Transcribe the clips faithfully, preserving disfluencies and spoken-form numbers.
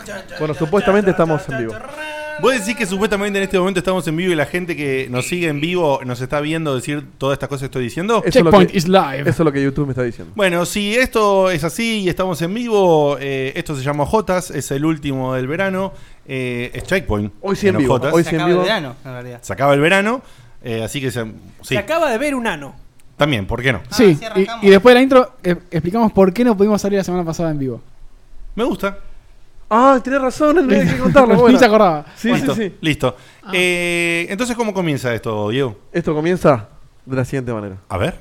Bueno, supuestamente estamos en vivo. Vos decís que supuestamente en este momento estamos en vivo y la gente que nos sigue en vivo nos está viendo decir todas estas cosas que estoy diciendo. Eso Checkpoint es que, is live. Eso es lo que YouTube me está diciendo. Bueno, si esto es así y estamos en vivo, eh, esto se llama Jotas, es el último del verano, eh, es Checkpoint. Hoy sí en vivo. Jotas. Hoy Se sí en acaba el vivo. verano, en realidad. Se acaba el verano, eh, así que se, sí, Se acaba de ver un ano. también, ¿por qué no? Ah, Sí, sí, y, arrancamos. y después de la intro eh, explicamos por qué no pudimos salir la semana pasada en vivo. Me gusta. Ah, tenés razón, no hay que contarlo. Ni Bueno. se acordaba. Sí, listo, sí, sí. listo. Eh, entonces, ¿cómo comienza esto, Diego? Esto comienza de la siguiente manera. A ver.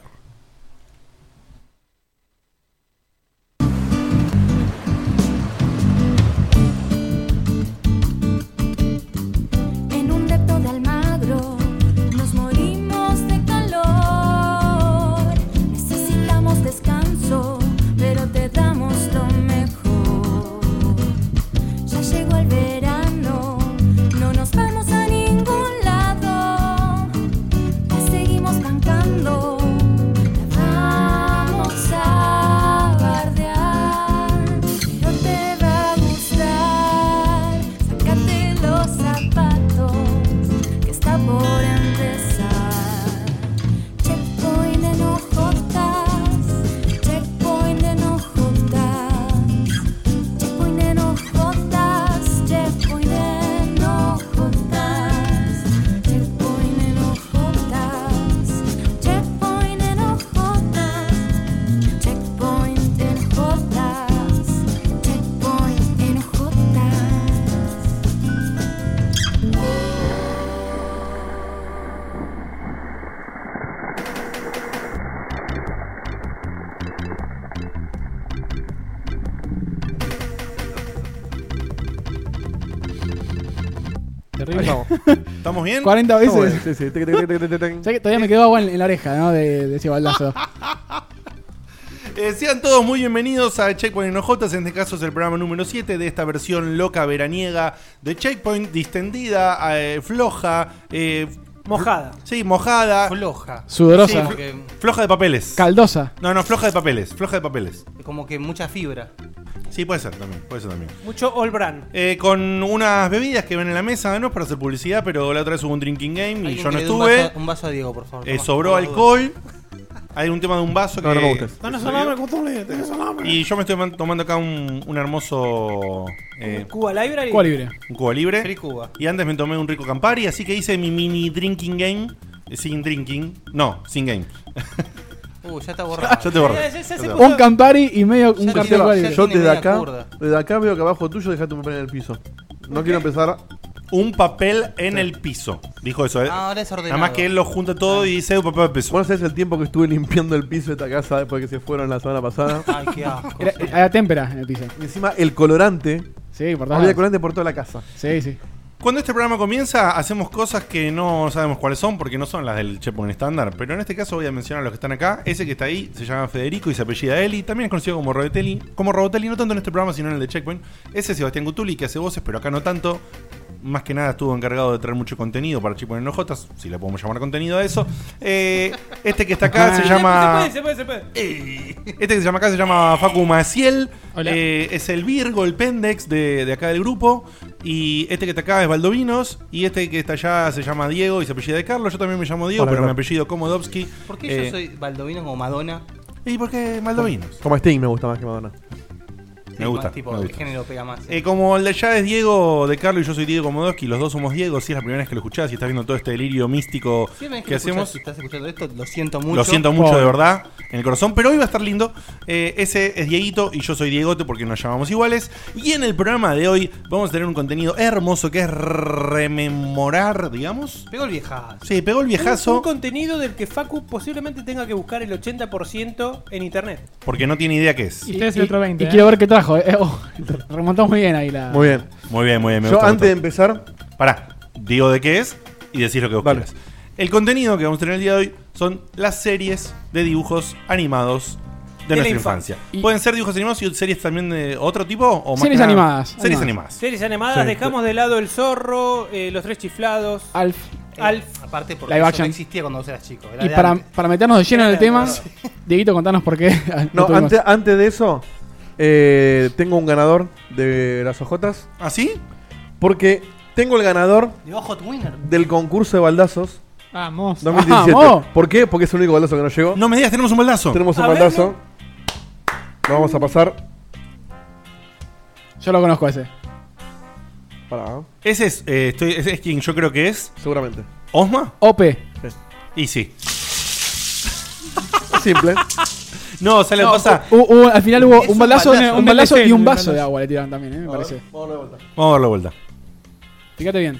En un depto de Almagro nos morimos de calor. Necesitamos descanso, pero te damos lo mejor. Ya llegó el verano, no nos vamos a ningún lado. La seguimos bancando, la vamos a bardear, pero te va a gustar. Sácate los zapatos, que está por empezar. Checkpoint en ojotas, checkpoint en ojotas, checkpoint en ojotas, checkpoint en ojotas, checkpoint en ojotas, checkpoint en ojotas, checkpoint en ojotas, checkpoint en ojotas. Terrible. Vamos. ¿Estamos bien? cuarenta Estamos veces. bien. Sí, sí. Tic, tic, tic, tic, tic, tic. ¿Sabés que todavía me quedó agua en, en la oreja, ¿no? De, de ese baldazo. Eh, sean todos muy bienvenidos a Checkpoint en Ojotas. En este caso es el programa número siete de esta versión loca veraniega de Checkpoint, distendida, eh, floja, eh, Mojada. sí, mojada, Floja. Sudorosa. Sí, Como que, floja de papeles. Caldosa. No, no, floja de papeles, floja de papeles. como que mucha fibra. Sí, puede ser también, puede ser también. Mucho all brand. Eh, con unas bebidas que ven en la mesa, no es para hacer publicidad, pero la otra vez hubo un drinking game y Alguien yo no que le dé un estuve. vaso- Un vaso a Diego, por favor. Eh, Toma, sobró por la alcohol. Hay un tema de un vaso que No, no me gusta. Tenés salame con tole, tenés salame. Y yo me estoy man- tomando acá un, un hermoso eh, Cuba Library. Cuba libre. un Cuba libre. Free Cuba. Y antes me tomé un rico Campari, así que hice mi mini drinking game. eh, Sin drinking. No, sin game. Uh, ya está borrado. Ya te borré. Ya, ya, ya Ya se te puso- borré. Un Campari y medio un Ya cartel tiene- Cuba ya libre. Yo tiene desde media acá, curda. desde acá veo que abajo tuyo dejaste un papel en el piso. No quiero empezar. Un papel en el piso. Dijo eso. eh. Ah, ahora es ordenado. Nada más que él lo junta todo y dice un papel en el piso. Bueno, sabes el tiempo que estuve limpiando el piso de esta casa después que se fueron la semana pasada. Ay, qué asco. Era, era témpera en el piso. Y encima el colorante. Sí, por todos Había lados. colorante por toda la casa. Sí, sí. Cuando este programa comienza, hacemos cosas que no sabemos cuáles son porque no son las del Checkpoint estándar. Pero en este caso voy a mencionar a los que están acá. Ese que está ahí se llama Federico y se apellida Eli. También es conocido como Robotelli. Como Robotelli, no tanto en este programa, sino en el de Checkpoint. Ese es Sebastián Gutuli, que hace voces, pero acá no tanto. Más que nada estuvo encargado de traer mucho contenido para Checkpoint en Ojotas, si le podemos llamar contenido a eso. Eh, este que está acá se llama. Se puede, se puede, se puede. Este que se llama acá se llama Facu Maciel. Hola. Eh, es el Virgo, el Pendex de, de acá del grupo. Y este que está acá es Valdovinos. Y este que está allá se llama Diego y se apellida de Carlos. Yo también me llamo Diego, Hola, pero hola. mi apellido Komodowski. ¿Por qué Eh, yo soy Baldovino como Madonna? ¿Y por qué Valdovinos? Como Sting me gusta más que Madonna. Me gusta, Más tipo, me el gusta. género pega más. Eh, como el de allá es Diego de Carlos y yo soy Diego Komodowski, los dos somos Diego. Si es la primera vez que lo escuchás y estás viendo todo este delirio místico Si ves que escuchás- hacemos. Si estás escuchando esto, lo siento mucho. Lo siento mucho Pobre. de verdad en el corazón, pero hoy va a estar lindo. Eh, ese es Dieguito y yo soy Diegote porque nos llamamos iguales. Y en el programa de hoy vamos a tener un contenido hermoso que es rememorar, digamos. Pegó el viejazo. Sí, pegó el Un, viejazo un contenido del que Facu posiblemente tenga que buscar el ochenta por ciento en internet. porque no tiene idea qué es. Y, ustedes el otro veinte, y ¿eh? quiero ver qué trajo. Eh. Oh, remontó muy bien ahí la. Muy bien. Muy bien, muy bien. Me Yo gusta, me antes de gusta. empezar, Pará, digo de qué es y decís lo que vos Dale. quieras. El contenido que vamos a tener el día de hoy son las series de dibujos animados de, De la nuestra infancia. infancia. Y- ¿Pueden ser dibujos animados y series también de otro tipo? O más Series que nada- animadas, Series animadas. animadas. Series animadas, Sí. dejamos de lado El Zorro, eh, Los Tres Chiflados, Alf. Eh, Alf. Aparte, porque Live eso action. no existía cuando vos eras chico. Era Y de para, antes. para meternos de lleno en el Era tema, de- Dieguito, contanos por qué. no, tuvimos. antes, antes de eso, Eh, tengo un ganador de las ojotas. ¿Ah, sí? Porque tengo el ganador De Hot Winner. del concurso de baldazos Vamos. dos mil diecisiete. Vamos. ¿Por qué? Porque es el único baldazo que nos llegó. No me digas, tenemos un baldazo. Tenemos un A ver, baldazo. Lo vamos a pasar. Yo lo conozco ese. Para, Ese es, eh, estoy, ese es quien yo creo que es. seguramente. ¿Osma? O P. Y sí. Es simple. No, o sea, le No, pasa. hu- hubo- al final hubo Es un un baldazo, baldazo, un un baldazo D L C, y un un vaso de baldazo. agua le tiraron también, eh, me parece. Vamos a dar vuelta. Vamos a darle vuelta. Fíjate bien.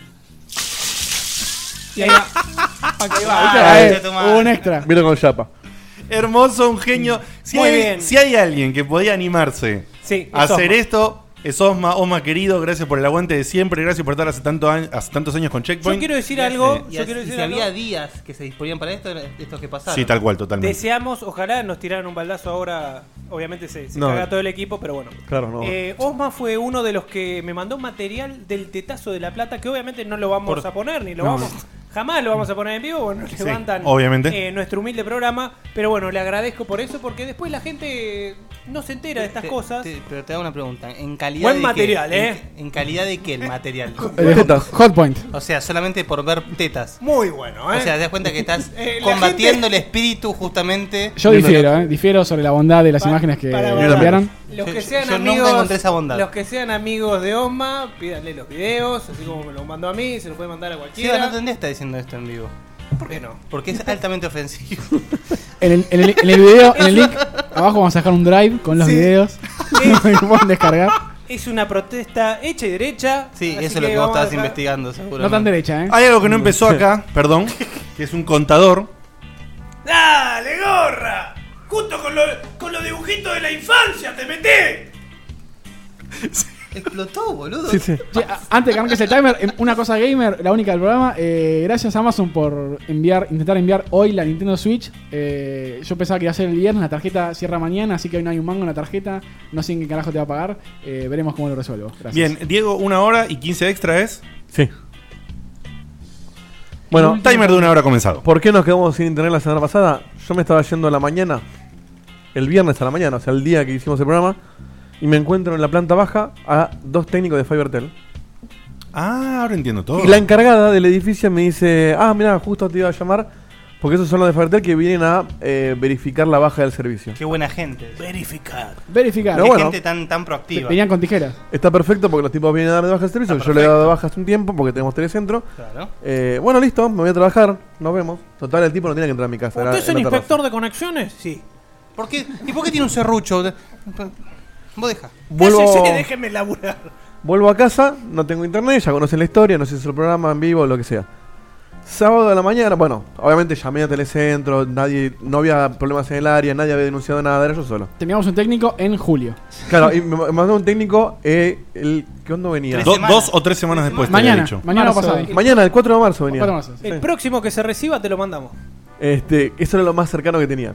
Y ahí va. Ahí Ah, eh, ya tomá. hubo un extra. Vino con chapa. Hermoso, un genio. Si Muy hay, bien. si hay alguien que podía animarse Sí, a es hacer Osma. esto, es Osma. Osma, querido, gracias por el aguante de siempre. Gracias por estar hace, tanto año- hace tantos años con Yo Checkpoint. quiero decir algo. Y, Yo así- quiero y decir si algo. había días que se disponían para esto, eran estos que pasaron. Sí, tal cual, totalmente. Deseamos, ojalá nos tiraran un baldazo ahora. Obviamente se, se No. caga todo el equipo, pero bueno. Claro, no. Eh, Osma fue uno de los que me mandó material del Tetazo de la Plata, que obviamente no lo vamos Por- a poner, ni lo No. vamos. Jamás lo vamos a poner en vivo, bueno, nos Sí, levantan obviamente. eh, nuestro humilde programa. Pero bueno, le agradezco por eso, porque después la gente no se entera de estas Te- cosas. te- pero te hago una pregunta. ¿En calidad Buen de material, qué? ¿eh? ¿En, en calidad de qué el material? Eh, Tetas. Hot Point. O sea, solamente por ver tetas. Muy bueno, ¿eh? O sea, te das cuenta que estás Eh, la combatiendo gente- el espíritu justamente. Yo difiero, eh. Difiero sobre la bondad de las Pa- imágenes que para- me para- enviaron. Los Yo- que yo- sean yo nunca amigos, encontré esa bondad. los que sean amigos de Osma, pídanle los videos, así como me los mandó a mí, se los puede mandar a Sí, cualquiera. no tendría que estar diciendo esto en vivo. ¿Por qué no? Porque es altamente ofensivo. En el, en el- en el video, en el link, abajo vamos a dejar un drive con los Sí. videos que pueden descargar. Es una protesta hecha y derecha. Sí, así eso es lo que vos vamos a estabas dejar- investigando, seguro. No tan derecha, eh. Hay algo que no empezó acá, perdón, que es un contador. ¡Dale, gorra! Justo con, lo- con los dibujitos de la infancia te meté. Explotó, boludo. Sí, sí. Che, a- antes que arranques el timer, em, una cosa gamer, la única del programa. eh, gracias a Amazon por enviar, intentar enviar hoy la Nintendo Switch. Eh, yo pensaba que iba a ser el viernes, la tarjeta cierra mañana, así que hoy no hay un mango en la tarjeta. No sé en qué carajo te va a pagar. Eh, veremos cómo lo resuelvo. Gracias. Bien, Diego, una hora y quince extra es. Sí. Bueno, Timer de una hora comenzado. ¿por qué nos quedamos sin internet la semana pasada? Yo me estaba yendo a la mañana, el viernes a la mañana, o sea, el día que hicimos el programa, y me encuentro en la planta baja a dos técnicos de Fivertel. Ah, ahora entiendo todo. Y la encargada del edificio me dice, ah, mira, justo te iba a llamar, porque esos son los de Fivertel que vienen a eh, verificar la baja del servicio. Qué buena gente. Verificar. Verificar. Pero Qué bueno. gente tan, tan proactiva. Venían con tijeras. Está perfecto porque los tipos vienen a dar de baja el servicio, Está yo le he dado de perfecto. baja hace un tiempo porque tenemos telecentro. Claro. Eh, bueno, listo, me voy a trabajar, nos vemos. Total, el tipo no tiene que entrar a mi casa. era ¿Usted es en el la terraza. inspector de conexiones? Sí. ¿Por qué? ¿Y por qué tiene un serrucho? Vos deja. Vuelvo, Cállese, déjeme laburar. vuelvo a casa, no tengo internet, ya conocen la historia, no sé si es el programa en vivo o lo que sea. Sábado de la mañana, bueno, obviamente llamé a Telecentro, nadie, no había problemas en el área, nadie había denunciado nada, era yo solo. Teníamos un técnico en julio. Claro, y me me mandó un técnico, eh, el, ¿qué onda venía? Tres Do- semanas. dos o tres semanas después te había Mañana, dicho. mañana Marzo. pasado. Mañana, el cuatro de marzo venía. Cuatro meses. El Sí. próximo que se reciba te lo mandamos. Este, eso era lo más cercano que tenía.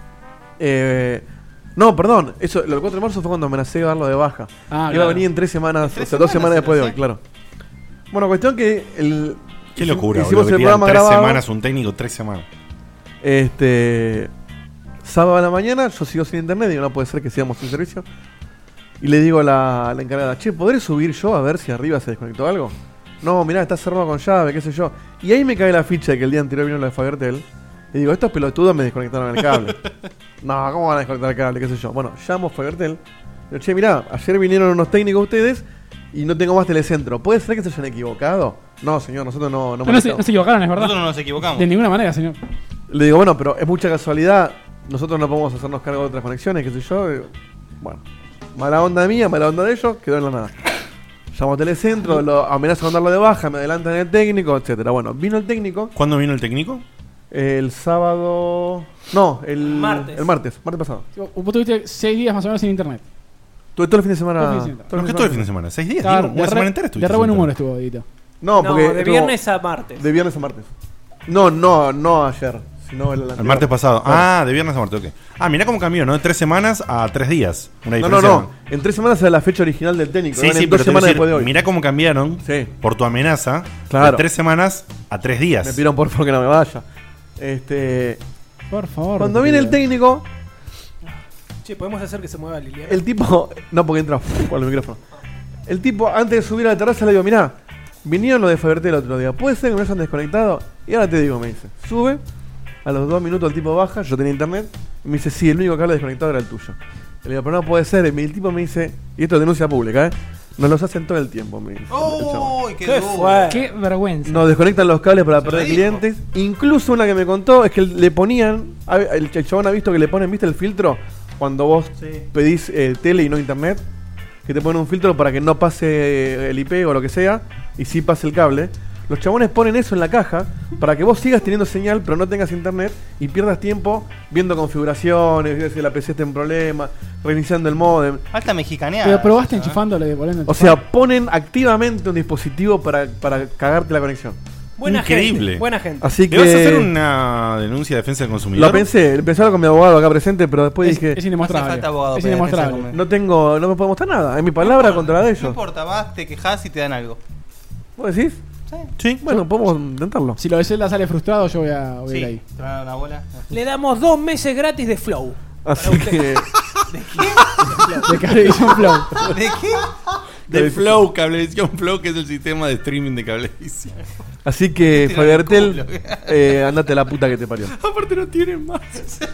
Eh, no, perdón, eso, lo del cuatro de marzo fue cuando amenacé de darlo de baja. Ah, Iba claro. a venir en tres semanas, En tres o sea, dos semanas semanas se después de lo hoy, hacía. claro. Bueno, cuestión que el... Qué locura, hicimos boludo. el que tiran programa tres grabado. semanas un técnico, tres semanas. Este. Sábado a la mañana, yo sigo sin internet, digo, no puede ser que sigamos sin servicio. Y le digo a la, a la encargada, che, ¿podré subir yo a ver si arriba se desconectó algo? No, mirá, está cerrado con llave, qué sé yo. Y ahí me cae la ficha de que el día anterior vino lo de Fivertel. Y digo, estos pelotudos me desconectaron el cable. No, ¿cómo van a desconectar el cable? ¿Qué sé yo? Bueno, llamo a Fivertel. Digo, che, mirá, ayer vinieron unos técnicos ustedes y no tengo más telecentro. ¿Puede ser que se hayan equivocado? No, señor, nosotros no, no No, no, se, molestamos. no se equivocaron, es verdad. Nosotros no nos equivocamos. De ninguna manera, señor. Le digo, bueno, pero es mucha casualidad. Nosotros no podemos hacernos cargo de otras conexiones, qué sé yo. Digo, bueno, mala onda mía, mala onda de ellos, quedó en la nada. Llamo a Telecentro, lo amenazo con darlo de baja, me adelantan el técnico, etcétera. Bueno, vino el técnico ¿Cuándo vino el técnico? el sábado. No, el Martes. El martes, martes pasado. Vos tuviste seis días más o menos sin internet. Tuve todo el fin de semana. Todo el fin de semana. todo el ¿Por qué fin todo de el fin de semana. semana? ¿Seis días? Estaba Diego? de Una re- semana entera estuviste De re sin buen humor internet. estuvo, Dito. No, No, porque. de estuvo viernes a martes. De viernes a martes. No, no, no ayer, sino el, El anterior. martes pasado. Claro. Ah, de viernes a martes, ok. Ah, mirá cómo cambió, ¿no? De tres semanas a tres días. Una No, no, diferencia. no. En tres semanas era la fecha original del técnico. Sí, eran sí, en pero dos te quiero semanas decir, después de hoy. mirá cómo cambiaron Sí. por tu amenaza Claro. de tres semanas a tres días. Me pidieron por favor que no me vaya. Este. Por favor. Cuando viene el querido. técnico, Che, podemos hacer que se mueva Liliana. El tipo, no porque entra por el micrófono. El tipo, antes de subir a la terraza, le digo, mirá, vinieron los de Faberté el otro día. ¿Puede ser que me hayan desconectado? Y ahora te digo, me dice, sube. A los dos minutos el tipo baja, yo tenía internet. Y me dice, sí, el único que habla desconectado era el tuyo. Y le digo, pero no puede ser. Y el tipo me dice, y esto es denuncia pública, ¿eh? Nos los hacen todo el tiempo, me dice. ¡Oh! ¡Qué, ¿Qué duro! fue? Qué vergüenza. Nos desconectan los cables para perder dijo. clientes. Incluso una que me contó es que le ponían, el, el chabón ha visto que le ponen, ¿viste el filtro? Cuando vos Sí. pedís eh, tele y no internet, que te ponen un filtro para que no pase el I P o lo que sea, y sí pase el cable. Los chabones ponen eso en la caja para que vos sigas teniendo señal, pero no tengas internet y pierdas tiempo viendo configuraciones, viendo si la P C está en problema, reiniciando el modem. Falta mexicanear. Pero probaste enchufándole, volviendo a O enchufar. sea, ponen activamente un dispositivo para, para cagarte la conexión. Buena Increíble. gente. Buena gente. Así ¿Le vas a hacer que una denuncia de defensa del consumidor? lo pensé, empecé a hablar con mi abogado acá presente, pero después es, dije, es indemostrable. Hace falta abogado es para indemostrable. defensa no tengo, no me puedo mostrar nada, es mi palabra No contra la de No ellos. importa, vas, te quejas y te dan algo. ¿Vos decís? Sí. Sí. Bueno, podemos intentarlo. Si lo de Zelda sale frustrado, yo voy a, voy a ir Sí. ahí. Te van a dar una bola. Le damos dos meses gratis de Flow. Así que De Cablevisión Flow. ¿De qué? De Flow, Cablevisión Flow, que es el sistema de streaming de Cablevisión. Así que Tira Fabertel, el culo. eh, andate a la puta que te parió. Aparte no tienen más.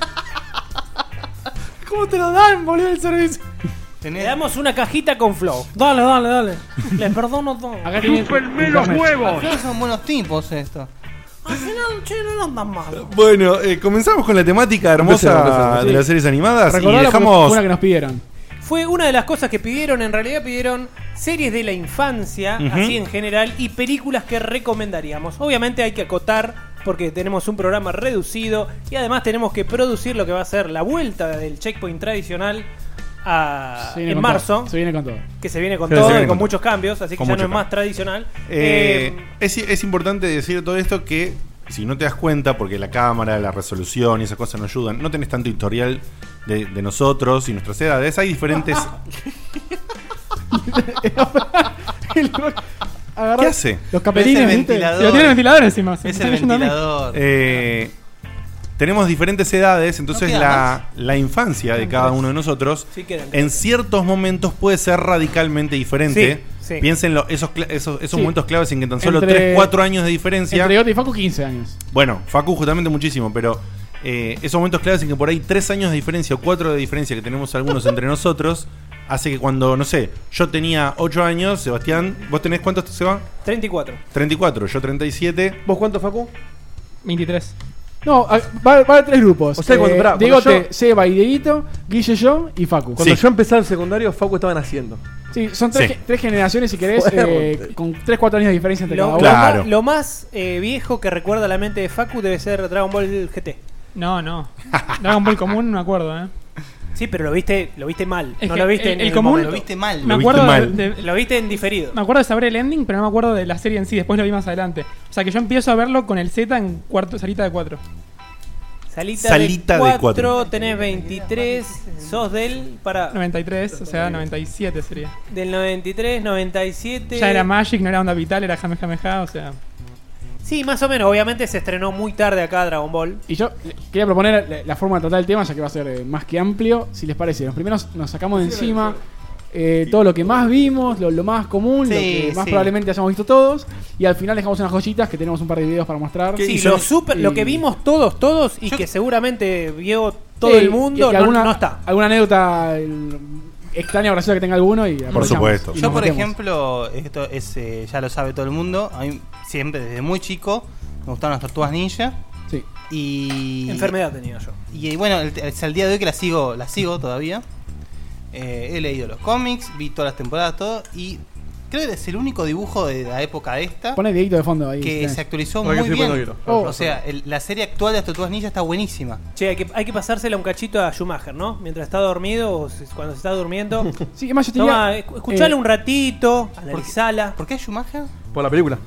¿Cómo te lo dan, boludo, el servicio? Le Tenés... damos una cajita con Flow. Dale, dale, dale. Les perdono todo. Acá tienen los huevos. Al final son buenos tipos estos. Al final, che, no andan mal. Bueno, eh, comenzamos con la temática hermosa Empecemos, empecemos, de sí. las series animadas y Recordalo porque dejamos... fue una que nos pidieron. Fue una de las cosas que pidieron, en realidad pidieron series de la infancia, Ujú. así en general, y películas que recomendaríamos. Obviamente hay que acotar porque tenemos un programa reducido y además tenemos que producir lo que va a ser la vuelta del Checkpoint tradicional a- Se viene en con marzo, todo. Se viene con todo. que se viene con Sí, se todo viene y con con todo. muchos cambios, así que Con ya no mucho es más cambio. tradicional. Eh, Eh, es, es importante decir todo esto que si no te das cuenta, porque la cámara, la resolución y esas cosas no ayudan, no tenés tanto historial de, de nosotros y nuestras edades, hay diferentes... Agarrá ¿Qué hace? Los capelines, Es el ¿viste? ventilador. Si lo tiene el ventilador encima. se me Es está el cayendo a mí. ventilador. Eh, tenemos diferentes edades, entonces queda la, la infancia de cada uno de nosotros Sí, quedan. en ciertos momentos puede ser radicalmente diferente. Sí, sí. Piénsenlo, esos, cla- esos, esos Sí. momentos claves en que tan solo Entre- tres cuatro años de diferencia. Entre Gota y Facu, quince años. Bueno, Facu justamente muchísimo, pero eh, esos momentos claves en que por ahí tres años de diferencia o cuatro de diferencia que tenemos algunos entre nosotros, hace que cuando, no sé, yo tenía ocho años, Sebastián, ¿vos tenés cuántos, Seba? treinta y cuatro. treinta y cuatro, yo treinta y siete. ¿Vos cuánto, Facu? veintitrés. No, a- va, va a haber tres grupos. O sea, cuando- pará, cuando Diegote, yo- Seba y Dieguito, Guille, yo y Facu. Cuando Sí. yo empecé al secundario, Facu estaba naciendo. Sí, son tres, Sí. ge- tres generaciones, si querés, Fuerte. eh, con tres cuatro años de diferencia entre Lo, cada lo uno. Claro. más, lo más, eh, viejo que recuerda la mente de Facu debe ser Dragon Ball G T. No, no. Dragon Ball común no me acuerdo, ¿eh? Sí, pero lo viste, lo viste mal. Es no que lo viste el- en el el común- momento. Lo viste mal. Me Lo acuerdo viste de, mal. de- Lo viste en diferido. me acuerdo de saber el ending, pero no me acuerdo de la serie en sí. Después lo vi más adelante. O sea que yo empiezo a verlo con el Z en cuarto, salita de cuatro. Salita, Salita de de cuatro, cuatro. tenés veintitrés, sos del para noventa y tres, o sea, noventa y siete sería. del noventa y tres, noventa y siete. Ya era Magic, no era Onda Vital, era Jame Jame Ja, o sea. Sí, más o menos. Obviamente se estrenó muy tarde acá Dragon Ball. Y yo le- quería proponer la, la forma de tratar el tema, ya que va a ser eh, más que amplio, si les parece. Los primeros nos sacamos de encima eh, todo lo que más vimos, lo, lo más común, lo Sí, que más sí. probablemente hayamos visto todos. Y al final dejamos unas joyitas que tenemos un par de videos para mostrar. Sí, Y lo, son- super, y- lo que vimos todos, todos, y Yo- que seguramente vio todo Sí, el mundo, y que no, alguna, no está. Alguna anécdota el- extraña o graciosa que tenga alguno. Y aprovechamos supuesto. y Yo, nos por metemos. ejemplo, esto es eh, ya lo sabe todo el mundo. A mí siempre, desde muy chico, me gustaron las tortugas ninja. Sí. Y. Enfermedad tenía yo. Y eh, bueno, el- es el día de hoy que la sigo, la sigo todavía. Eh, he leído los cómics, vi todas las temporadas, todo. Y creo que es el único dibujo de la época esta Poné Dieguito de fondo ahí. que sí. se actualizó Ahora que muy estoy bien. poniendo hielo. Oh. O sea, el- la serie actual de las tortugas ninja está buenísima. Che, hay que, hay que pasársela un cachito a Schumacher, ¿no? Mientras está dormido o si- cuando se está durmiendo. Sí, además yo te Toma, diría, escu- escuchalo eh, un ratito, analizala. ¿Por qué Schumacher? Por la película.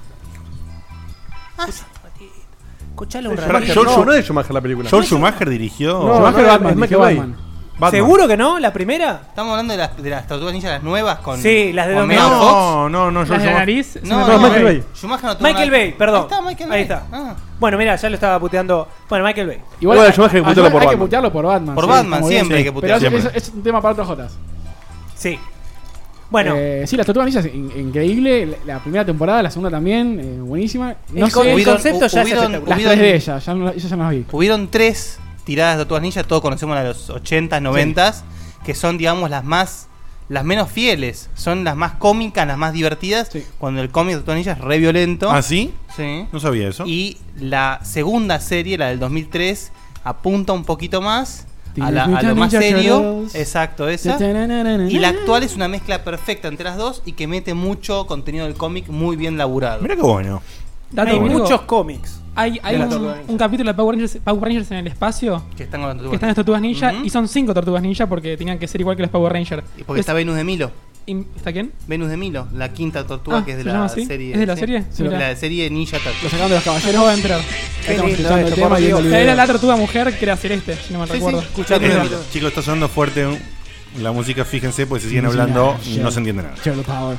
Escuchalo un Schumacher, ratito. George- no, no es Schumacher la película. George Schumacher dirigió. No, Schumacher no, Batman, es dije Michael Bay. Batman. Batman. ¿Seguro que no? ¿La primera? Estamos hablando de las, de las Tortugas Ninja, las nuevas con. Sí, las de con dos mil. Megan Fox. No, no, no, yo Las de la yo- nariz. No, No, no, Michael Bay. Schumacher no tuvo Michael una- Bay, perdón. Ahí está, Michael Ahí Bay. está. Ah. Bueno, mira, ya lo estaba puteando. Bueno, Michael Bay. Igual hay- a Schumacher hay que a putearlo por hay que Batman. putearlo por Batman. Por sí, Batman, está muy bien. siempre hay que Pero putearlo. eso- Siempre. eso es un tema para otros Jotas. Sí. Bueno, Eh, sí, las Tortugas Ninja es in- increíble. La, la primera temporada, la segunda también, eh, buenísima. No el, con- sé, el hubieron- concepto ya es hubieron- espectacular. las hubieron- tres de ellas, ya, no, esas ya no las vi. Hubieron tres tiradas de Tortugas Ninja, todos conocemos las de los ochentas, noventas, que son, digamos, las más. Las menos fieles. Son las más cómicas, las más divertidas. Sí. Cuando el cómic de Tortugas Ninja es re violento. ¿Ah, sí? Sí. No sabía eso. Y la segunda serie, la del dos mil tres, apunta un poquito más a, la- a Teenage lo más Mutant Ninja serio. Turtles. Exacto, esa. Y la actual es una mezcla perfecta entre las dos y que mete mucho contenido del cómic muy bien laburado. Mira qué bueno. Dato Hay único, muchos cómics. Hay, hay de la un, Tortuga Ninja. un capítulo de Power Rangers, Power Rangers en el espacio Que están con las que tortugas. están las Tortugas Ninja Ujú. y son cinco Tortugas Ninja porque tenían que ser igual que los Power Rangers. Y porque está Venus de Milo. Y- ¿Está quién? Venus de Milo, la quinta tortuga Ah, que es de ¿se la llama así? serie. ¿Es de la sí. serie? Sí, Mira. la serie Ninja Lo Turtles. sacaron de los Pero caballeros. no va a entrar. Ahí estamos lindo escuchando el esto, tema por y viendo el Dios. video. Era la tortuga mujer que era celeste, si no me Sí, recuerdo. sí. Escuchate Chicos, esto. chicos, está sonando fuerte la música, fíjense, pues se siguen Sí, sí, hablando nada, y ya. no se entiende nada. Chelo Power.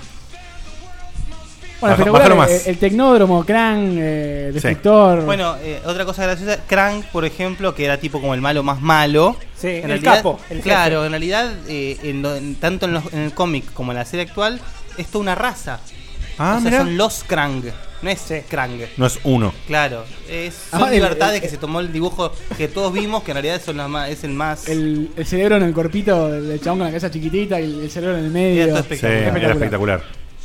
Bueno, Baja- pero bájalo bueno, más. el, el Tecnódromo, Cran, eh, Sí. Destructor. Bueno, eh, otra cosa graciosa, Crank, por ejemplo, que era tipo como el malo más malo. Sí, En el realidad- capo. El claro, jefe. en realidad, eh, en lo- en- tanto en, los- en el cómic como en la serie actual, es toda una raza. Ah, o sea, mira. son los Krang, no es Krang. No es uno. Claro, es, son Ah, el- libertades el- que se tomó el dibujo que todos vimos, que en realidad son las más, es el más... el, el cerebro en el corpito del chabón con la cabeza chiquitita y el, el cerebro en el medio. Era todo Sí, espectacular. era espectacular.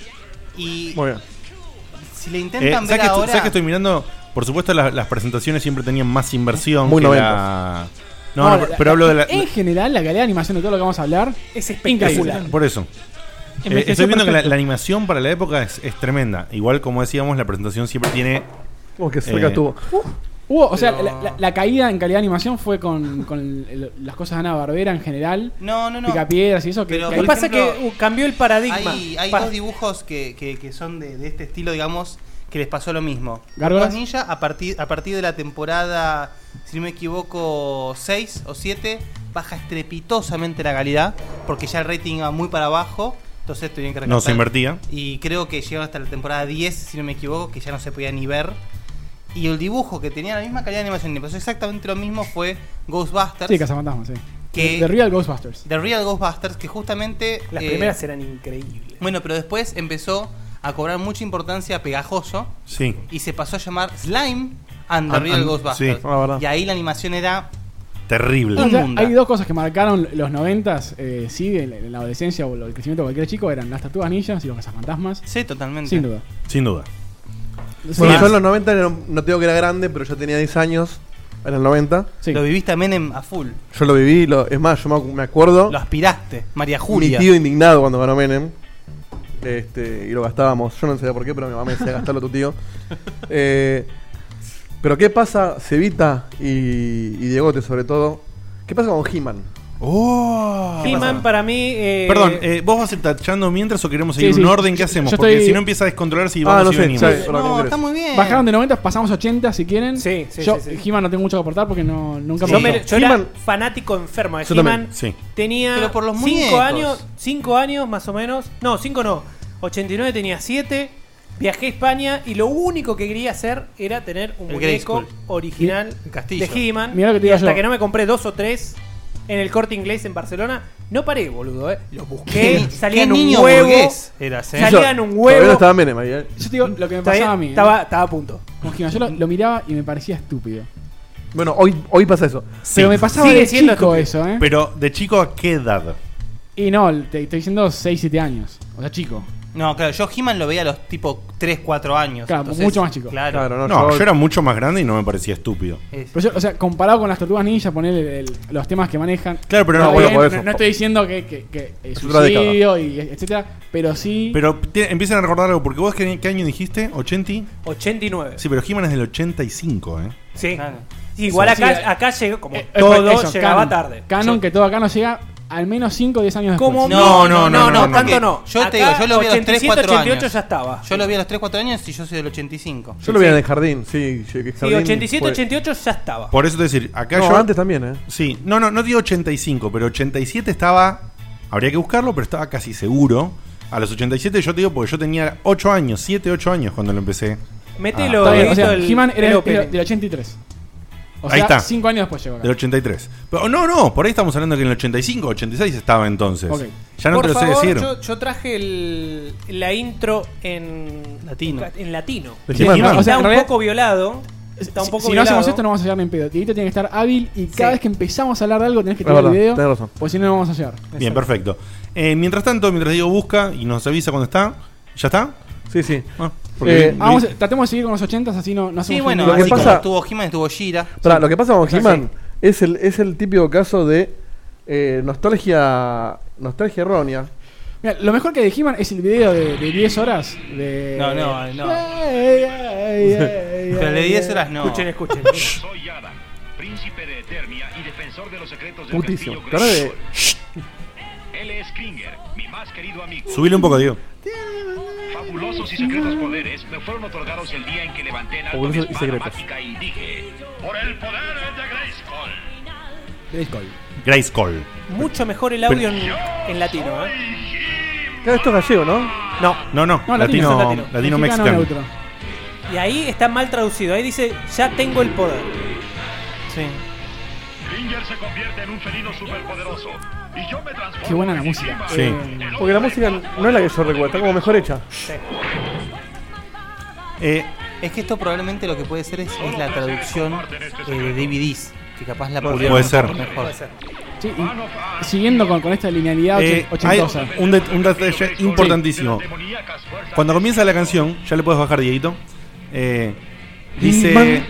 Y Muy bien. si le Eh, intentan ¿sabes, ver que, estu- ahora... sabes que estoy mirando? Por supuesto, la- las presentaciones siempre tenían más inversión. Muy que noventas. la... No, no, la- pero, la- pero hablo de la. En general, la calidad de animación de todo lo que vamos a hablar Es increíble. espectacular. Por eso. Eh, Envejeció estoy viendo que la, perfecto. la animación para la época es, es tremenda. Igual, como decíamos, la presentación siempre tiene. Como que cerca Eh, estuvo. Hubo, o sea, Pero- la, la- la caída en calidad de animación fue con, con el- las cosas de Ana Barbera en general. No, no, no. Picapiedras y eso. Que, Pero, que Lo ahí- que pasa es ejemplo, que uh, cambió el paradigma. Hay, hay Pa- dos dibujos que, que, que son de, de este estilo, digamos, que les pasó lo mismo. ¿Gárgolas? Tortugas Ninja, a partir, a partir de la temporada, si no me equivoco, seis o siete, baja estrepitosamente la calidad, porque ya el rating iba muy para abajo, entonces tuvieron que No se recortar. invertía. Y creo que llegaron hasta la temporada diez, si no me equivoco, que ya no se podía ni ver. Y el dibujo que tenía la misma calidad de animación y pasó exactamente lo mismo fue Ghostbusters. Sí, Cazafantasmas, sí. Que- The Real Ghostbusters. The Real Ghostbusters, que justamente... Las eh, primeras eran increíbles. Bueno, pero después empezó a cobrar mucha importancia Pegajoso Sí. y se pasó a llamar Slime and the Ah, Real ah, Ghostbusters. sí, la verdad. Y ahí la animación era... Terrible. O sea, Inmunda. hay dos cosas que marcaron los noventas, eh, sí, en, en la adolescencia o el crecimiento de cualquier chico, eran las Tortugas Ninjas y los Cazafantasmas, Sí, totalmente. sin duda. Sin duda. Bueno, Sí, yo en los noventa era- no tengo que era grande, pero yo tenía diez años. Era el noventa. sí. Lo viviste a Menem a full. Yo lo viví. Lo, es más, yo me, acu- me acuerdo. Lo aspiraste. María Mi Julia. tío indignado cuando ganó Menem. Este, y lo gastábamos. Yo no sabía por qué, pero mi mamá me decía gastarlo a tu tío. Eh, pero ¿qué pasa, Cevita y, y Diegote sobre todo? ¿Qué pasa con He-Man? ¡Oh! He-Man para mí. eh, Perdón, eh, ¿vos vas a ir tachando mientras o queremos seguir Sí, un sí. orden? ¿Qué Yo- hacemos? yo Porque estoy- si no empieza a descontrolarse y Ah, vamos no y sé, venimos. ¿sabes? Pero No, me está interesa. muy bien. Bajaron de noventa, pasamos a ochenta si quieren. Sí, sí, yo, sí, sí. He-Man no tengo mucho que aportar porque no, nunca Yo, me me- gustó. yo era He-Man- fanático enfermo de Yo He-Man. también, Sí. Tenía Pero por los cinco muñecos. años, cinco años más o menos. No, cinco no. ochenta y nueve tenía siete. Viajé a España y lo único que quería hacer era tener un El muñeco Grayskull. original El castillo. de He-Man. Mirá lo que te Y digo hasta yo. que no me compré dos o tres en el Corte Inglés en Barcelona, no paré, boludo, eh. Los busqué, ¿Qué, salían qué un niño huevo. burgués eras, eh? Salían un Todavía huevo. no estaba Menem ahí, ¿eh? Yo te digo lo que me Todavía pasaba a mí. ¿eh? Estaba, estaba a punto. Con He-Man. Yo lo, lo miraba y me parecía estúpido. Bueno, hoy, hoy pasa eso. Pero me pasaba Sigue de siendo chico estúpido. eso, ¿eh? Pero, ¿de chico a qué edad? Y no, te estoy diciendo seis, siete años. O sea, chico. No, claro, yo He-Man lo veía a los tipo tres, cuatro años. Claro, mucho más chico. Claro. Claro, no, No, yo- yo era mucho más grande y no me parecía estúpido. Es- Pero yo, o sea, comparado con las Tortugas Ninja, poner el- el- los temas que manejan. Claro, pero está no, bueno, bien, por eso. no, no estoy diciendo que, que, que es Es otra suicidio y etcétera, pero sí. Pero te- empiezan a recordar algo, porque vos, ¿qué, qué año dijiste? ¿ochenta? ochenta y nueve. Sí, pero He-Man es del ochenta y cinco, ¿eh? Sí. Claro. Igual Sí, acá, sí, acá llegó, como Eh, eh, todo eso, llegaba canon. tarde. Canon, Sí. que todo acá no llega. al menos cinco o diez años Como después. No, no, no, no, no, tanto no. Yo te Acá, digo, yo lo vi a los tres, cuatro ochenta y siete, ochenta y ocho años. ya estaba. Yo lo vi a los tres cuatro años y yo soy del ochenta y cinco. Yo lo vi en el jardín, sí. yo- que Sí, jardín ochenta y siete, fue- ochenta y ocho ya estaba. Por eso te decir, acá No, yo. antes también, ¿eh? Sí, no, no, no digo ochenta y cinco, pero ochenta y siete estaba. Habría que buscarlo, pero estaba casi seguro. A los ochenta y siete yo te digo porque yo tenía ocho años, siete, ocho años cuando lo empecé. Mételo, Está bien, o Dieguito, sea, el- He-Man era el del- opening. del ochenta y tres. O Ahí sea, está. cinco años después llegó acá. Del ochenta y tres. Pero no, no, por ahí estamos hablando que en el ochenta y cinco, ochenta y seis estaba entonces. Ok. Ya no Por te lo sé favor, decir. Yo, yo traje el, la intro en Latino. En latino. De Sí, He-Man. He-Man. O sea, Está en un realidad- poco violado. Está un Si- poco si no violado. hacemos esto, no vamos a llegar ni en pedo. Dieguito tiene que estar hábil y cada Sí. vez que empezamos a hablar de algo tenés que Es tirar el verdad, video. tenés razón. Porque si no, no vamos a llegar. Bien, perfecto. Eh, mientras tanto, mientras digo busca y nos avisa cuando está. ¿Ya está? Sí, sí. Ah, porque Eh, vi- Vamos, a- tratemos de seguir con los ochentas, así no, no hacemos Sí, bueno, un- Lo que así pasa- como estuvo He-Man, estuvo Gira. Pará, lo que pasa con O sea, He-Man es el, es el típico caso de eh, nostalgia nostalgia errónea. Mira, lo mejor que de He-Man es el video de, de diez horas. De... No, no, no. Ay, ay, ay, Pero de ay, diez ay. horas no. Escuchen, escuchen. Soy Adam, príncipe de Eternia y defensor de los secretos del Putísimo. castillo Cara de- Grayskull. Él es Kringer, mi más querido amigo. Subile un poco, Diego. Fabulosos y secretos poderes me fueron otorgados el día en que levanté en alto mi Fabulosos y espada secretos. mágica y dije: por el poder de Grayskull. Grayskull. Mucho mejor el audio en, en latino, ¿eh? Claro, esto es gallego, ¿no? No. No, no, No, latino, latino, es latino. latino, Mexicano mexicano. neutro. Y ahí está mal traducido. Ahí dice, ya tengo el poder. Sí. Kringer se convierte en un felino superpoderoso y yo me transformo Qué buena la en música. He-Man. Sí. Eh, Porque la música no es la que yo recuerdo, está como mejor hecha. Eh, Es que esto probablemente lo que puede ser es, es la traducción eh, de D V Ds. Que capaz la pulieron puede un ser. poco mejor. sí, y siguiendo con, con esta linealidad eh, och- hay ochentosa. un, det- un detalle importantísimo. Cuando comienza la canción, ya le puedes bajar, Dieguito. Eh, dice. He-Man.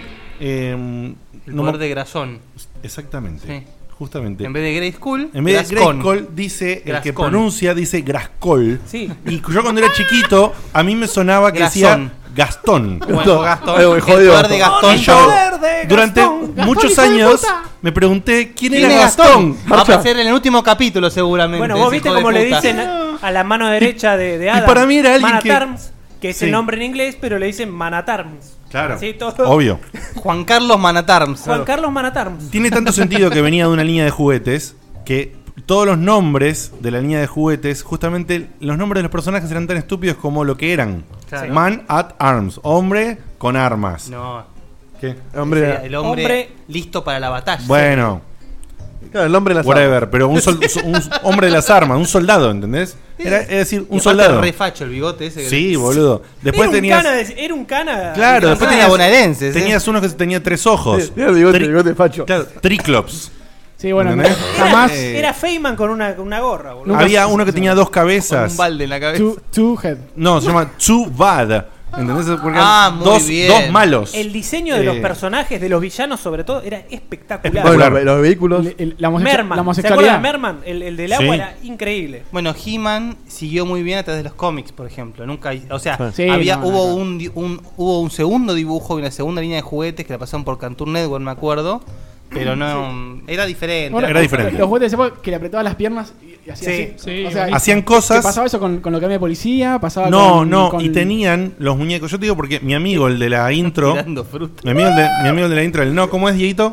eh, El no poder me- de Grasón. Exactamente. Sí. Justamente. En vez de Grayskull, En vez de Graskon. Grayskull dice, el que Graskon. pronuncia dice Graskol. Sí. Y yo cuando era chiquito, a mí me sonaba que decía Grasón. Gastón. Bueno, Gastón. Algo que El jodido, poder de Gastón. Gastón. Y yo, Verde, durante Gastón. muchos Gastón, hijo de años, puta. me pregunté quién, ¿Quién era es Gastón. Gastón? Va a aparecer en el último capítulo seguramente. Bueno, vos ese viste hijo de cómo le puta. dicen a la mano derecha de, de Adam. para mí era alguien que- Manatarms, que es Sí. el nombre en inglés, pero le dicen Manatarms. Claro, Así todo. obvio. Juan Carlos Manatarms. Juan Carlos Manatarms. Tiene tanto sentido que venía de una línea de juguetes que todos los nombres de la línea de juguetes, justamente los nombres de los personajes eran tan estúpidos como lo que eran. Claro. Man at arms, hombre con armas. No. ¿Qué? Hombre, Ese, el hombre, Hombre- listo para la batalla. Bueno, claro, el hombre de la whatever, pero un, sol- un hombre de las armas, un soldado, ¿entendés? Era, es decir, Y un aparte soldado. refacho el bigote ese. que- Sí, boludo. Después era, un tenías. cana de- era un cana. Claro, después Después tenías, tenía bonaerenses, ¿eh? tenías uno que tenía tres ojos. Sí, mira el bigote, Tri- el bigote facho. Claro, Triclops. Sí, bueno, ¿Entendés? jamás. Eh, Era Feynman con una, con una gorra, boludo. Nunca Había se- uno que tenía dos Con cabezas. un balde en la cabeza. Two, two head. No, se llama Too Bad. ¿Entendés? Porque Ah, eran muy dos, bien. dos malos. El diseño de los Eh, personajes, de los villanos sobre todo, era espectacular. Bueno, Espectacular. los vehículos. El- el- la, homosexual- Merman. la ¿Se acuerdan de homosexualidad. Merman? El, el del agua Sí. era increíble. Bueno, He-Man siguió muy bien a través de los cómics, por ejemplo. Nunca, o sea, Sí, había, no, no, hubo, no. Un, di- un, hubo un segundo dibujo y una segunda línea de juguetes que la pasaron por Cartoon Network, me acuerdo. Pero no, era diferente. Bueno, Era diferente. Los juguetes de esa época que le apretaba las piernas y, y hacía Sí, así. sí, O sea, bueno. Hacían que cosas. pasaba eso con, con lo que había de policía, pasaba No, con, no, con- y tenían los muñecos. Yo te digo porque mi amigo, el de la intro. Tirando fruta. Mi amigo, el de, mi amigo el de la intro, el no, ¿cómo es, Dieguito?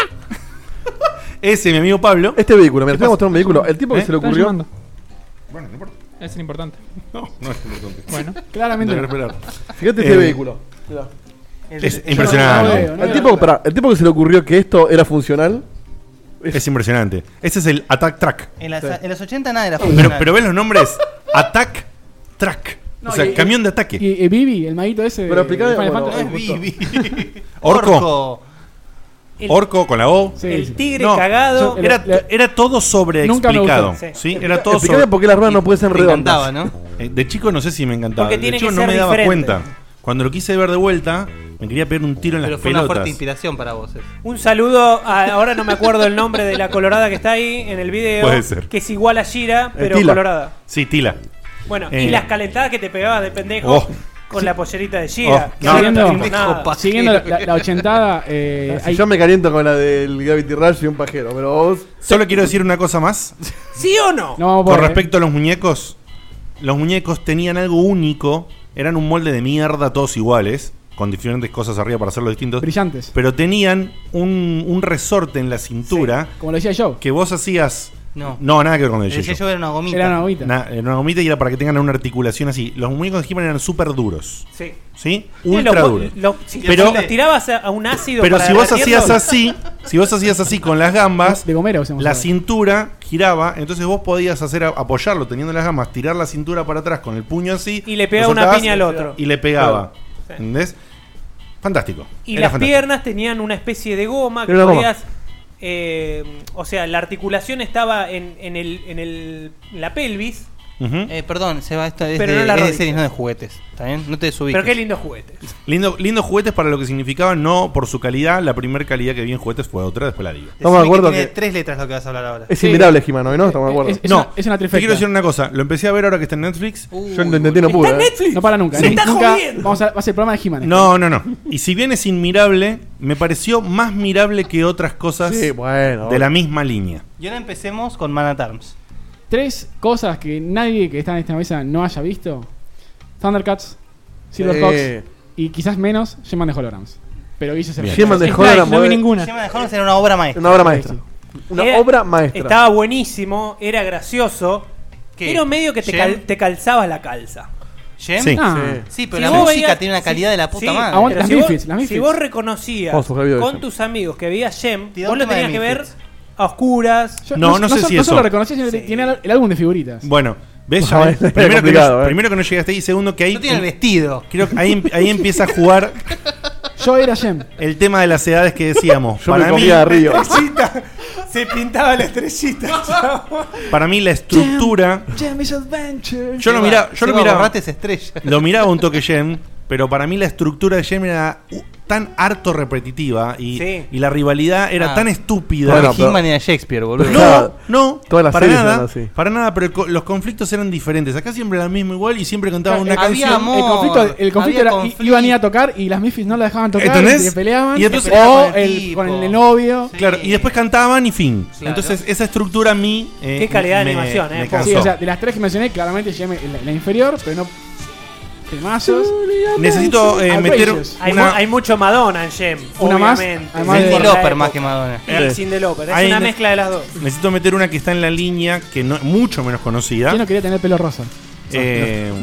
Ese, mi amigo Pablo. Este vehículo, me te voy a mostrar un vehículo. El tipo que ¿Eh? se le Están ocurrió. llamando. Bueno, no importa. Es el importante. No, no es importante. Bueno. Claramente. Deberé no. esperar. Fíjate este Eh, vehículo. Mirá. Es no impresionante. veo, no El veo. tipo, pará, el tipo que se le ocurrió que esto era funcional. Es impresionante. Ese es el Attack Track. En, las- en los ochenta nada era Pero, funcional. pero ves los nombres: Attack Track. No, o sea, y- camión de ataque. Y, y Vivi, el maguito ese. Pero de- explicá- de Final bueno, Fantasy. justo. Vivi. Orco. El, Orco con la O. Sí, el sí. tigre No, cagado. yo- Era, Le- era todo sobreexplicado. Nunca me gustó. ¿sí? Era todo Explicame sobre. por qué las ruedas no pueden ser Me redondas. encantaba, ¿no? Eh, De chico no sé si me encantaba. Porque de tiene chico que no ser me daba diferente. cuenta. Cuando lo quise ver de vuelta, me quería pegar un tiro en Pero las fue una pelotas. fuerte inspiración para vos. eso. Un saludo, a- ahora no me acuerdo el nombre de la colorada que está ahí en el video. Puede ser. Que es igual a Shira, pero Tila. colorada. Sí, Tila. Bueno, Eh. y las calentadas que te pegabas de pendejo. Oh. Con la pollerita de Gira. Oh, que no, había siguiendo, no, nada. siguiendo la, la- la ochentada, eh, Si hay- yo me caliento con la del Gravity Rush y un pajero, pero vos. Solo quiero decir una cosa más. ¿Sí o no? no vamos Con por- respecto a los muñecos, los muñecos tenían algo único. Eran un molde de mierda, todos iguales, con diferentes cosas arriba para hacerlos distintos. brillantes, Pero tenían un, un resorte en la cintura como lo decía yo. que vos hacías. No. No, nada que ver con lo de El Yeyo. Yeyo era una gomita. Era una gomita. Na- era una gomita y era para que tengan una articulación así. Los muñecos de He-Man eran súper duros. Sí. ¿Sí? Y Ultra lo- duros. lo- si Pero- los tirabas a, a un ácido. Pero para si vos derretirlos, hacías así, si vos hacías así con las gambas, De gomera usamos la ahora. cintura giraba, entonces vos podías hacer apoyarlo teniendo las gambas, tirar la cintura para atrás con el puño así Y le pegaba lo una soltabas piña al otro. y le pegaba. Sí. ¿Entendés? Fantástico. Y Era las fantástico. piernas tenían una especie de goma que Era una goma. podías. eh, o sea, la articulación estaba en, en, el, en el, la pelvis. Ujú. Eh, perdón, Seba, esto es, Pero de, no la es de rodilla. series, no de juguetes. ¿Está bien? No te desubiques. Pero qué lindos juguetes. Lindo, lindos juguetes para lo que significaban, no por su calidad. La primera calidad que vi en juguetes fue otra, después la digo. Estamos de Decime acuerdo tiene que- tres letras lo que vas a hablar ahora. Es Sí. inmirable He-Man, ¿no? Estamos de acuerdo. Es, es no, una, es una te trifecta. quiero decir una cosa. Lo empecé a ver ahora que está en Netflix. Uy, Yo lo intenté, no ¿Está pude. en ¿eh? Netflix? No para nunca. Se ¿eh? está Nunca jodiendo. vamos a, va a ser el programa de He-Man. No, no, no. Y si bien es inmirable, me pareció más mirable que otras cosas Sí, bueno. de la misma línea. Y ahora empecemos con Man at Arms. Tres cosas que nadie que está en esta mesa no haya visto: Thundercats, Silverhawks Eh, y quizás menos Geman de Holograms. Pero Guille se Bien. He-Man de Strike, Hologram no vi model- ninguna. Gemma de Holmes era una obra maestra. Una obra maestra. Una Era- obra maestra. Estaba buenísimo, era gracioso. ¿Qué? Era medio que te, Gem? cal- te calzabas la calza. ¿Gem? Sí. Ah, Sí. Sí, pero Si la vos música veías- tiene una calidad sí, de la puta sí, madre. Aguanta. pero Las si, vos, Misfits, las si Misfits. vos reconocías Vamos a buscar video de con eso. tus amigos que veías Gem, Te da vos un lo tema de tenías que ver Misfits. a oscuras. yo No, no sé so- si no eso. solo reconocí, sino que Sí. tiene el, el álbum de figuritas. Bueno, ves, No, ya, es primero, que no, complicado, eh. primero que no llegaste ahí, segundo que ahí, No tiene el vestido. creo que ahí, ahí empieza a jugar Yo era Gem. el tema de las edades que decíamos. Yo me Para mí, comía a Río. Se pintaba la estrellita. chavo. para mí la estructura. Gem's Adventure. Yo lo Seba, miraba, yo lo Seba, miraba, borrate esa estrella. lo miraba un toque Gem, pero para mí la estructura de Gem era uh, tan harto repetitiva y, Sí. y la rivalidad era Ah. tan estúpida. Bueno, pero- He-Man era Shakespeare, boludo. No, no, Todas las para series nada, eran así. para nada, pero el co- los conflictos eran diferentes. Acá siempre era el mismo igual y siempre cantaban una el, había canción. amor. el conflicto, el conflicto había era, conflicto. iban a ir a tocar y las Misfits no la dejaban tocar. ¿Entendés? Y se peleaban. Y entonces- o con el el, tipo. con el novio. Sí. Claro, y después cantaban y fin. Claro. Entonces esa estructura a mí... eh, Qué calidad de me- animación, eh, me poco. cansó. Sí, o sea, de las tres que mencioné, claramente Gem es la, la inferior, pero no. Temazos. Necesito eh, meter Outrageous. Hay, una... mu- hay mucho Madonna en Gem. Una más, obviamente. además Sí, de- por Cindy la Lauper época. más que Madonna. Y Sí. Cindy Lauper. Es Ahí una ne- mezcla de las dos. Necesito meter una que está en la línea, que no mucho menos conocida. ¿Quién no quería tener pelo rosa? Eh,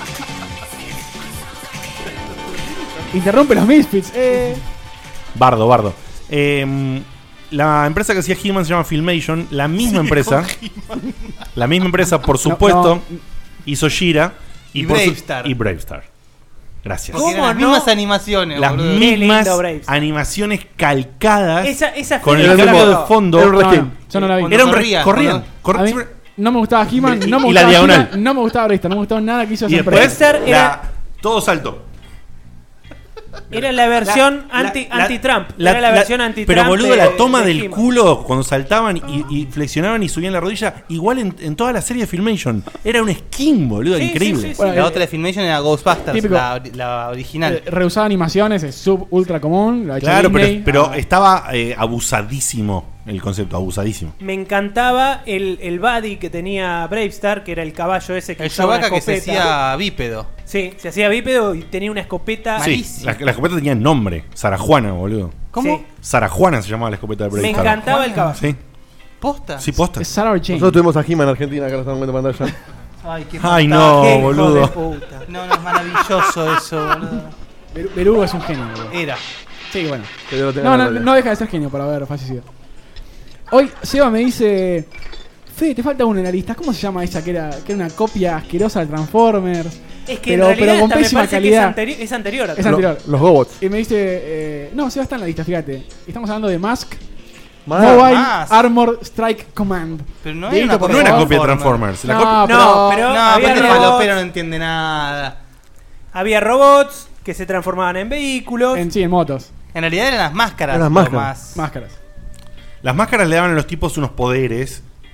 Interrumpe los Misfits. Eh. Bardo, Bardo. Eh, la empresa que hacía He-Man se llama Filmation. La misma empresa. La misma empresa, por supuesto, no. hizo She-Ra Y por su- Bravestar. y Bravestar. Gracias. Porque eran ¿Cómo las no? mismas animaciones, Las boludo. Qué mismas lindo Bravestar. animaciones calcadas Esa, esa con feria el Era que el cambio mismo- de fondo. era un No, reskin. no, yo no la vi. Cuando Era un corría, re- corrían. cuando- cor- A mí siempre- no me gustaba He-Man, no me Y la gustaba diagonal. He-Man, no me gustaba Bravestar, no me gustaba nada que hizo y esa después empresa. Bravestar era- la- todo salto. Era la versión La- anti, la- anti-Trump. la- era la, la- versión anti-Trump. Pero boludo, de- la toma de del He-Man. culo cuando saltaban y, y flexionaban y subían la rodilla, igual en, en toda la serie de Filmation. Era un skin, boludo, Sí, increíble. sí, sí, sí. Bueno, La eh, otra de Filmation era Ghostbusters, típico. la, la original. Eh, Rehusaba animaciones, es sub ultra común. Lo ha hecho Claro, pero, Disney. pero Ah, estaba eh, abusadísimo el concepto, abusadísimo. Me encantaba el, el buddy que tenía Bravestar, que era el caballo ese que El usaba una Chewbacca que se escopeta. hacía bípedo. Sí, se hacía bípedo y tenía una escopeta. Sí, la, la escopeta tenía nombre, Sarajuana, boludo. ¿Cómo? Sí. Sarajuana se llamaba la escopeta de Me Bravestar. encantaba el caballo. Sí, ¿Posta? sí, posta. Es Sarah Jane. Nosotros tuvimos a He-Man en Argentina, acá lo estamos viendo en pantalla. Ay, qué Ay, fantástico. no, Qué hijo boludo. de puta. No, no, es maravilloso eso, boludo. Beru- Berugo es un genio. boludo. Era. Sí, bueno. Que Dios lo tenga No, en no, la gloria. no deja de ser genio para haber fallecido. Hoy Seba me dice: Fede, te falta uno en la lista. ¿Cómo se llama esa que era, que era una copia asquerosa de Transformers? Es que Pero- en realidad pero con esta me pésima parece calidad. que es, anteri- es anterior a Es todo. anterior. Lo- Los Gobots. Y me dice: eh, No, Seba está en la lista, fíjate. Estamos hablando de Mask Más- Mobile más. Armor Strike Command. Pero no Dieguito, era una por No era favor. copia de Transformers. La No, copia- pero- No, pero No, había pero el robots, falopero no entiende nada. había robots que se transformaban en vehículos. En sí, en motos. En realidad eran las máscaras. Eran lo máscaras. más- Máscaras. Las máscaras le daban a los tipos unos poderes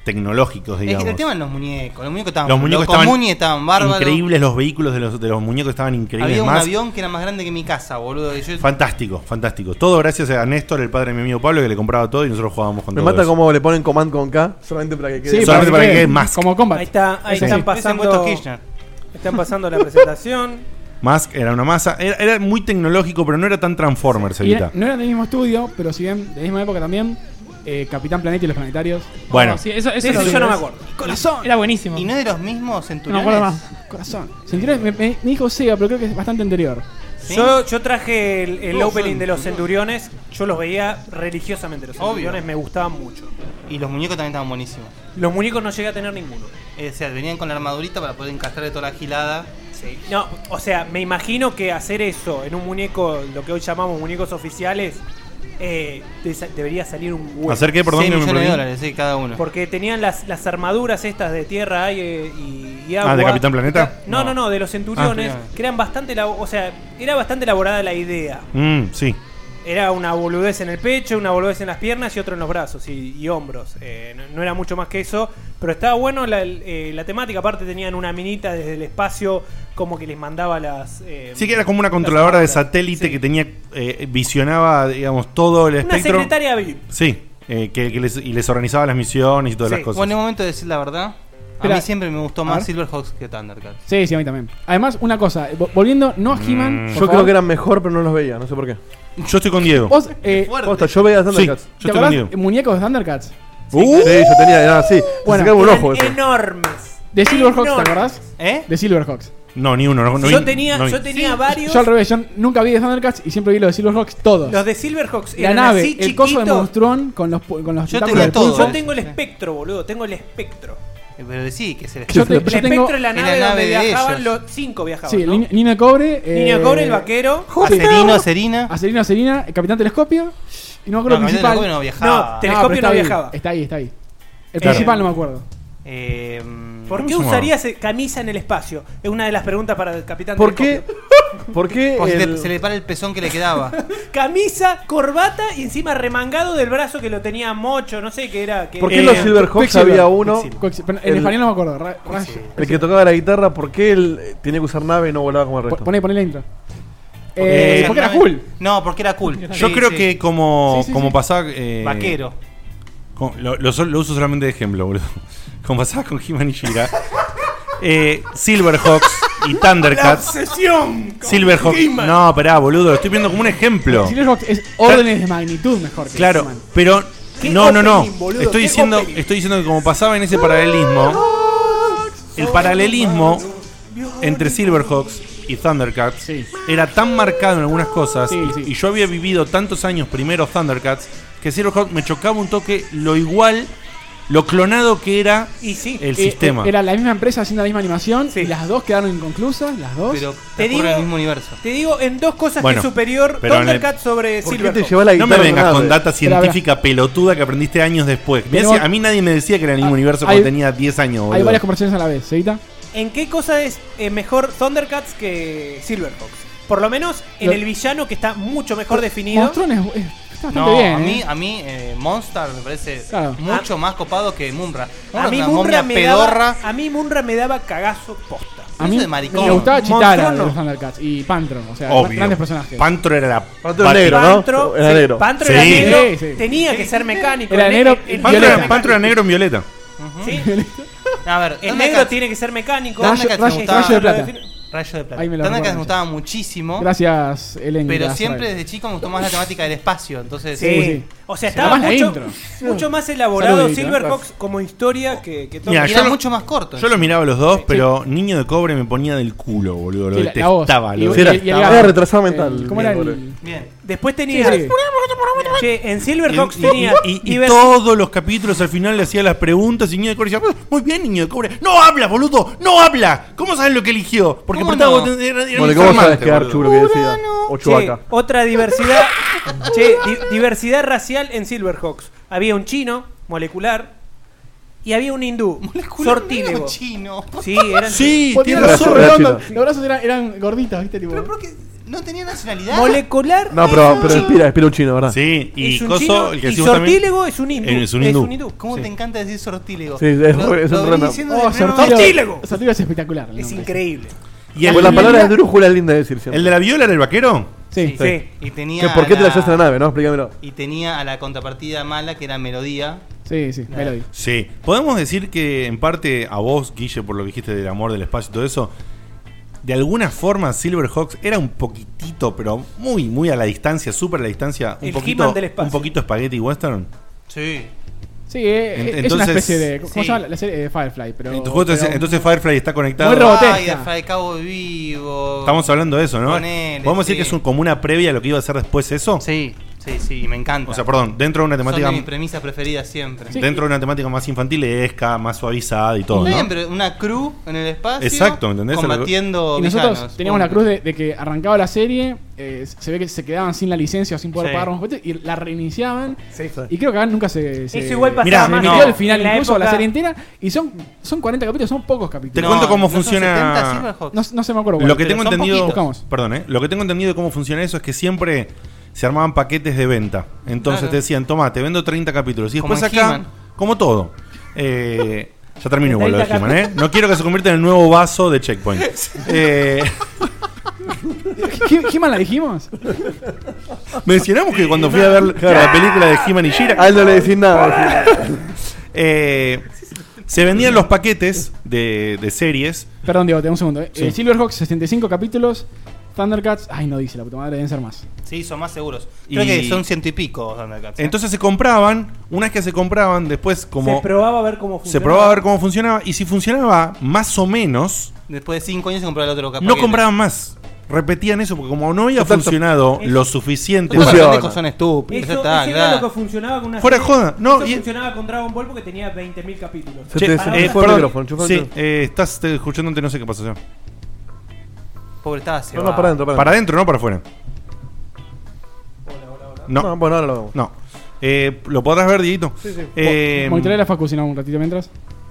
tecnológicos, Es digamos. que el tema en los muñecos. Los muñecos estaban Los muñecos los estaban Muni estaban bárbaros. increíbles, los vehículos de los, de los muñecos estaban increíbles. Había un más. avión que era más grande que mi casa, boludo. Y yo- Fantástico, fantástico. Todo gracias a Néstor, el padre de mi amigo Pablo, que le compraba todo y nosotros jugábamos con Me todo mata eso. cómo le ponen command con K solamente para que quede. Sí, Solamente para que quede quede más. Como combat. Ahí está, ahí Sí. están Sí. Hubiesen pasando. puesto Kirchner. Están pasando la presentación. Mask era una masa. Era, era muy tecnológico, pero no era tan Transformers, Y era- Evita. no eran del mismo estudio, pero si bien de la misma época también, eh, Capitán Planeta y los Planetarios. Bueno, Oh, sí, eso, eso De lo eso vi. yo no me acuerdo. ¡Corazón! Era buenísimo. Y no es de los mismos No me centuriones. acuerdo más. Corazón. Centuriones, me, me- me dijo Sega, pero creo que es bastante anterior. ¿Sí? Yo, yo traje el, el No, opening son- de los Centuriones. Yo los veía religiosamente. Los Obvio. Centuriones me gustaban mucho. Y los muñecos también estaban buenísimos. Los muñecos no llegué a tener ninguno. Eh, o sea, venían con la armadurita para poder encastrarle toda la gilada. Sí. No, o sea, me imagino que hacer eso en un muñeco, lo que hoy llamamos muñecos oficiales, eh, de- debería salir un huevo. ¿hacer qué? Perdón seis que me millones de perdí. dólares, sí, cada uno. Porque tenían las, las armaduras estas de tierra, aire y, y agua. Ah, ¿de Capitán Planeta? No, no, no, de los centuriones, Ah, que eran bastante, elabo- o sea, era bastante elaborada la idea. Mm, sí. Era una boludez en el pecho, una boludez en las piernas y otro en los brazos y, y hombros. Eh, no, no era mucho más que eso, pero estaba bueno la, el- eh, la temática. Aparte tenían una minita desde el espacio como que les mandaba las... eh, Sí que era como una controladora de las armaduras. satélite Sí. que tenía eh, visionaba, digamos, todo el Una espectro. secretaria V I P. Sí, eh, que, que les, y les organizaba las misiones y todas Sí. las cosas. Bueno, es momento de decir la verdad. A Espera. mí siempre me gustó A más ver. Silverhawks que Thundercats. Sí, sí, a mí también. Además, una cosa, vo- volviendo, no a He-Man. Mm. por Yo creo favor. que eran mejor, pero no los veía, no sé por qué. Yo estoy con Diego. Vos, eh, Fuerte. Posta, yo veía Sí, yo Thundercats. ¿te estoy con acordás Diego. muñecos de Thundercats? Uh, sí, yo tenía, era así. Bueno, se sacaba un Eran ojo eso. enormes. De Silverhawks, ¿te Enormes. acordás? ¿Eh? De Silverhawks. No, ni uno. No, no yo vi- tenía, no vi. yo tenía varios. Yo al revés, yo nunca vi de Thundercats y siempre vi los de Silverhawks todos. Los de Silverhawks La eran nave, así el coso de chiquitos. Monstruón con los, pu- con los Yo tentáculos tenía del todo. pulpo. Yo tengo el espectro, boludo. Tengo el espectro. Eh, Pero decí que se les... Yo te- El yo tengo- espectro es la es la nave, nave donde de viajaban ellos. los cinco viajaban. Sí, ¿no? Niño Niño Cobre. eh, Niño Cobre, el vaquero. Acerino, Acerina. Acerino, Acerina, el Capitán Telescopio. Y no me acuerdo No, el Capitán principal. Telescopio no viajaba. No, No, Telescopio pero está no ahí, viajaba. Está ahí, está ahí. El Claro. principal no me acuerdo. Eh, ¿Por ¿Cómo qué se llamaba? usarías eh, camisa en el espacio? Es una de las preguntas para el capitán. ¿Por qué? Telescopio. ¿Por qué? porque el- te- se le para el pezón que le quedaba. Camisa, corbata y encima remangado del brazo que lo tenía mocho, no sé qué era. Que ¿Por qué eh, en los Silverhawks Quicksilver. había uno, Coexi- pero En el- español no me acuerdo. Ra- Ra- el que tocaba la guitarra, por qué él eh, tenía que usar nave y no volaba como el Po- resto? Poné, poné la intro. Porque Eh, porque era nave- cool. No, porque era cool. Yo Sí, creo sí. que como, Sí, sí, como sí. pasaba... eh, Vaquero. con- lo, lo sol- lo uso solamente de ejemplo, boludo. Como pasaba con He-Man y She-Ra. eh, Silverhawks y La Thundercats. obsesión. con Silverhawks. He-Man. No, pará, boludo. Lo estoy viendo como un ejemplo. Silverhawks es órdenes de magnitud mejor que Claro, He-Man. pero ¿Qué no, no, no. opening, boludo? Estoy ¿Qué diciendo, opening? estoy diciendo que como pasaba en ese paralelismo, el paralelismo entre Silverhawks y Thundercats Sí. era tan marcado en algunas cosas Sí, y, sí. y yo había vivido tantos años primero Thundercats que Silverhawks me chocaba un toque lo igual, lo clonado que era Y sí. el Eh, sistema. eh, Era la misma empresa haciendo la misma animación Sí. y las dos quedaron inconclusas, las dos. Pero Te te digo en digo- el mismo universo. Te digo en dos cosas Bueno, que es superior pero en el- Thundercat sobre ¿Por qué te Silverhawks. llevas la No guitarra? me vengas con nave? data Espera, científica pelotuda que aprendiste años después. Mirá Tenemos- si a mí nadie me decía que era el mismo Ah, universo hay- cuando tenía diez años, Hay boludo. varias conversaciones a la vez, ¿seguita? ¿En qué cosa es eh, mejor Thundercats que Silverhawks? Por lo menos en Lo- el villano que está mucho mejor definido. Monstrón es, es- está bastante No, bien. a mí, ¿eh? a mí eh, Monster me parece Claro. mucho más copado que Munra. A mí una Munra momia me pedorra. daba, a mí Munra me daba cagazo posta. A mí Eso de maricón. me gustaba Monstrón Chitara de no. los Thundercats y Pantron, o sea, Obvio. grandes personajes. Pantro era la Pantro era negro, ¿no? Pantro, Era sí, negro. Pantro Sí. era negro, Sí, sí. tenía que ser mecánico. Era El ne- negro el- el y Pantro violeta. era, Pantro era negro en violeta. Sí. A ver, El Thundercats- negro tiene que ser mecánico. Rayo- Thundercats me rayo- gustaba. rayo de plata. Rayo de plata. Ahí me lo Thundercats recuerdo. me gustaba muchísimo. Gracias, Elen. Pero gracias, siempre Ray. desde chico me gustó más la temática del espacio. Entonces, Sí. Sí, sí. O sea, Será estaba más la mucho, intro. mucho más elaborado Saludito, ¿eh? Silverhawks como historia que, que todo. Mira, y yo era lo- mucho más corto. Yo lo miraba a los dos, pero Niño de Cobre me ponía del culo, boludo. Lo Sí, la- la voz. detestaba. Y- lo y- Sí, era, y el detestaba. gato. era retrasado mental. Eh, ¿Cómo era Bien, el...? Bien. Después tenía. Sí, sí. Che, en Silverhawks Y- y- tenía. y, y divers- todos los capítulos al final le hacía las preguntas y Niño de Cobre decía, "Ah, muy bien, Niño de Cobre. No habla, boludo, no habla. ¿Cómo sabes lo que eligió? Porque ¿Cómo portaba- no? era, era Bueno, ¿cómo informante, sabes quedar boludo. chulo que decía? O Che, Chewbacca. otra diversidad. che, di- diversidad racial en Silverhawks. Había un chino, molecular, y había un hindú, sortílego. Chino. Sí, eran Sí, Porque tiene los brazos razón. Era redondos, chino. los brazos eran, eran gorditos, ¿viste? Tipo, Pero ¿por qué? No tenía nacionalidad. Molecular. No, pero, pero espira, espira un chino, ¿verdad? Sí, y es un Coso, chino, el que y decimos también. sortílego es un hindú. Es un hindú. ¿Cómo Sí. te encanta decir sortílego? Sí, es- Lo- es lo un venís random. diciendo Oh, desde el primer sortílego. Sortílego. Sortílego es espectacular. el Es nombre. increíble. Y el, Pues la el- palabra es drújula es linda de decir siempre. el de la viola era el vaquero. Sí. Sí. Y tenía ¿Que ¿Por qué a te la llevaste a la nave, no? Explícamelo. Y tenía a la contrapartida mala que era Melodía. Sí, sí, Melody. Sí. Podemos decir que en parte a vos, Guille, por lo que dijiste del amor del espacio y todo eso, de alguna forma Silverhawks era un poquitito, pero muy, muy a la distancia, súper a la distancia, un El poquito, He-Man del espacio. un poquito spaghetti western. Sí. Sí, eh, En- es entonces- una especie de. ¿Cómo sí. se llama la serie? Eh, Firefly. Pero, Entonces, pero- entonces Firefly está conectado. Muy robotesca. Ay, el Fray Cabo Vivo. Estamos hablando de eso, ¿no? Ponele, ¿Podemos decir sí. que es un- como una previa a lo que iba a ser después eso? Sí, sí, sí, me encanta. O sea, perdón, dentro de una Son temática de mis premisas preferidas siempre. Sí. dentro de una temática más infantilesca, más suavizada y todo, Está ¿no? bien, pero una crew en el espacio. Exacto, ¿entendés? Combatiendo Y nosotros villanos. teníamos la Punto. cruz de, de que arrancaba la serie, eh, se ve que se quedaban sin la licencia o sin poder Sí. pagar los juguetes y la reiniciaban. Sí. Y creo que acá nunca se. se Eso igual pasaba Mirá, se más. emitió no. el final, En la incluso la época- serie entera. Y son, son cuarenta capítulos, son pocos Te capítulos. cuento cómo ¿no son funciona- setenta Silverhawks? No, no se me acuerdo. Lo cuál, que pero tengo son entendido, poquitos. Buscamos. perdón, ¿eh? Lo que tengo entendido de cómo funciona eso es que siempre se armaban paquetes de venta. Entonces Claro. te decían, toma, te vendo treinta capítulos. Y Como después en acá, He-Man. como todo. Eh, ya termino igual lo de treinta He-Man, ¿eh? No quiero que se convierta en el nuevo vaso de Checkpoint. Eh, ¿Qué, ¿Qué mal la dijimos? mencionamos que cuando fui a ver la película de He-Man y She-Ra, A él no le decís nada. decís. eh, se vendían los paquetes de, de series. Perdón, Diego, te un segundo. eh. Sí. Eh, Silverhawks, sesenta y cinco capítulos. Thundercats, ay, no dice la puta madre, deben ser más. Sí, son más seguros. Creo Y- que son ciento y pico Thundercats. ¿eh? Entonces se compraban, una vez que se compraban, después como Se probaba a ver cómo se funcionaba. probaba a ver cómo funcionaba. Y si funcionaba más o menos, Después de cinco años se compraba el otro paquete. no compraban más. Repetían eso porque como no había Exacto. funcionado Eso- lo suficiente Los Funciona. para... pendejos son estúpidos. Eso, ya está, eso claro. era lo que funcionaba con una Fuera de serie. joda, no, Eso y- funcionaba con Dragon Ball porque tenía veinte mil capítulos. Se Che, te eh, se te fue el perdón, micrófono, enchufa el sí, micrófono. eh, estás eh, escuchándote, no sé qué pasó. ya. Pobre estaba se No, no, para adentro, para Para adentro. adentro, no para afuera. No, No, bueno, ahora lo vemos. no. Eh, ¿Lo podrás ver, Dieguito? Sí, sí. Eh, Monitoré la Facu, si no, un ratito mientras.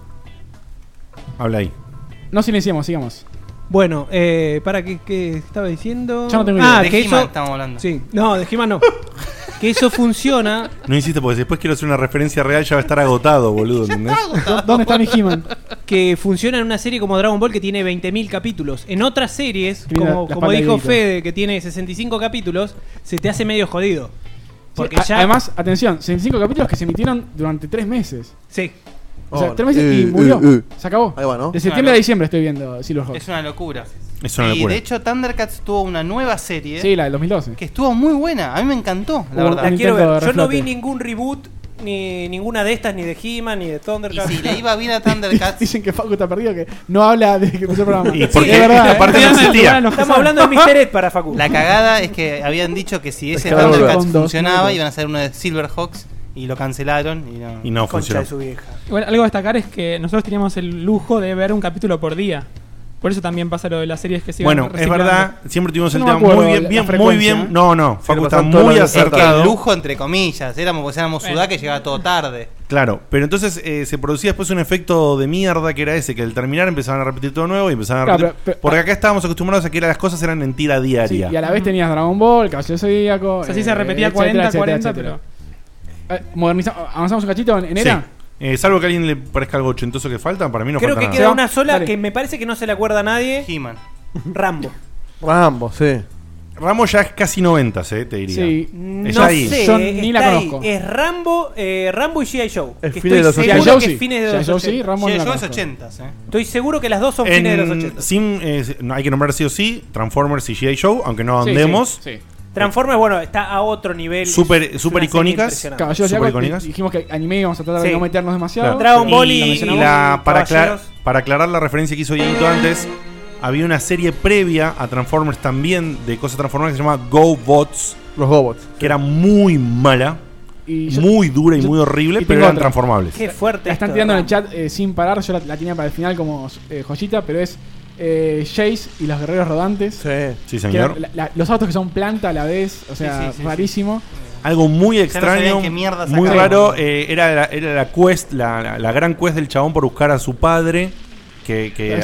habla ahí. No silenciemos, sigamos. Bueno, eh, para qué, qué estaba diciendo. Yo no tengo idea. Ah, De que He-Man eso. estamos hablando. Sí, no, de He-Man no. Que eso funciona. No insiste porque después quiero hacer una referencia real, ya va a estar agotado, boludo. ¿entendés? ¿Dónde está mi He-Man? Que funciona en una serie como Dragon Ball que tiene veinte mil capítulos. En otras series, Que viene como, la como espalda dijo de Vito. Fede, que tiene sesenta y cinco capítulos, se te hace medio jodido. Porque Sí, a- ya. Además, atención, sesenta y cinco capítulos que se emitieron durante tres meses. Sí. O sea, Oh, tres meses eh, y murió. eh, eh. Se acabó. Ahí va, ¿no? De septiembre a diciembre estoy viendo Silverhawks. Es una locura. Es una Y locura. de hecho Thundercats tuvo una nueva serie Sí, la del dos mil doce. que estuvo muy buena. A mí me encantó, la Hubo- verdad. La un quiero intento ver. de Yo no reflote. vi ningún reboot, ni ninguna de estas, ni de He-Man, ni de Y Thundercats. si le iba bien a Thundercats, Dicen que Facu está perdido, que no habla desde que empezó el programa. Y porque es verdad, ¿eh? aparte no existía. Estamos hablando de mister Ed para Facu. la cagada es que habían dicho que si ese Es que ahora Thundercats con dos funcionaba minutos. iban a hacer uno de Silverhawks y lo cancelaron y no. Y no Concha funcionó. de su vieja. Igual, algo a destacar es que nosotros teníamos el lujo de ver un capítulo por día. Por eso también pasa lo de las series que se iban Bueno, es reciclando. verdad, siempre tuvimos Yo el no me tema acuerdo muy bien, la bien muy frecuencia, bien. ¿eh? No, no, Facu lo está pasan todos muy los días. Es que acertado. el lujo entre comillas, éramos porque éramos Bueno. Sudá que llegaba todo tarde. Claro, pero entonces eh, se producía después un efecto de mierda que era ese, que al terminar empezaban a repetir todo nuevo y empezaban a Claro, repetir. pero- pero- porque acá estábamos acostumbrados a que las cosas eran en tira Sí, diaria. y a la vez tenías Dragon Ball, Caballero Zodíaco. O sea, sí se repetía etcétera, cuarenta, etcétera, cuarenta, etcétera. pero. Eh, moderniza- ¿Avanzamos un cachito en, en Sí. era? Eh, salvo que a alguien le parezca algo ochentoso que falta, para mí no Creo falta que nada. queda Se va. una sola Dale. que me parece que no se le acuerda a nadie. He-Man. Rambo. Rambo, sí. Ramos ya es casi noventas, eh, te diría. Sí. Es No ahí. sé, Yo eh, ni la está ahí. conozco. Es Rambo, eh, Rambo y G I. Joe. Es que fines de los estoy G I. seguro Joe que sí. es fines de G I. los Joe sí, ochenta. Rambo Sí, no la yo es conozco. ochentas, eh. Estoy seguro que las dos son fines de los En, ochenta. sin, eh, no, hay que nombrar sí o sí Transformers y G I. Joe, aunque no Sí, andemos. sí, sí. Transformers, bueno, está a otro nivel. Súper- Es- es súper una serie icónicas. impresionante. Caballeros Super Zodíaco, icónicas. dijimos que anime íbamos a tratar de Sí. no meternos demasiado. Claro. Dragon Ball y, y- y la, para, aclar- Caballeros. para aclarar la referencia que hizo Dieguito antes, había una serie previa a Transformers también de cosas Transformers que se llama Go Bots, Los robots. que era muy mala, Y yo- muy dura y yo- muy horrible, y pero tengo eran otra. transformables. Qué fuerte. La están esto, tirando en el Rambo. chat eh, sin parar. Yo la, la tenía para el final como eh, joyita, pero es eh, Jace y los guerreros rodantes. Sí. Sí, Que señor. eran la- la- los autos que son planta a la vez, o sea, Sí, sí, sí, rarísimo. Algo muy Ya no sabían extraño, qué mierda muy sacaban. raro. eh, era, la, era la quest, la, la- la gran quest del chabón por buscar a su padre. Que, que Exacto.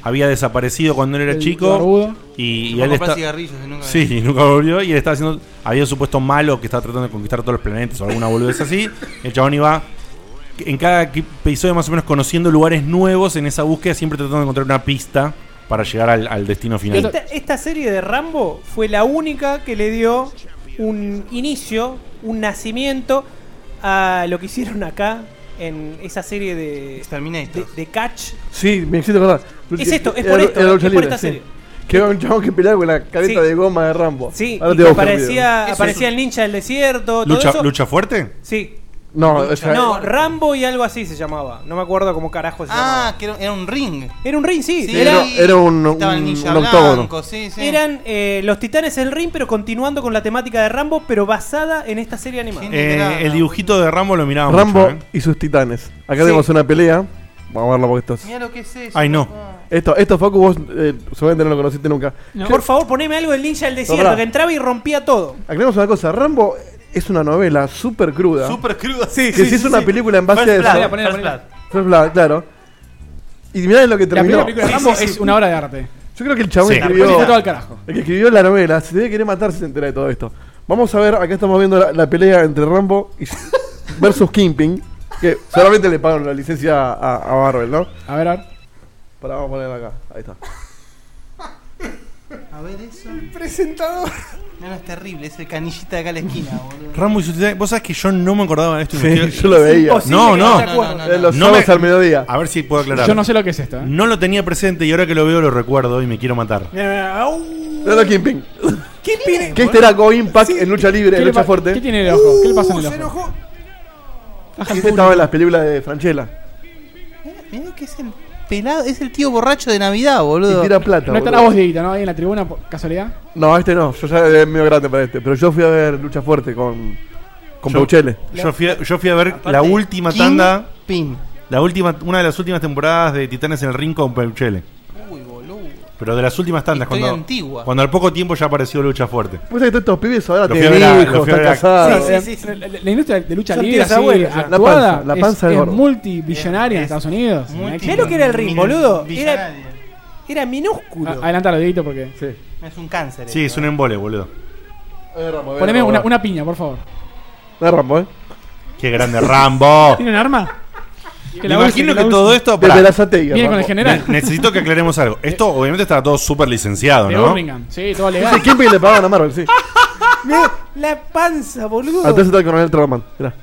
había desaparecido cuando él era El chico. barbudo. Y, y Para él comprar está. cigarrillos y nunca- Sí, y nunca volvió. Y él estaba haciendo. Había un supuesto malo que estaba tratando de conquistar todos los planetas o alguna boludez así. El chabón iba en cada episodio más o menos conociendo lugares nuevos en esa búsqueda, siempre tratando de encontrar una pista para llegar al, al destino final. Esta, esta serie de Rambo fue la única que le dio un inicio, un nacimiento a lo que hicieron acá en esa serie de Terminator. de, de Catch. Sí, me hiciste acordar. Es esto, es Era- por esto, era es lucha por libre, esta sí. serie. Que era un chabón que peleaba con la careta Sí. de goma de Rambo. Sí, Ahora y te que voy a buscar el video. aparecía, Eso aparecía es el ninja del desierto, todo ¿Lucha, eso. ¿Lucha fuerte? Sí. No, o sea, No, Rambo y algo así se llamaba. No me acuerdo cómo carajo se llamaba. Ah, que era, era un ring. Era un ring, sí. Sí, Era, era, era un, un, estaba el ninja un octógono. blanco, sí, sí. eran eh, los titanes del ring, pero continuando con la temática de Rambo, pero basada en esta serie animada. Genial. Eh, Era- el dibujito de Rambo lo miraba Rambo mucho. ¿eh? y sus titanes. Acá tenemos una pelea. Vamos a verla porque esto es. Mira lo que es eso. Ay, no. papá. Esto, esto Facu, vos eh, seguramente no lo conociste nunca. No. Por favor, poneme algo del ninja del desierto, Pará. que entraba y rompía todo. Aclaremos una cosa. Rambo es una novela súper cruda. Súper cruda. Sí, que si es una película en base First a Blood, eso. ponela, First ponela. Blood. First Blood, claro. Y mirá lo que La terminó. primera película de Sí, Rambo sí, sí. es una obra de arte. Yo creo que el chabón Sí. Después escribió. fue todo al carajo. El que escribió la novela se debe querer matar si se entera de todo esto. Vamos a ver, acá estamos viendo la, la pelea entre Rambo y versus Kingpin. Que solamente le pagan la licencia a, a Marvel, ¿no? A ver, a ver. Pará, vamos a ponerla acá. Ahí está. A ver eso. Presentador. No, no, es terrible. Es el canillita de acá a la esquina, boludo. Rambo y sus titanes. Vos sabés que yo no me acordaba de esto. y me Sí, quedé- yo lo veía. Imposible No, que no. se No, acuerde. no, no, Eh, Los No sábados me- al mediodía. A ver si puedo aclarar. Yo no sé lo que es esto, ¿eh? No lo tenía presente y ahora que lo veo lo recuerdo y me quiero matar. Au. Míralo Kingpin. ¿Qué pide? Que este era Go Impact en lucha libre, ¿Qué, en le lucha pa- fuerte. ¿Qué tiene en el ojo? ¿Qué le pasa en Uh, el se ojo? enojó. Baja el Este estaba en las películas de Franchella. Mirá que es el pelado. Es el tío borracho de Navidad, Y boludo. tira plata. No estará boludo. vos, Dieguita, ¿no? Ahí en la tribuna, por casualidad. No, este no. Yo ya es medio grande para este. Pero yo fui a ver lucha fuerte con. Con Yo- Pauchele. Yo fui, a, yo fui a ver Aparte, la última King tanda, Pin. la última, una de las últimas temporadas de Titanes en el Ring con Peuchele. Uy, boludo. Pero de las últimas tandas, Historia cuando, antigua. cuando al poco tiempo ya apareció Lucha Fuerte. Pues que todos estos pibes ahora Lo fui a ver tienen a- hijos, lo fui a están ver a- casados. Sí, Eh, sí, sí. La, la- la industria de lucha Son libre tíos así, abuelos, ya. La actuada, panza, la panza es, del es gordo. multibillonaria en Es- Estados Unidos. Multi- Mirá lo que era el ring, min- boludo. billonario. Era minúsculo. A- Adelantalo, Dieguito, porque... Sí. Es un cáncer. Sí, es un embole, boludo. Agarramos, Poneme agarramos. una, una piña, por favor. Agarramos, eh. Qué grande Rambo. ¿Tiene un arma? Que Me la use, imagino la que use. todo esto. Desde pará, la Satega. Viene con el Rambo. general. ne- necesito que aclaremos algo. Esto obviamente estaba todo súper licenciado, De ¿no? Birmingham. Sí, todo Sí, legal. Kingpin le pagaban a Marvel, sí. Mirá la panza, boludo. Antes está el coronel Trautmann. Mirá.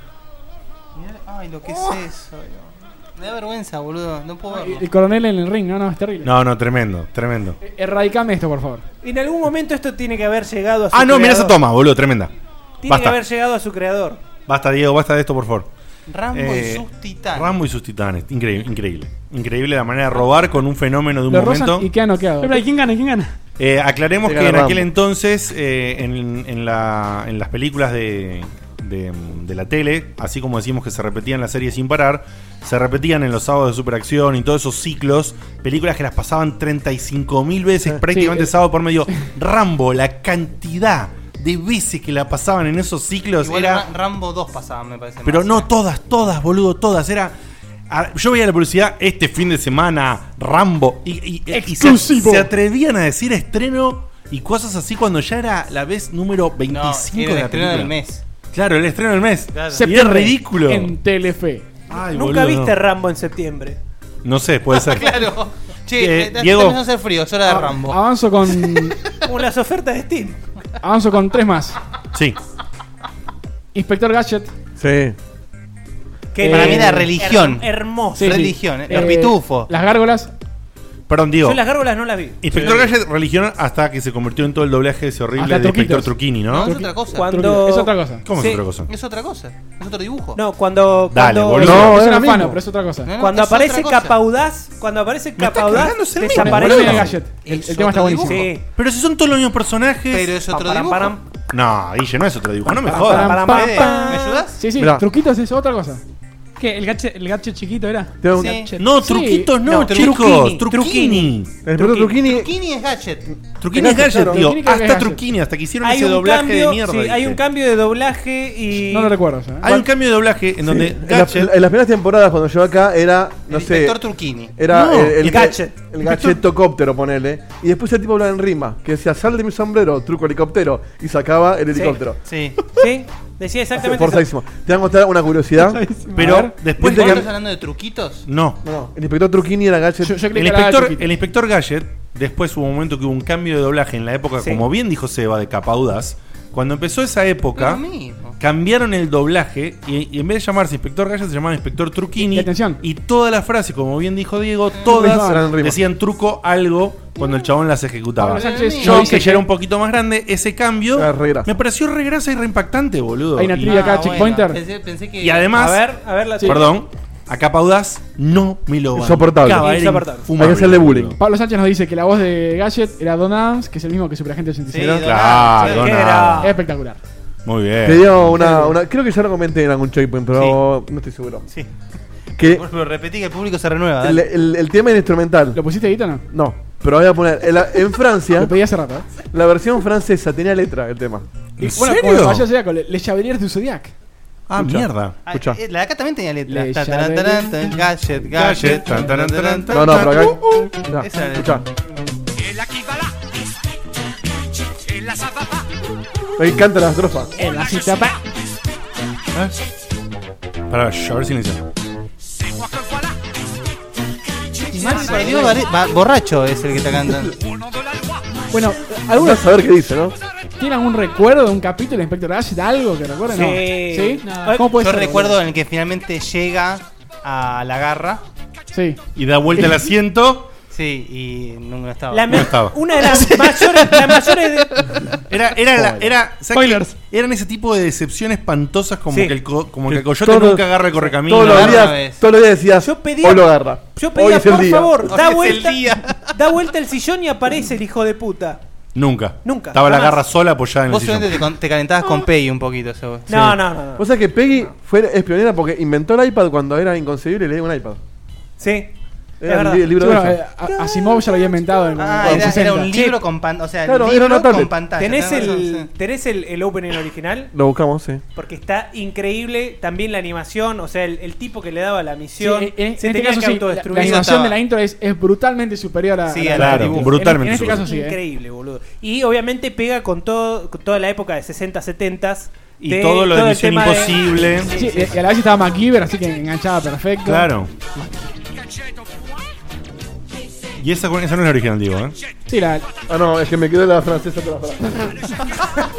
Mirá- Ay, lo que es eso. Dios. Me da vergüenza, boludo. No puedo verlo. El coronel en el ring, no, no, es terrible. No, no, tremendo, tremendo. Eh, Erradicame esto, por favor. En algún momento esto tiene que haber llegado a su Ah, no, mira creador. esa toma, boludo, tremenda. Tiene que Basta, haber llegado a su creador. basta, Diego, basta de esto, por favor. Rambo Eh, y sus titanes. Rambo y sus titanes, increíble, increíble. Increíble la manera de robar con un fenómeno de un Lo momento. rozan y queda noqueado. Pero, ¿quién gana? ¿Quién gana? Eh, aclaremos Se que gana en Rambo. aquel entonces, eh, en, en la- en las películas de, de- de la tele, así como decimos que se repetían las series sin parar, se repetían en los sábados de superacción y todos esos ciclos, películas que las pasaban treinta y cinco mil veces prácticamente Sí, eh. sábado por medio. Rambo, la cantidad de veces que la pasaban en esos ciclos Igual era... Ra- Rambo dos pasaban, me parece. Pero más. no todas, todas, boludo, todas. Era. a- Yo veía la publicidad este fin de semana, Rambo. Y, y- y se, Exclusivo. se atrevían a decir estreno y cosas así cuando ya era la vez número No, veinticinco era el de la estreno del película. mes. Claro, el estreno del mes. Claro. Y es Septiembre, ridículo. En Telefe. Ay, Nunca boludo, viste no. Rambo en septiembre. No sé, puede ser. Claro. Che, Eh, eh, está Diego. empezando a hacer frío, es hora de A- Rambo. Avanzo con. Como las ofertas de Steam. Avanzo con tres más. Sí. Inspector Gadget. Sí. Que Para Eh, mí era religión. her- hermoso. Sí, sí. Religión, eh, los Eh, pitufos. Las gárgolas. Perdón, Diego. Yo las gárgolas no las vi. Inspector Gadget, religión, hasta que se convirtió en todo el doblaje ese horrible Hasta de Inspector truquitos. Truquini, No, ¿no? es otra cosa. Cuando- Es otra cosa. ¿Cómo Sí. es otra cosa? Es otra cosa. Es otro dibujo. No, cuando. Dale, cuando, boludo. No, es era una mismo. fano, pero es otra cosa. No, no, Cuando es aparece otra cosa. Capaudaz. Cuando aparece está Capaudaz, cagando, es el mismo. Poneme desaparece. Gadget. El, Es el tema está otro buenísimo. Sí. Pero si son todos los mismos personajes. Pero es otro Pam, dibujo. param, No, Guille, no es otro dibujo, no me Pam, jodas. pam, Para, pam, para, pam. ¿Me ayudás? Sí, sí, Mirá. truquitos es otra cosa. ¿Qué? ¿El gadget, el gadget chiquito era? Tengo un Sí. Gadget. No, Sí. truquitos no, No, chicos. Truquini, Truquini. El inspector Truquini. Truquini es gadget. Truquini es gadget, Claro. tío. Truquini creo que es Hasta gadget. Truquini, hasta que hicieron Hay ese un doblaje cambio, de mierda. sí, hay ¿viste? un cambio de doblaje y No lo recuerdo. ¿eh? Hay un cambio de doblaje en donde Sí, en, la- Gadget. en las primeras temporadas cuando llegó acá era, no el sé, inspector Truquini. era No, el, el, el gadget. el gadgetocóptero, ponele. Y después el tipo hablaba en rima, que decía, sal de mi sombrero, truco helicóptero. Y sacaba el helicóptero. Sí. sí, decía exactamente eso. Forzadísimo. Te voy a mostrar una curiosidad. A Pero ver. después Viste de que- ¿Estás hablando de truquitos? No. No, no, el inspector Truquini era gadget. Yo, yo creí El que era inspector, chiquito. el inspector Gadget, después hubo un momento que hubo un cambio de doblaje en la época, Sí. como bien dijo Seba, de Capaudaz. Cuando empezó esa Es época, lo mismo. cambiaron el doblaje y, y en vez de llamarse Inspector Gadget se llamaba Inspector Truquini. Y atención. Y todas las frases, como bien dijo Diego, Rima, todas eran rima. decían truco algo cuando el chabón las ejecutaba. Pablo Sánchez Yo Yo, nos que dice ya era un poquito más grande, ese cambio Era re grasa. me pareció re grasa y re impactante, boludo. Hay una Y- trivia acá, Ah, bueno, checkpointer. Pensé, pensé que y además, A ver, a ver la perdón, a Capaudaz no me lo Insoportable. bancaba, era Insoportable. infumable, Hay que hacerle bullying. boludo. Pablo Sánchez nos dice que la voz de Gadget era Don Adams, que es el mismo que Superagente ochenta y seis. Sí, Don Claro, Adams, Don qué Adams. era. Es espectacular. Muy Te bien. dio una, una. Creo que ya lo comenté en algún checkpoint, pero no estoy seguro. Sí. Que Bueno, repetí que el público se renueva. el, dale. el- el tema en instrumental. ¿Lo pusiste, Guito, o no? No, pero voy a poner. En, la- en Francia, Lo pedí hace rato, ¿eh? la versión francesa tenía letra el tema. Y, ¿En bueno, serio? como el caballero Zodíaco, Le, Le Chevalier du Zodiac. Ah, Escucha. mierda. Ah, escucha. eh, la de acá también tenía letra. Le Tan, taran, llave- taran, tan, Gadget, gadget. tan, taran, taran, tan, No, no, pero acá. Uh, uh. Ya, Esa era la escucha. El aquí va la. El la zapapa. Me encanta la estrofa. En la cita pa. Para, a ver si le hicieron. C'est moi que voilà. Max perdió bare- ba- borracho es el que está cantando. Au nom de la loi. Bueno, Vas ¿algunos a ver qué dice, ¿no? tienen algún recuerdo de un capítulo de Inspector Gadget? ¿Algo que recuerden? Sí. No. ¿Sí? No. ¿Cómo puede Yo ser? recuerdo en el que finalmente llega a la garra. Sí. Y da vuelta el asiento. Sí, y no estaba. La me- No estaba. una de las mayores, las mayores de- Era, era, la- era, ¿sabes qué? Spoilers. Eran ese tipo de decepciones espantosas como Sí. que el, co- como que el Que coyote todo- nunca agarra el correcamino. Todos los agarra días, una vez. todos los días decías, Yo pedía- hoy lo agarra. Yo Hoy pedía, es el por día. favor, Hoy da es el vuelta, día. da vuelta el sillón y aparece el hijo de puta. Nunca. Nunca, Estaba la jamás. garra sola apoyada en el Vos sillón. solamente te, con- te calentabas con Peggy un poquito, seguro. No, no, no, no. Vos sabés que Peggy fue, es pionera porque inventó el iPad cuando era inconcebible y le dio un iPad. Sí. Era verdad. el, li- el libro Sí, de bueno, ella. eh, a- Asimov ya lo había inventado en Ah, en era, sesenta. era un libro con pantalla. O sea, Claro, el era libro una tablet. con pantalla. ¿Tenés tenés razón, el, sí. tenés el, el opening original? Lo buscamos, sí. Porque está increíble también la animación, o sea, el, el tipo que le daba la Sí, misión en, en se este tenía caso que sí, la, la autodestruir. animación estaba. de la intro es, es brutalmente superior a, Sí, a la a la Claro, dibujo. brutalmente En, en este superior. caso sí, ¿eh? Increíble, boludo. Y obviamente pega con todo con toda la época de sesenta, setenta. Y todo lo de el Misión tema de- Imposible. Sí, y y a la vez estaba MacGyver, así que enganchaba perfecto. Claro. Y esa, esa no es la original, digo, ¿eh? Sí, la, Ah, no, es que me quedó la francesa con la frase.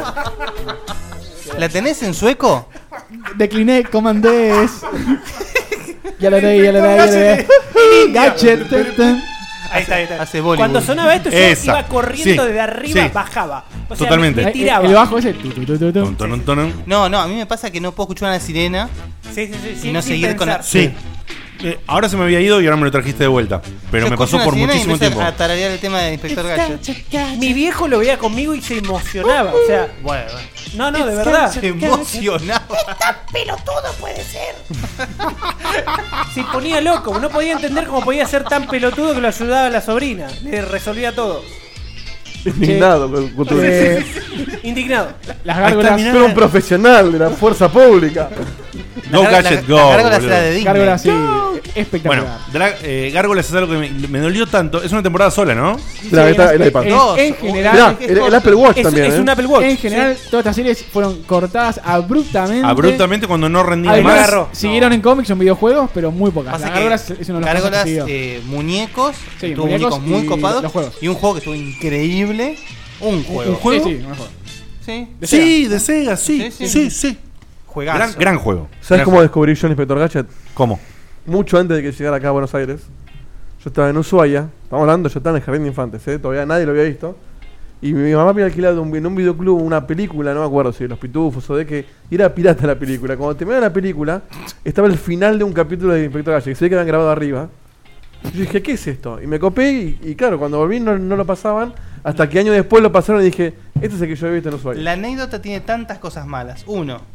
¿La tenés en sueco? decliné, comandé es. Ya le leí, ya le leí, ya le leí. Gadget. ten, ten. Ahí está, ahí está. Hace Bollywood. Cuando sonaba esto, yo Esa. iba corriendo Sí. de arriba, Sí. bajaba. O sea, Totalmente. me, me El, tiraba. el bajo ese. tu, tu, tu, tu, tu. Ton, ton, ton. No, no, a mí me pasa que no puedo escuchar una sirena. Sí, sí, sí, Y sin- no sin seguir con pensar. la- Sí. Eh, ahora se me había ido y ahora me lo trajiste de vuelta. Pero Yo me escucho pasó una por sirena y muchísimo empiezo tiempo. a tararear el tema de Inspector Gadget. Mi viejo lo veía conmigo y se emocionaba. O sea, Bueno, no, no, de verdad. se emocionaba. Pelotudo puede ser. Se ponía loco. No podía entender cómo podía ser tan pelotudo que lo ayudaba la sobrina. Le resolvía todo. Indignado con con tu- Eh, Indignado. las Ahí está, gárgolas. mirá. Fue un profesional de la fuerza pública. Go La- Gadget la- Go. La gárgola boludo. será de Disney. Gárgolas, sí. Bueno, Espectacular. Dra- eh, Gárgolas es algo que me, me dolió tanto. Es una temporada sola, ¿no? La Sí, neta, en- el iPad. en- Dos. en general, Mirá, el, el Apple Watch Es, también. es ¿eh? un Apple Watch. en general, todas estas series fueron cortadas abruptamente. Abruptamente cuando no rendía Algunas más. agarró. siguieron en cómics o en videojuegos, pero muy pocas. Pasa Las que gárgolas es uno de los casos que Gárgolas, siguió. eh, muñecos, Sí, tuvo muñecos muñecos muy y copados los juegos. y un juego que estuvo increíble. Un juego. un juego? Sí, sí, un juego. Sí, De Sí, de Sega, sí. Sí, Sí, sí. sí. juegazo. Gran, gran juego. ¿Sabes Gran cómo juego. descubrí yo el Inspector Gadget? ¿Cómo? Mucho antes de que llegara acá a Buenos Aires. Yo estaba en Ushuaia. Estamos hablando, yo estaba en el jardín de infantes, ¿eh? Todavía nadie lo había visto. Y mi mamá había alquilado un- en un videoclub una película, no me acuerdo si de Los Pitufos o de que. Y era pirata la película. Cuando terminaba la película, estaba el final de un capítulo de Inspector Gadget. Que se ve que habían grabado arriba. Y yo dije, ¿qué es esto? Y me copé y, y claro, cuando volví no, no lo pasaban. Hasta que años después lo pasaron y dije, este es el que yo había visto en Ushuaia. La anécdota tiene tantas cosas malas. Uno,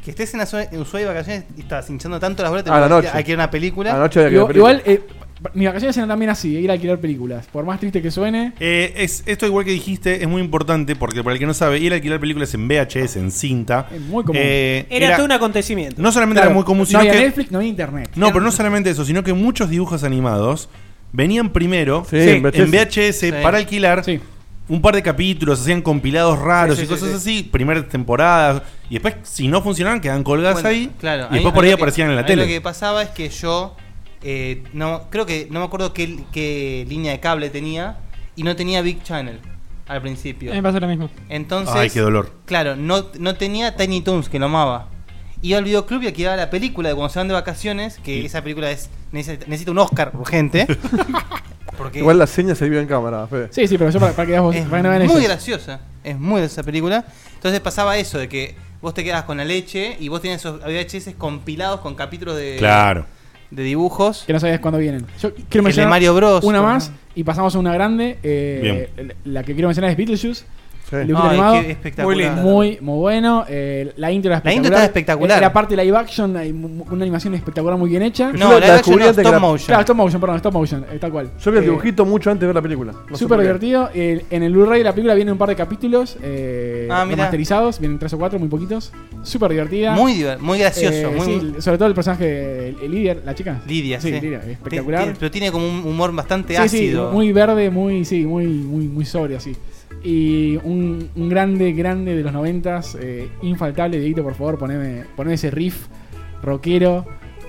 que estés en Ushuaia en Ushuaia de vacaciones y estás hinchando tanto las bolas, te A la vas noche. hay que ir a una película. A la noche había que ver película. Igual, eh, mis vacaciones eran también así, ir a alquilar películas. Por más triste que suene. Eh, es, esto igual que dijiste es muy importante porque para el que no sabe, ir a alquilar películas en V H S, en cinta. Es muy común. eh, Era, todo un acontecimiento. No solamente Claro, era muy común, no sino había que... Netflix, no había internet. No, pero no solamente eso, sino que muchos dibujos animados venían primero Sí, sí, en V H S. en V H S Sí. para alquilar. Sí. Un par de capítulos, hacían compilados raros Sí, sí, y cosas sí, así, primera temporada, y después, si no funcionaban, quedaban colgadas Bueno, ahí, claro, y después a mí- por a mí ahí lo que- aparecían en la a mí tele. Lo que pasaba es que yo, eh, no creo que, no me acuerdo qué, qué línea de cable tenía, y no tenía Big Channel al principio. A mí me pasa lo mismo. Entonces, Ay, qué dolor. claro, no, no tenía Tiny Toons, que lo amaba. Iba al videoclub y alquilaba la película de cuando se van de vacaciones, que esa película es necesita, necesita un Oscar urgente. Porque Igual la seña se vio en cámara, Fede. Sí, sí, pero yo para, para que veas vos. es para que no vean muy ellos. graciosa. Es muy graciosa esa película. Entonces pasaba eso, de que vos te quedabas con la leche y vos tenías esos V H S compilados con capítulos de, Claro. de dibujos. Que no sabías cuándo vienen. Yo quiero El de mencionar Mario Bros. una por más ejemplo. y pasamos a una grande. eh, la que quiero mencionar es Beetlejuice. Sí. El dibujito Ay, animado. qué espectacular. Muy lindo. Muy, muy bueno. eh, la intro era La espectacular. intro está espectacular. Eh, la parte live action, hay mu- una animación espectacular muy bien hecha. Yo No, la la verdad descubrí no, antes que stop la- motion. Claro, stop motion, perdón, stop motion, eh, tal cual. Yo vi el Eh, dibujito mucho antes de ver la película. No sé Súper por qué. divertido. Eh, en el Blu-ray de la película vienen un par de capítulos eh, Ah, mirá. remasterizados. Vienen tres o cuatro, muy poquitos. Súper divertida. Muy, diver- muy gracioso. Eh, muy, sí, sobre todo el personaje, el, el Lidia, la chica. Lidia, sí. Lidia, Ti- espectacular. ti- pero tiene como un humor bastante Sí, sí, ácido. muy verde, muy, sí, muy, muy, muy sobrio, así. Y un, un grande, grande de los noventas, eh, infaltable, Dieguito, por favor, poneme, poneme ese riff rockero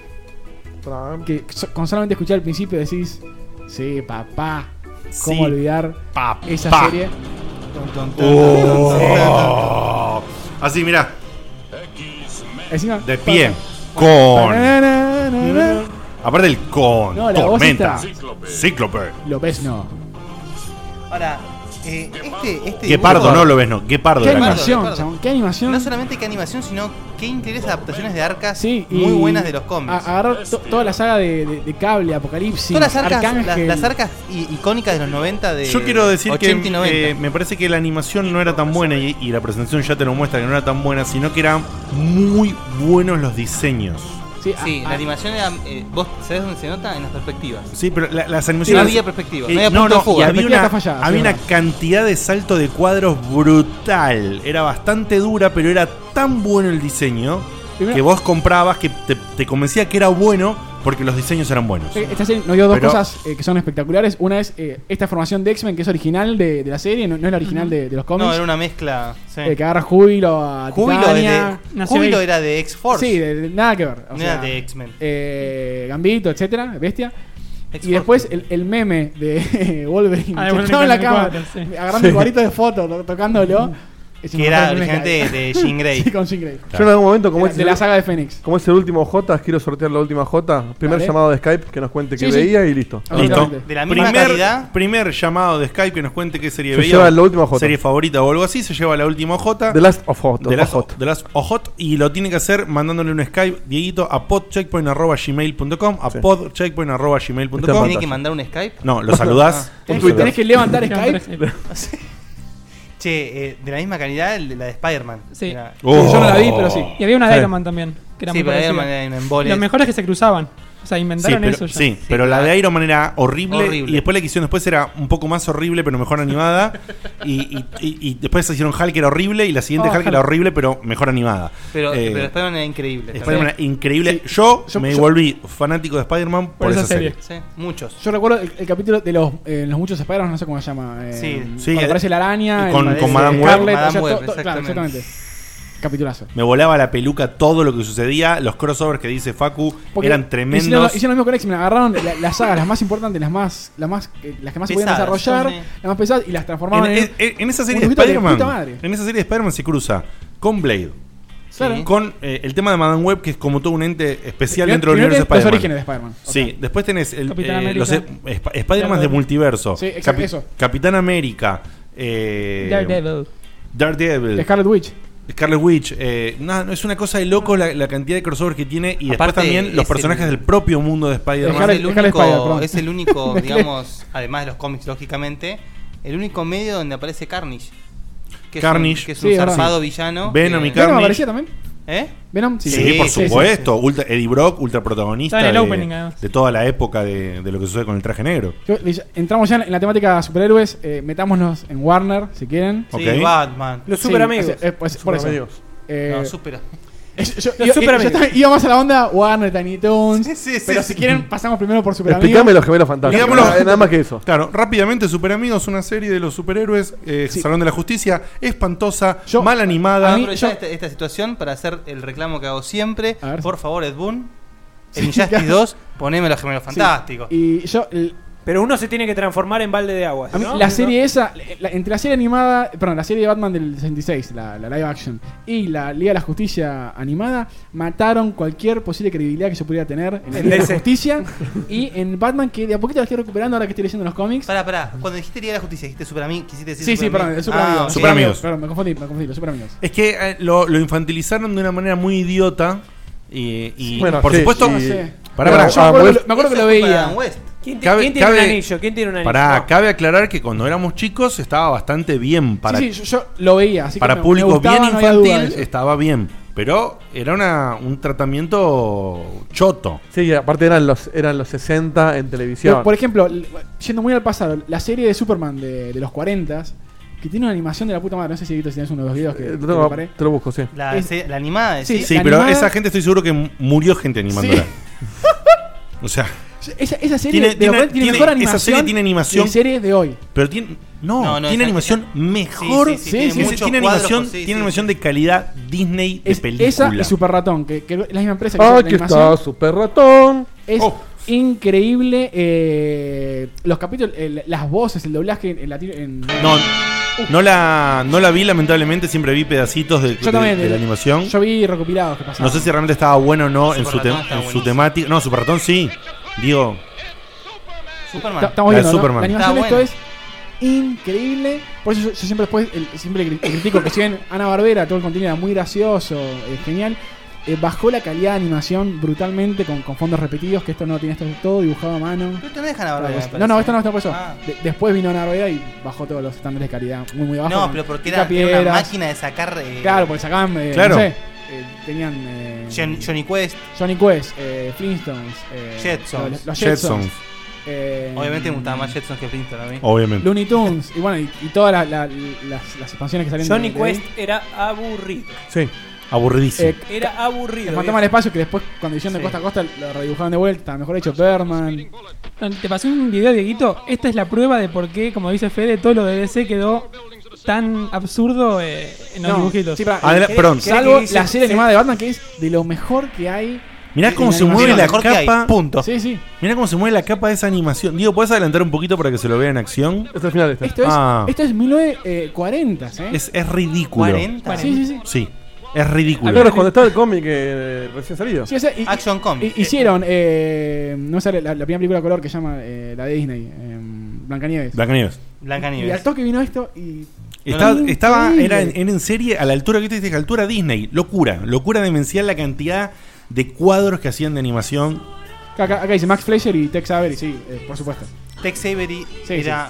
Tra- que so- con solamente escuchar al principio decís, sí, papá, ¿cómo Sí, olvidar papá. esa serie? Ton, ton, ton, ton, ton, ton. Oh. Así, mirá, Encima, de pie, pa- con... pa- Aparte el con, No, la voz tormenta, está- Cíclope. Lo ves, no. Ahora, eh, este, este Guepardo, dibujo- no lo ves, no, Guepardo. Qué era acá. animación, Guepardo. chabón, qué animación. No solamente qué animación, sino qué increíbles adaptaciones de arcas Sí, y muy buenas de los cómics. a- agarrar to- toda la saga de, de- de Cable, Apocalipsis, Todas las arcas, las, Arcángel. las arcas i- icónicas de los noventa de Yo quiero decir que ochenta y noventa. eh, me parece que la animación no era tan buena y, y la presentación ya te lo muestra que no era tan buena, sino que eran muy buenos los diseños. Sí, Sí, a- la a- animación era. eh, ¿Vos sabés dónde se nota? En las perspectivas. Sí, pero la- las Sí, animaciones... no había perspectiva, Eh, no había no, punto no, de fuga. y había perspectiva una, está fallada, sí, había una verdad. cantidad de salto de cuadros brutal. Era bastante dura, pero era tan bueno el diseño Primero- que vos comprabas que te, te convencía que era bueno porque los diseños eran buenos. Eh, Esta serie nos dio dos Pero- cosas eh, que son espectaculares. Una es eh, esta formación de X-Men que es original de, de la serie, no, no es la original de, de los cómics. No, era una mezcla. Sí. Eh, que agarra Júbilo a Júbilo, es Titania. de, Nació Júbilo ahí. era de X-Force. Sí, de- de- nada que ver. O no sea, era de X-Men. eh, Gambito, etcétera, Bestia. X-Force. Y después el, el meme de Wolverine, Ah, de que Wolverine estaba en la con cama, el cuadro, sí. agarrando el cuadrito de foto, to- tocándolo. Es Que uno era de los memes originalmente que hay. de Jean Grey. Sí, con Jean Grey. Yo en algún momento, como De, es de la saga de Fénix. Como es el último J, quiero sortear la última J. Primer Dale. llamado de Skype que nos cuente qué Sí, sí. veía y listo. Listo. Absolutamente. De la misma primer, calidad. primer llamado de Skype que nos cuente qué serie Se veía. lleva la última J. Serie favorita o algo así, se lleva la última J. The Last of Hot. de las, Hot. de las Ojot y lo tiene que hacer mandándole un Skype, Dieguito, a podcheckpoint arroba gmail punto com, a Sí. podcheckpoint arroba gmail punto Está en com. Tiene pantalla. que mandar un Skype. No, lo saludás. Ah. Tenés, Un que- tenés que levantar Skype. Che, eh, de la misma calidad el de la de Spider-Man. Sí. Era- Oh. Yo no la vi, pero sí. Y había una de Sí. Iron Man también, que era Sí, muy pero Iron parecida. Man era en embole. Lo mejor es que se cruzaban. O sea, Sí, inventaron pero, eso ya. sí, pero la de Iron Man era horrible, Horrible. y después la que hicieron después era un poco más horrible pero mejor animada y, y- y- y después hicieron Hulk que era horrible y la siguiente Oh, Hulk era Hulk. horrible pero mejor animada. Pero, Eh, pero Spider-Man era increíble. Spider-Man era increíble. Sí. Yo, Yo- me yo- volví fanático de Spider-Man por, Por esa esa serie. serie. Sí, muchos. Yo recuerdo el, el capítulo de los, eh, los muchos Spider-Man, no sé cómo se llama. Eh, Sí. Sí, cuando eh, aparece la araña. y con- el- con el- Madame Scarlet, Web. o sea, Madame to- Web, to- claro, exactamente. exactamente. Capitulazo. Me volaba la peluca todo lo que sucedía. Los crossovers que dice Facu Porque eran Hicieron, tremendos. hicieron lo mismo con X-Men, agarraron la- las sagas, las más importantes, las más, las más, eh, las que más se podían Pesadas, desarrollar, son, eh. las más pesadas, y las transformaban En, en. en- en esa serie un de dibujito de Spider-Man, puta madre. en esa serie de Spider-Man se cruza con Blade, Claro. Sí. con eh, el tema de Madame Web, que es como todo un ente especial Primero- dentro del primero universo de que los Spider-Man. orígenes de Spider-Man. O Sí, sea, después tenés el, Capitán eh, los, América. eh, Sp- Spider-Man de Daredevil. multiverso, Sí, exacto, eso. Capitán América, eh, Daredevil. Daredevil, Scarlet Witch. Scarlet Witch. Eh, no, no, es una cosa de loco la, la cantidad de crossovers que tiene y Aparte, después también los es personajes el- del propio mundo de Spider-Man. Scarlet- Es el Scarlet Spider, único, perdón. es el único Mezclé. digamos, además de los cómics, lógicamente, el único medio donde aparece Carnage. Que Carnage. Es un, que es Sí, un es verdad. zarpado villano. Venom que- y ¿Venom Carnage. aparecía también? ¿Eh? ¿Venom? Sí, Sí, por sí, sí, supuesto. Ultra- Eddie Brock, ultra protagonista Está en el de, opening, además. de toda la época de, de lo que sucede con el traje negro. Yo- entramos ya en la temática superhéroes. Eh, metámonos en Warner, si quieren. Sí, Ok. Batman. Los Sí, super amigos. eh, pues, por eso. Superamigos. Eh, No, supera. eh, yo, Los yo- Super yo Amigos. estaba- iba más a la onda Warner, Tiny Toons. Sí, sí, sí, pero sí. si quieren, pasamos primero por Super Explícame Amigos. los gemelos fantásticos. Digámoslo. Nada, nada más que eso. Claro, rápidamente, Super Amigos, una serie de los superhéroes, eh, Sí. Salón de la Justicia, espantosa, Yo- mal animada. a mí- Aprovechar yo- esta, esta situación para hacer el reclamo que hago siempre. A ver. Por favor, Ed Boon. En Sí, Injustice claro. dos, poneme los gemelos fantásticos. Y yo, el- Pero uno se tiene que transformar en balde de agua. a mí, ¿no? la serie esa, la- entre la serie animada, perdón, la serie de Batman del sesenta y seis, la, la live action, y la Liga de la Justicia animada, mataron cualquier posible credibilidad que yo pudiera tener en la En Liga de la D C. Justicia y en Batman, que de a poquito la estoy recuperando ahora que estoy leyendo los cómics. Pará, pará. Cuando dijiste Liga de la Justicia, dijiste Super Amigos. Quisiste decir Sí, sí, Super perdón, Amigos. de Super Ah, Amigos. ok. Super Amigos. Perdón, me confundí, me confundí, los Super Amigos. Es que eh, lo, lo infantilizaron de una manera muy idiota. Y, y Bueno, por sí, supuesto. sí. No sé. Pará, Bueno, pará, Yo me ah, acuerdo, pues- que, me acuerdo que Eso lo es culpa de veía. Adam West. ¿Quién, ti- Cabe- quién tiene cabe- un anillo? ¿Quién tiene un anillo? Pará, No. cabe aclarar que cuando éramos chicos estaba bastante bien. Para, sí, sí, yo, yo lo veía, así para que me- público me gustaba, bien no había duda de infantil eso. estaba bien. Pero era una, un tratamiento choto. Sí, aparte eran los, eran los sesenta en televisión. Pero, por ejemplo, l- yendo muy al pasado, la serie de Superman de, de los cuarenta, que tiene una animación de la puta madre, no sé si Vito, si tienes uno de los videos que, Eh, que te, lo, preparé. te lo busco, sí. La, Es- se- la animada, Sí, sí. Sí, La pero animada- esa gente estoy seguro que mu- murió gente animándola. O sea, Esa, esa serie Tiene- de tiene- los cuarenta tiene tiene- mejor esa animación serie tiene animación- de serie de hoy. pero tiene. No, No, no, tiene esa- animación esa- mejor. Sí, sí, sí, tiene tiene, muchos tiene cuadros, animación, sí, tiene sí, animación sí. de calidad Disney de Es, película. esa y Super Ratón, que, que es la misma empresa que hace la Aquí animación. está Super Ratón. Es Oh. increíble. eh, los capítulos, el- las voces, el doblaje en latino. En, No, no la, no la vi, lamentablemente. Siempre vi pedacitos de, Yo de- también, de de- la animación. Yo vi recopilados que pasaban. No sé si realmente estaba bueno o no en Super su, te- Ratón está en su buenísimo. temática. No, Super Ratón sí. Digo, Superman. Ta- Estamos La de viendo, ¿no? Superman. La animación de Está esto es increíble. Por eso yo, yo siempre después el- siempre cri- critico que si bien Ana Barbera, todo el contenido era muy gracioso, eh, genial. eh, bajó la calidad de animación brutalmente con, con fondos repetidos, que esto no tiene, esto es todo dibujado a mano. Pero esto no dejan a Barbera, me No, no, parece. esto no está por eso. Ah. De- después vino Ana Barbera y bajó todos los estándares de calidad muy muy bajos. No, con pero porque pica era, era una piedras. máquina de sacar. eh, Claro, porque sacaban, eh, Claro. no sé, eh, tenían eh, Johnny, Johnny Quest. Johnny Quest, eh, Flintstones, eh, Jetsons. los, los Jetsons. Jetsons, eh, Obviamente me gustaba más Jetsons que Flintstone a mí. obviamente. Looney Tunes y bueno, y, y todas la- la- las, las expansiones que salieron Johnny de, de ahí. Quest era aburrido. Sí. Aburridísimo. Eh, Era aburrido. El Fantasma del Espacio, que después, cuando hicieron de Sí. costa a costa, lo redibujaron de vuelta. Mejor hecho, Berman. Te pasé un video, Dieguito. Esta es la prueba de por qué, como dice Fede, todo lo de D C quedó tan absurdo eh, en los No, dibujitos. sí, pará, Adela- ¿querés- perdón. Salvo ¿Querés que la dice- serie sí. animada de Batman, que es de lo mejor que hay. Mirá cómo en se animación. mueve lo la mejor que hay, capa. punto. Sí, sí. Mirá cómo se mueve la capa de esa animación. Digo, ¿puedes adelantar un poquito para que se lo vea en acción? Este es el final este. Esto es, Ah. esto es mil novecientos cuarenta, ¿eh? Es, es ridículo. cuarenta. Sí, sí, sí. Sí, es ridículo. Claro, cuando estaba el cómic eh, recién salido. Sí, o sea, y- Action Comics. y- hicieron, eh, no sé, la, la primera película de color que se llama eh, la de Disney, eh, Blancanieves. Blancanieves. Blanca Y al Nieves. toque vino esto y. Estaba, Increíble. estaba era, en, era en serie a la altura que te dije, a la altura Disney. Locura, locura demencial la cantidad de cuadros que hacían de animación. Acá, acá dice Max Fleischer y Tex Avery, sí, eh, por supuesto. Tex Avery Sí, era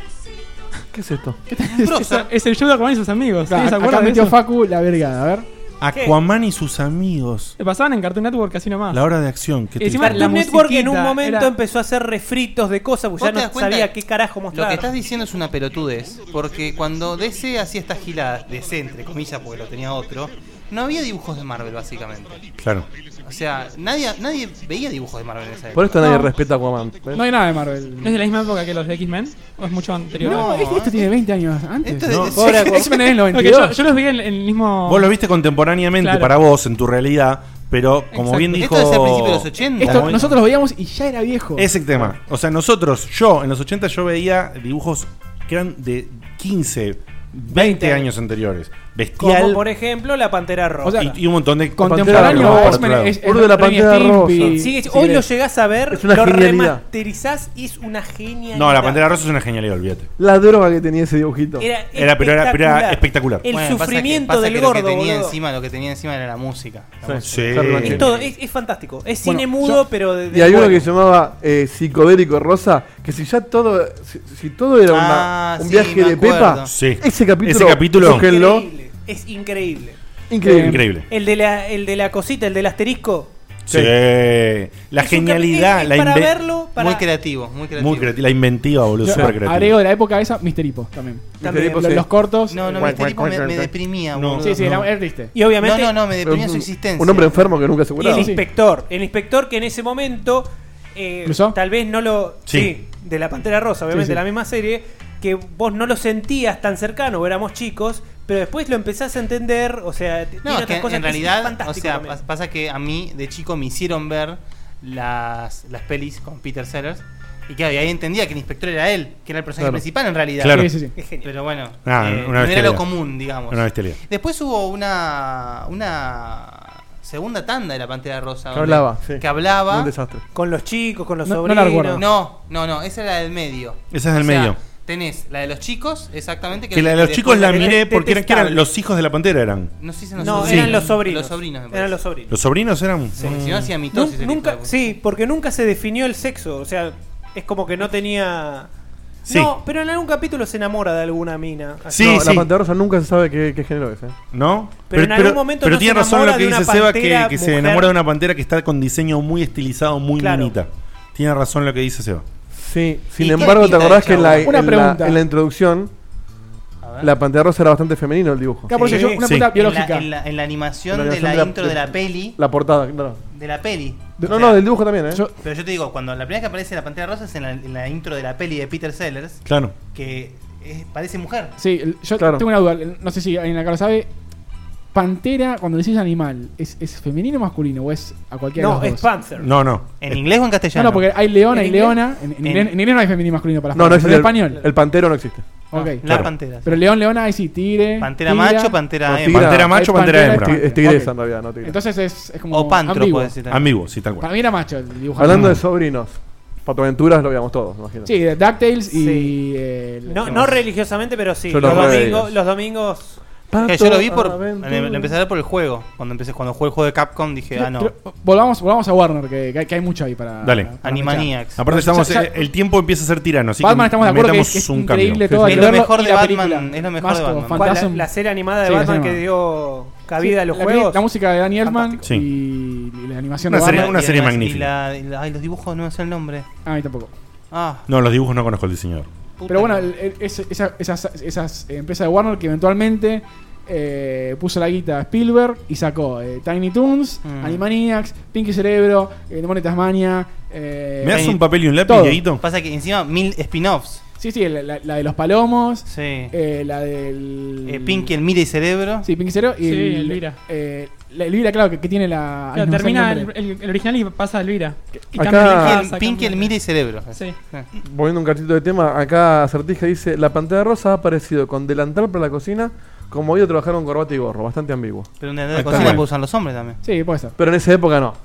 ¿Qué es esto? un prócer. Esa- es el show de Aquaman y sus amigos. Acá, ¿Sí? ¿Se acá acuerdan de metió eso? Facu la vergada, a ver. Aquaman y sus amigos. Le pasaban en Cartoon Network así nomás. La hora de acción. Que Y encima triste. la Cartoon Network en un musiquita momento era- empezó a hacer refritos de cosas, porque ¿Vos ya te no das cuenta? sabía qué carajo Lo mostrar. que estás diciendo es una pelotudez, porque cuando D C hacía estas giladas, D C entre comillas, porque lo tenía otro, no había dibujos de Marvel básicamente. Claro. O sea, nadie, nadie veía dibujos de Marvel en esa época. Por esto nadie No. respeta a Aquaman. ¿ves? No hay nada de Marvel. ¿No es de la misma época que los de X-Men? ¿O es mucho anterior? No, esto, esto tiene veinte años antes. Esto es- No. es- Pobre Aquaman. X-Men es el Porque noventa y dos. yo, yo los vi en, en el mismo. Vos lo viste contemporáneamente Claro. para vos, en tu realidad, pero como Exacto. bien dijo... Esto es el principio de los ochenta. Esto como- nosotros lo veíamos y ya era viejo. Ese tema. O sea, nosotros, yo, en los ochenta yo veía dibujos que eran de quince, veinte años anteriores. Bestial. Como por ejemplo la Pantera Rosa. O sea, y, y un montón de... Contemporáneo, Pantera Rosa, X-Men es, es Oro de la Ren y Pantera Stimpy, Rosa. si Sigue- hoy querés. lo llegás a ver, Es una lo genialidad. remasterizás y es una genialidad. No, la Pantera Rosa es una genialidad, olvídate. La droga que tenía ese dibujito. Era, Era, pero era, pero era espectacular. El Bueno, pasa que- sufrimiento pasa del que lo gordo, que tenía boludo. encima, lo que tenía encima era la música. La Sí. música. Sí. Es todo, es, es fantástico. Es Bueno, cine mudo, yo- pero de, de Y hay uno juego. que se llamaba eh, Psicodélico Rosa, que si ya todo, si, si todo era una- Ah, un sí, viaje me de acuerdo. Pepa, Sí. ese capítulo, Ese capítulo- búsquenlo. Increíble, es increíble. Increíble. Increíble. El de la, el de la cosita, el del asterisco. Sí. La Es un genialidad, cap- es la para inve- verlo, para- Muy creativo, muy creativo. Muy creativa, la inventiva, boludo, Yo súper creativa. agrego de la época esa Mister Hippo también. También. Los, los cortos. No, no, Mister Hippo me, me deprimía, No. boludo. Sí, sí, No. era, era triste. Y obviamente. No, no, no, me deprimía Un- su existencia. Un hombre enfermo que nunca se Y curaba. el Sí. inspector. El inspector que en ese momento. eh, ¿Cruzó? tal vez no lo. Sí. Sí. de la Pantera Rosa, obviamente, Sí, sí. la misma serie. Que vos no lo sentías tan cercano, o éramos chicos. Pero después lo empezás a entender. O sea, t- No, tiene es otras que cosas en que es realidad, o fantástico sea, también. pas- pasa que a mí de chico me hicieron ver las, las pelis con Peter Sellers. Y claro, y ahí entendía que el inspector era él, que era el personaje Claro. principal en realidad. Claro. Sí, sí, sí. Es genial. Pero bueno, Ah, eh, una no era bestialidad. lo común, digamos. Una bestialidad. Después hubo una una segunda tanda de la Pantera Rosa. Que donde- hablaba, sí. Que hablaba. Un desastre. Con los chicos, con los No- no sobrinos. la recuerdo. No, no, no, esa era la del medio. Esa es del O sea, medio. Tenés la de los chicos, exactamente. Que la de los después chicos la de- miré de- porque eran, que eran detestable. los hijos de la pantera eran. No sé si son los No, sobrinos. eran los sobrinos. Los sobrinos, me Eran parece. los sobrinos. ¿Los sobrinos eran? Sí, Mm. si no hacía Nun- mitosis. el nunca, hijo de- sí, porque nunca se definió el sexo. O sea, es como que no tenía. Sí. No, pero en algún capítulo se enamora de alguna mina. Así. Sí, No, sí. La Pantera Rosa nunca se sabe qué, qué género es. ¿eh? ¿No? Pero en algún momento pero no tiene se razón enamora lo que de una dice Seba, que, pantera que se mujer. enamora de una pantera que está con diseño muy estilizado, muy Claro. bonita. Tiene razón lo que dice Seba. Sí, sin ¿Y qué embargo, ¿te pinta acordás el que en la, chabón? Una en, la, pregunta. en la introducción A ver. la Pantera Rosa era bastante femenino el dibujo? Acá por eso Sí, yo, una sí. pregunta En la, biológica. en, la, en la animación La de animación la, de la- intro de- de la peli. La portada, claro. De la peli. De- O No, sea, no, del dibujo también, ¿eh? Yo- Pero yo te digo, cuando la primera vez que aparece la Pantera Rosa es en la, en la intro de la peli de Peter Sellers, Claro. que es- parece mujer. Sí, el- yo Claro. tengo una duda. No sé si alguien acá lo sabe. Pantera, cuando decís animal, ¿es, es femenino o masculino? ¿O es a cualquiera No, de es los dos? Panther. No, no. ¿En inglés o en No, castellano? no, porque hay leona ¿En y inglés? leona. En, en, En- inglés, en inglés no hay femenino y masculino para las No, no cosas, existe. pero en El, español. el Pantero no existe. Ok. La Claro. Pantera. Pero león, leona, ahí sí, tigre. Pantera tigra. macho, pantera No, hembra. tigra- Pantera macho, hay pantera pantera- hembra. Es tigresa Ok. en realidad, no tigre. Entonces es, es como O pantro, ambiguo. puede ser también. Ambiguo, sí, tal Para cual. mí era macho el dibujo. Hablando de sobrinos, Patoaventuras lo veíamos todos, imagino. Sí, de DuckTales y. Sí. eh, el- No, ¿qué no más? religiosamente, pero sí. Yo Los lo domingos, veía. los domingos. Que yo lo vi por. Patoaventuras. Lo lo empecé a ver por el juego. Cuando empecé, cuando jugué el juego de Capcom dije, ah, no. Creo- Volvamos, volvamos a Warner, que, que hay, que hay mucho ahí para. Dale. para Animaniacs. Aparte, Ya- estamos, ya- eh, el tiempo empieza a ser tirano, así Batman que estamos de acuerdo que es, metamos que es un increíble cambio. todo. hay Es que lo verlo, mejor y de la Batman, película. es lo mejor de Mastodon, Batman. ¿Cuál? La, Phantasm. la serie animada de Sí, la Batman serie que animada. dio cabida a los la, juegos. La música de Danny Elfman Sí. y, y la animación Una de serie- Warner. una Y serie además- magnífica. Y, la, y la- ay, los dibujos no me sé el nombre. A mí tampoco. Ah, No, los dibujos no conozco el diseñador. puta Pero bueno, madre. el- el- ese- esa- esas, esas eh, empresas de Warner que eventualmente eh, puso la guita a Spielberg y sacó eh, Tiny Toons, Mm. Animaniacs, Pinky Cerebro, eh, Demonio de Tasmania. Eh, ¿Me das Tiny- un papel y un lápiz, todo. Dieguito? Pasa que encima mil spin-offs. Sí, sí, la, la- la de los palomos, Sí. eh, la del. Eh, Pinky, el Mira y Cerebro. Sí, Pinky Cerebro y Sí, el- Elvira. Eh, la Elvira, claro, que, que tiene la. ay, Claro, no me sale termina el el, nombre. el- el original y pasa a Elvira. Y Acá- cambia de Pinky, casa, el, Pinky, cambia- el Mira y Cerebro. Sí. Volviendo un cachito de tema, acá Acertija dice: La Pantera Rosa ha aparecido con delantal para la cocina, como ido a trabajar con corbata y gorro, bastante ambiguo. Pero en la Ahí de está. cocina Bueno. pueden usar los hombres también. Sí, puede ser. Pero en esa época no.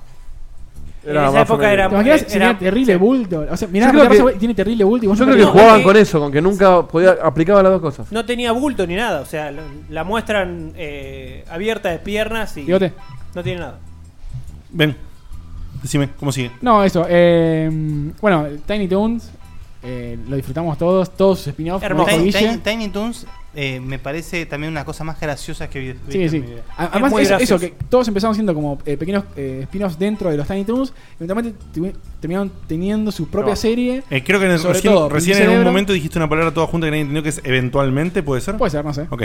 En esa más época femenino. era- ¿Te imaginas? era- Tenía terrible bulto. O sea, mirá, Yo creo Pantera que- Rosa tiene terrible bulto y vos Yo no creo que tenés- jugaban que- con eso, con que nunca podía aplicaba las dos cosas. No tenía bulto ni nada. O sea, la, la muestran eh, abierta de piernas y. Bigote. No tiene nada. Ven, decime, ¿cómo sigue? No, eso. Eh, bueno, Tiny Toons. Eh, lo disfrutamos todos, todos sus spin-offs. como Hermoso. dijo Tiny, Guille. Tiny- Tiny Toons eh, me parece también una cosa más graciosa que he visto Sí, en sí. mi vida. A- Además, muy eso, eso, gracioso. que todos empezamos siendo como eh, pequeños eh, spin-offs dentro de los Tiny Toons. Y eventualmente tuvi- terminaron teniendo su propia No. serie. Eh, creo que en- Sobre recién, todo, recién Pinky en un Cerebro. momento dijiste una palabra toda junta que nadie entendió, que es eventualmente, ¿puede ser? Puede ser, no sé. Ok.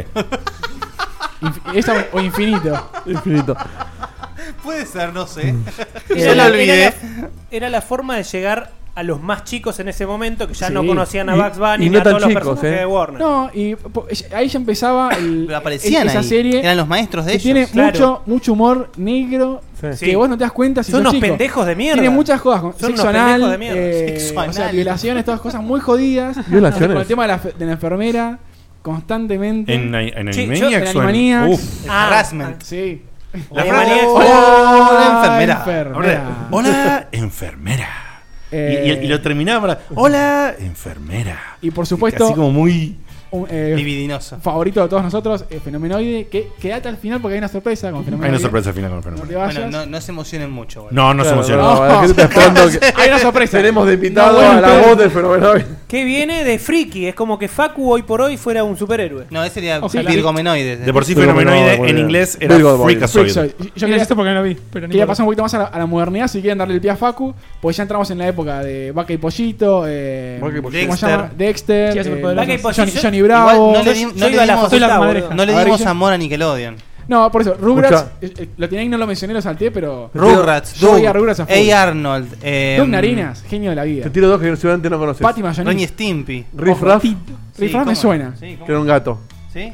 Inf- esa o infinito. Infinito. Puede ser, no sé. Era Yo la, lo olvidé. era la- era la forma de llegar a los más chicos en ese momento que ya Sí. no conocían a Y- Bugs Bunny y ni no a tan todos los chicos, personajes eh. de Warner. No, y po- ahí ya empezaba el, Pero aparecían esa ahí. serie Eran los maestros de que ellos. tiene claro. mucho, mucho humor negro. Sí. Sí. Que vos no te das cuenta si Son sos unos chico. pendejos de mierda. Tiene muchas cosas, con Son sexo unos anal, pendejos de mierda. eh, Sexo o sea, anal. violaciones, todas cosas muy jodidas. ¿Violaciones? Con el tema de la, fe- de la enfermera, constantemente. En, en Sí, Animaniacs yo- en o en- Animaniacs. Uf. El Ah, harassment. Sí. La Oh, Animaniacs. Hola, enfermera. enfermera. Hola, enfermera. Y- Eh, Y, y lo terminaba para. Hola, enfermera. y por supuesto, Así como muy. un eh, Libidinoso. favorito de todos nosotros, eh, Fenomenoide, que quédate al final porque hay una sorpresa con Hay Fenomenoide. una sorpresa al final con el No fenómeno. te vayas. Bueno, no, no se emocionen mucho. Bueno. No, no se Claro, emociona. no, la gente está esperando que- Hay una sorpresa. Tenemos de invitado No, bueno, a la pero- voz del Fenomenoide. Que viene de friki. Es como que Facu hoy por hoy fuera un superhéroe. No, ese sería Ojalá. Virgomenoide. De por sí, Pero fenomenoide no, en bueno. inglés era Virgo Boy. freakazoid. Freakazoid. Yo Yo quería, esto porque no lo vi, pero no quería importa. pasar un poquito más a la, a la modernidad, si quieren darle el pie a Facu, pues ya entramos en la época de Vaca y Pollito, eh, Vaca y ¿cómo Pollito. se llama? Dexter, Chicas eh, superpoderosas. Vaca y Pollito. Johnny, Johnny Bravo. Igual no le, Yo- di- yo no le iba a la dimos, Soy la facultad, comadreja. boludo. no le A ver, dimos yo- amor a Nickelodeon. No, por eso, Rugrats, Escucha. eh, eh, lo tenía y no lo mencioné, lo salté, pero... Rugrats, Yo Doug, veía Rugrats a full. A. Arnold, eh, Doug Narinas, genio de la vida. Te tiro dos que seguramente no conoces. Patty Ren y Mayonnaise. Stimpy. Riff Raff, que Riff Raff ¿cómo me no? suena. Sí, ¿cómo era un gato. ¿Sí?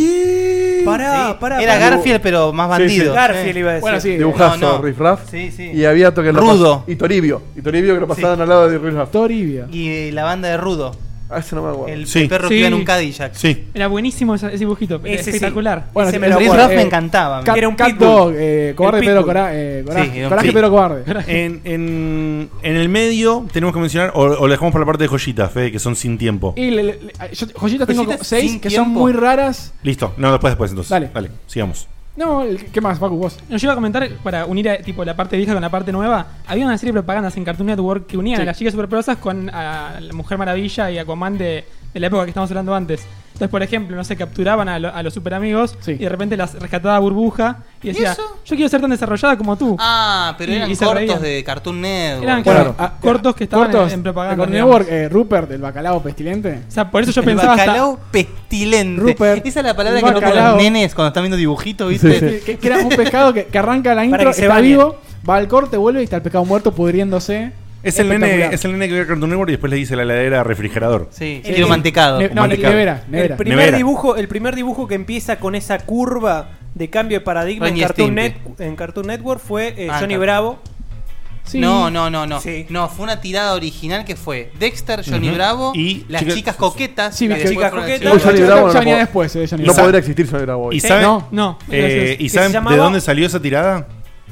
Sí. Pará, Sí. pará. Era pará. Garfield, pero más Sí, sí. bandido. Garfield iba a decir. Bueno, sí. Dibujazo, no, no. Riff Raff. Sí, sí. Y había otro que lo Rudo. pas- Y Toribio. Y Toribio que lo pasaban al lado de Riff Raff. Toribio. Y eh, la banda de Rudo. Ah, ese no me acuerdo. El, Sí. el perro Sí. que iba en un Cadillac. Sí. Era buenísimo ese, ese dibujito. Ese sí. espectacular. Bueno, Ese sí, me lo Riff Riff acuerdo. Raff eh, me encantaba. Cat, Era un Cat pitbull. Dog, eh, Cobarde El Pedro pitbull. Cora, eh, Coraje, Sí, era un Coraje pitbull. Pedro Cobarde. En, en, en el medio tenemos que mencionar, o, o lo dejamos por la parte de joyitas, Fede, que son sin tiempo. Y le- le- yo, joyitas tengo Joyitas como seis sin que son tiempo. muy raras. Listo. No, después, después entonces. Dale. Dale, sigamos. No, el- ¿qué más, Facu, vos? No, yo iba a comentar, para unir a, tipo, la parte vieja con la parte nueva, había una serie de propagandas en Cartoon Network que unían Sí. a las chicas superpoderosas con a la Mujer Maravilla y Aquaman de, de la época que estamos hablando antes. Entonces, por ejemplo, no sé, capturaban a, lo- a los super amigos Sí. y de repente las rescataba Burbuja y decía, eso? yo quiero ser tan desarrollada como tú. Ah, pero Y- eran y se cortos reían. de Cartoon Network. Eran Bueno, claro, ah, cortos que estaban cortos en, en propaganda. de Cartoon digamos. Network, eh, Rupert, el bacalao pestilente. O sea, por eso yo El pensaba hasta- bacalao pestilente. Rupert, Esa es la palabra el que no con bacalao. los nenes cuando están viendo dibujitos, ¿viste? Sí, sí. Que, que era un pescado que, que arranca la intro, que se está bañen. vivo, va al corte, vuelve y está el pescado muerto pudriéndose. Es el, nene, Espectacular. es el nene que ve Cartoon Network y después le dice la heladera refrigerador. Sí, El- quiero mantecado. Ne- no, ne- Mantecado. nevera, El nevera. primer Nevera. dibujo, el primer dibujo que empieza con esa curva de cambio de paradigma Ren en y Cartoon, Stimpy. Net- en Cartoon Network fue eh, Ah, Johnny claro. Bravo. Sí. No, no, no, no. Sí. No, fue una tirada original que fue Dexter, Johnny Ujú. Bravo, Y las chicas- chicas coquetas. Sí, que las después chicas fueron coquetas. Hoy el- Johnny Ya- Bravo ya no venía po- después, eh, Johnny No Bravo. podría existir Johnny Bravo hoy. ¿Y Eh, saben, no. No, eh, gracias. ¿y se saben llamaba- de dónde salió esa tirada?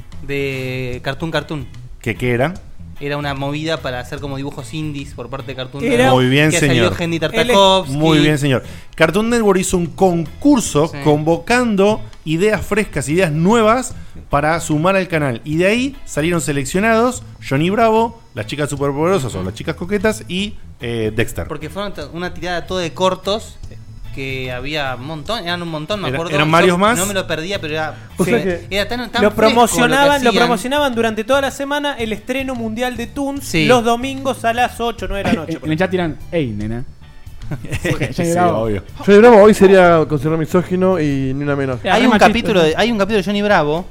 de Cartoon Cartoon. ¿Que qué era? Era una movida para hacer como dibujos indies por parte de Cartoon Era- Network. Muy bien, que señor. salió Hendy Él es- Tartakovsky. Muy bien, señor. Cartoon Network hizo un concurso Sí. convocando ideas frescas, ideas nuevas para sumar al canal. Y de ahí salieron seleccionados Johnny Bravo, las chicas superpoderosas o las chicas coquetas y eh, Dexter. Porque fueron t- una tirada toda de cortos que había un montón, eran un montón, me Era- acuerdo. eran Yo varios más. No me lo perdía, pero era, O sea sí, que- era tan, tan Lo fresco promocionaban, que lo, hacían. promocionaban durante toda la semana el estreno mundial de Toons Sí. los domingos a las ocho, nueve de la noche. En, en el chat tiran, ey, nena. Johnny Sí, Bravo. obvio. Johnny Bravo hoy sería considerado misógino y ni una menos. Era Hay re un machista, capítulo sí. de, hay un capítulo de Johnny Bravo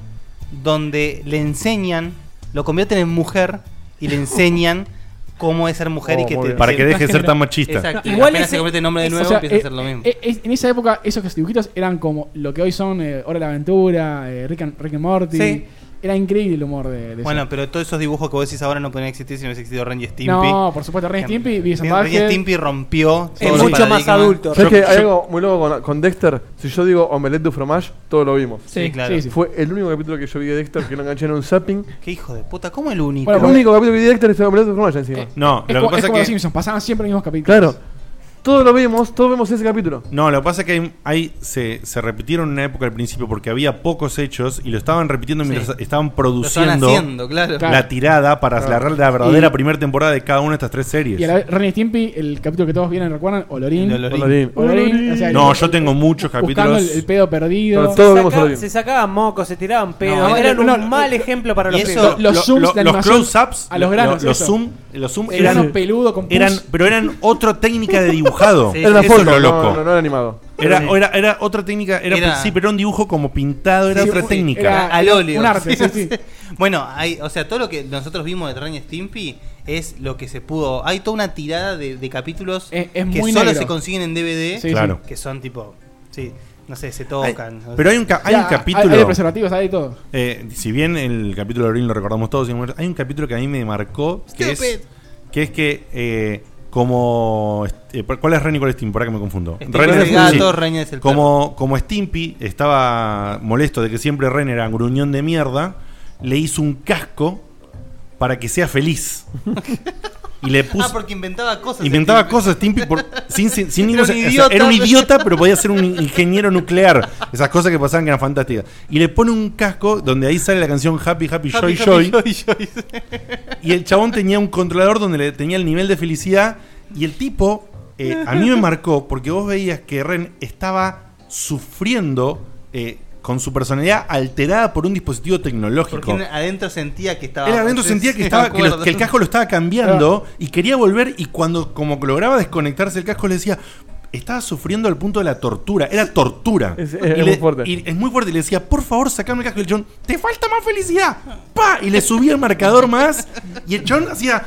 donde le enseñan, lo convierten en mujer y le enseñan cómo es ser mujer Oh, y que muy te, bien. Para que deje de ser Género. tan machista. Exacto. Igual Igual apenas ese- se convierte en nombre de es- nuevo O sea, empieza a eh, hacer lo mismo. eh, es- en esa época esos dibujitos eran como lo que hoy son eh, Hora de la Aventura, eh, Rick, and, Rick and Morty. Sí. Era increíble el humor de, de Bueno, eso. pero todos esos dibujos que vos decís ahora no podrían existir si no hubiese existido Ren y Stimpy. No, por supuesto, Ren y Stimpy, Beavis and Ren y Butthead. Stimpy rompió Es todos los mucho más paradigmas. adulto. ¿Sabes que hay yo- algo muy loco con, con Dexter? Si yo digo omelette du fromage, todos lo vimos. Sí. Sí, claro. Sí, sí. Fue el único capítulo que yo vi de Dexter que lo enganché en un zapping. Qué hijo de puta, ¿cómo el único? Bueno, el único capítulo que vi de Dexter es omelette du fromage encima. Eh, No, Es, lo como, que es pasa como es los que. Simpsons, pasaban siempre los mismos capítulos. Claro. Todos lo vimos, todos vemos ese capítulo. No, lo que pasa es que hay, hay- se, se repitieron en una época al principio porque había pocos hechos y lo estaban repitiendo Sí. mientras estaban Lo estaban produciendo haciendo, claro. Claro. la tirada para Claro. cerrar la verdadera Y- primera temporada de cada una de estas tres series. Y a la vez, Ren y Stimpy, el capítulo que todos vienen, ¿recuerdan? Olorín. El de Olorín. Olorín. Olorín, o sea, No, el- yo tengo muchos buscando capítulos. el, el pedo perdido. Pero todos vemos Saca- Olorín. se sacaban mocos, se tiraban pedos. No, eran no, un no, mal no, ejemplo para y los eso- pibes. Los Lo- zooms lo- de los animación close-ups, a los lo- granos, los eso. zoom, los zoom El eran, grano peludo con pus. eran, pero eran otra técnica de dibujado. Sí, Era una Eso foto, es lo no, loco. no, no era animado. Era, Sí. era, era otra técnica, era, Era- sí, pero era un dibujo como pintado, era Sí, otra sí, técnica. era- Al óleo. un arte, sí, sí. Bueno, hay, o sea, todo lo que nosotros vimos de Ren y Stimpy es lo que se pudo. Hay toda una tirada de, de capítulos Es- es que muy solo negro. se consiguen en D V D, Sí, Claro. que son tipo, sí, no sé, se Hay- tocan. o pero sea, hay un, ca- hay Ya, un capítulo. Hay, de preservativos, hay de todo. Eh, si bien el capítulo de Orin lo recordamos todos, hay un capítulo que a mí me marcó que es, Stupid. que es que eh, como eh, ¿cuál es Ren y cuál es Stimpy? Para que me confundo. Stimpy Ren es es- el gato, sí. Ren es el como, como Stimpy estaba molesto de que siempre Ren era gruñón de mierda, le hizo un casco para que sea feliz. Y le puso. Ah, porque inventaba cosas. Inventaba Stimpy. cosas Stimpy por, sin, sin, sin Era ningún- un o sea, idiota. era un idiota, pero podía ser un ingeniero nuclear. Esas cosas que pasaban que eran fantásticas. Y le pone un casco donde ahí sale la canción Happy Happy, Happy, Joy happy, Joy. joy, joy. Y el chabón tenía un controlador donde le tenía el nivel de felicidad. Y el tipo, eh, a mí me marcó porque vos veías que Ren estaba sufriendo eh, con su personalidad alterada por un dispositivo tecnológico. Porque él adentro sentía que estaba. Él adentro sí, sentía sí, que, me estaba, que, lo- acuerdo. que el casco lo estaba cambiando y quería volver. Y cuando como que lograba desconectarse el casco, le decía: estaba sufriendo al punto de la tortura. Era tortura. Es- es- y es le- muy fuerte. Y es muy fuerte. Y le decía: por favor, sacame el casco. Y el John: te falta más felicidad. ¡Pa! Y le subía el marcador más. Y el John hacía.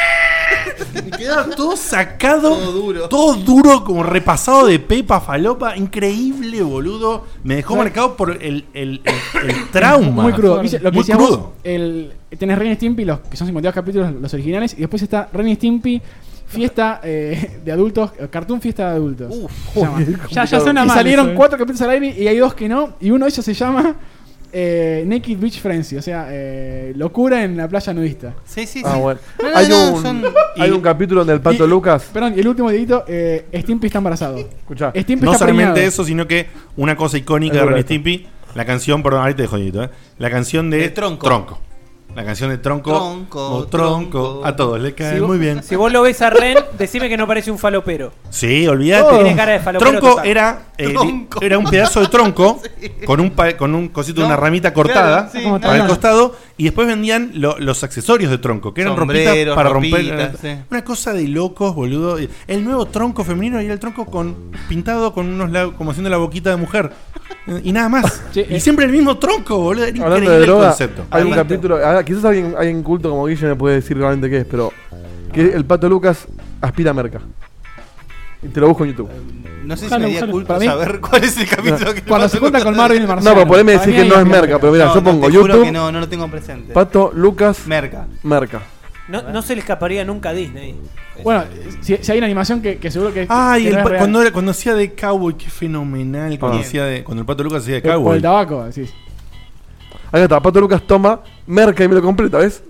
Y quedaba todo sacado. Todo duro. Todo duro, como repasado de pepa falopa. Increíble, boludo. Me dejó marcado por el, el, el- el trauma. Muy crudo. Dice- Lo que Muy decías crudo. vos, el, tenés Ren y Stimpy, los, que son cincuenta y dos capítulos, los originales, y después está Ren y Stimpy, fiesta eh, de adultos, eh, cartoon fiesta de adultos. se llama. Ya, ya suena y mal. salieron eso, eh. cuatro capítulos al aire y hay dos que no, y uno de ellos se llama eh, Naked Beach Frenzy, o sea, eh, locura en la playa nudista. Sí, sí, sí. Ah, bueno. No, no, Hay no, un, son- hay un capítulo donde el pato Y- Lucas. Perdón, y el último dedito, eh, Stimpy está embarazado. Escuchá. Stimpy No está solamente preñado. eso, sino que una cosa icónica Es de Ren y verdad. Stimpy, la canción, perdón, ahorita te dejo Dieguito, ¿eh? La canción de De Tronco. La canción de Tronco. Tronco, o tronco. Tronco. A todos le cae Si vos- muy bien. Si vos lo ves a Ren, decime que no parece un falopero. Sí, olvídate. Tiene cara de falopero Tronco total. era, eh, Tronco. era un pedazo de tronco con un pa- con un cosito de No, una ramita cortada claro, sí, Como para el no. costado y después vendían lo- los accesorios de Tronco, que eran ropitas Sombreros, para ropitas, romper. sí. Una cosa de locos, boludo. El nuevo Tronco femenino era el Tronco con pintado con unos la- como haciendo la boquita de mujer. Y nada más. Sí, y eh. siempre el mismo Tronco, boludo. Era Hablando increíble de el droga, concepto. hay un Adicto. capítulo. ah, quizás alguien, alguien culto como Guille me puede decir realmente qué es, pero. Que el pato Lucas aspira merca. Y te lo busco en YouTube. No sé si Buscalo, me haría buscalo. culpa Para mí- saber cuál es el capítulo que Cuando se junta con Marvin el No, marciano. pero podeme Para decir mí que no hay es una merca, pero mira, No, yo no, pongo te juro YouTube, que no, no lo tengo presente. pato Lucas Merca. merca. No, no se le escaparía nunca a Disney. Bueno, si, si hay una animación que, que seguro que. Ay, que el no es pa- real. cuando, era- cuando hacía de cowboy, qué fenomenal. Cuando, Ah. hacía de, cuando el pato Lucas hacía de Por- Por cowboy. el tabaco, decís. Acá está, pato Lucas toma merca y me lo completa, ¿ves?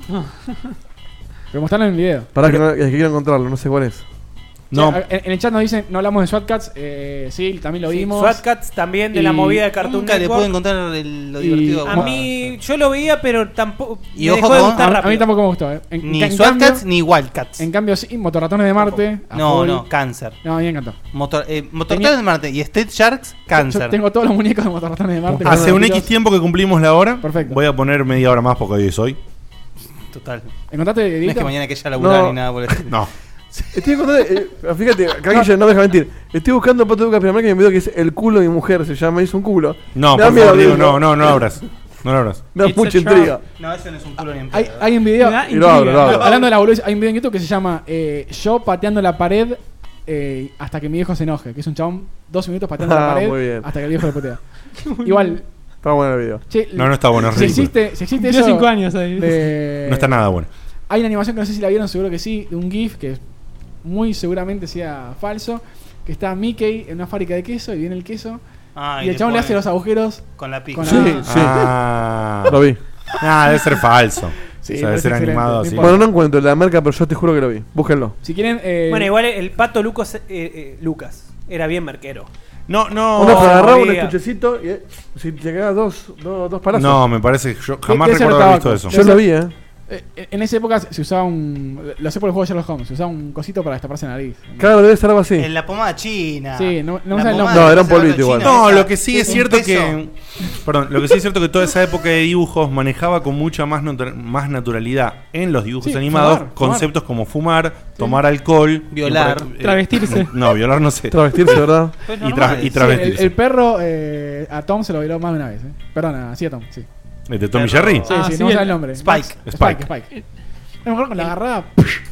Pero mostrarlo en el video. Pará que, no- es que quiero encontrarlo, no sé cuál es. No, Sí, en, en el chat nos dicen, no hablamos de SWAT Cats. Eh, sí, también lo Sí, vimos. SWAT Cats también de la Y movida de Cartoon Nunca le Network. puedo encontrar el- lo Y- divertido. A mí, yo lo veía, pero tampoco. Y me ojo dejó de con- gustar a, a rápido. mí tampoco me gustó. Eh. En, Ni en SWAT cambio- Cats ni Wildcats. En cambio, sí, Motorratones de Marte. a No, full. no, cáncer. No, a mí me encantó. Motor, eh, Motor Tenía- Tones de Marte y State Sharks, Yo cáncer. tengo todos los muñecos de Motorratones de Marte. hace con un los X tiros. tiempo que cumplimos la hora. Perfecto. Voy a poner media hora más porque hoy es hoy. Total. ¿Encontraste, No es Dieguito? que mañana que ya laburar No. ni nada por el estilo. No. Estoy encontrando, eh, fíjate, acá Guille no me deja mentir. Estoy buscando pato Lucas Merca y me veo que es el culo de mi mujer, se llama, hizo un culo. No, Me da por miedo favor, Diego, abrirlo. no, no, no lo abras. No lo abras. Me da It's a mucha trap. intriga. No, eso no es un culo ni en Hay, pedo. hay un video. Me da Y lo abro, lo intriga. abro. Hablando de la boludez, hay un video en YouTube que se llama eh, Yo pateando la pared eh, hasta que mi viejo se enoje. Que es un chabón dos minutos pateando la Ah, pared muy bien. hasta que el viejo le patea. Igual, Está bueno el video. che, No, no está bueno, es si ridículo. existe, si existe Tiene eso cinco años ahí. de- No está nada bueno. Hay una animación que no sé si la vieron, seguro que sí, de un GIF que muy seguramente sea falso. Que está Mickey en una fábrica de queso y viene el queso. Ah, y el chabón le hace los agujeros. con la pica. con Sí, la- sí. Ah, Lo vi. ah, debe ser falso. Sí, o sea, debe parece ser excelente, animado no así. importa. Bueno, no encuentro la merca, pero yo te juro que lo vi. Búsquenlo. Si quieren. eh, Bueno, igual el pato Lucas, eh, eh, Lucas era bien marquero. No, no. Uno se agarraba un sabía. estuchecito y eh, si te quedas dos, dos, dos palazos. No, me parece que yo jamás debe ser recuerdo haber tabaco. visto eso. Yo lo vi, eh. eh, en esa época se usaba un. Lo sé por el juego de Sherlock Holmes. Se usaba un cosito para destaparse la nariz. Claro, debe ser algo así. En la pomada china. Sí, no- no La usa el pomada nombre. No, que era un se agarra polvito igual. china, No, esa, lo que sí es un cierto peso. que. Perdón, lo que sí es cierto que toda esa época de dibujos manejaba con mucha más, natu- más naturalidad en los dibujos Sí, animados fumar, conceptos como fumar, tomar alcohol, Violar. eh, Travestirse. No, violar no sé. Travestirse, ¿verdad? Pues Y, normal. tra- y Sí, travestirse. el, el perro eh, a Tom se lo violó más de una vez. Eh. Perdona, sí a Tom, sí. ¿El de Tommy Perro. Jerry? Sí, Ah, sí, sí, no me el- sale el nombre. Spike. Max- Spike, Spike. Spike. No me acuerdo con la agarrada.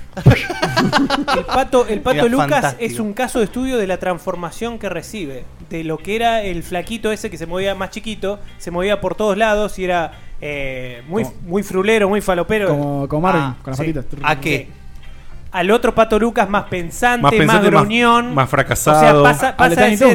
El pato, el pato Era Lucas fantástico. es un caso de estudio de la transformación que recibe. De lo que era el flaquito ese que se movía más chiquito, se movía por todos lados y era eh, muy, Como- muy frulero, muy falopero. Como, como Marvin, Ah, con las sí. patitas. ¿A qué? Al otro pato Lucas más pensante, Más más, pensante, más- gruñón. más fracasado. O sea, pasa, Al de pasa de Tiny ser. Toons.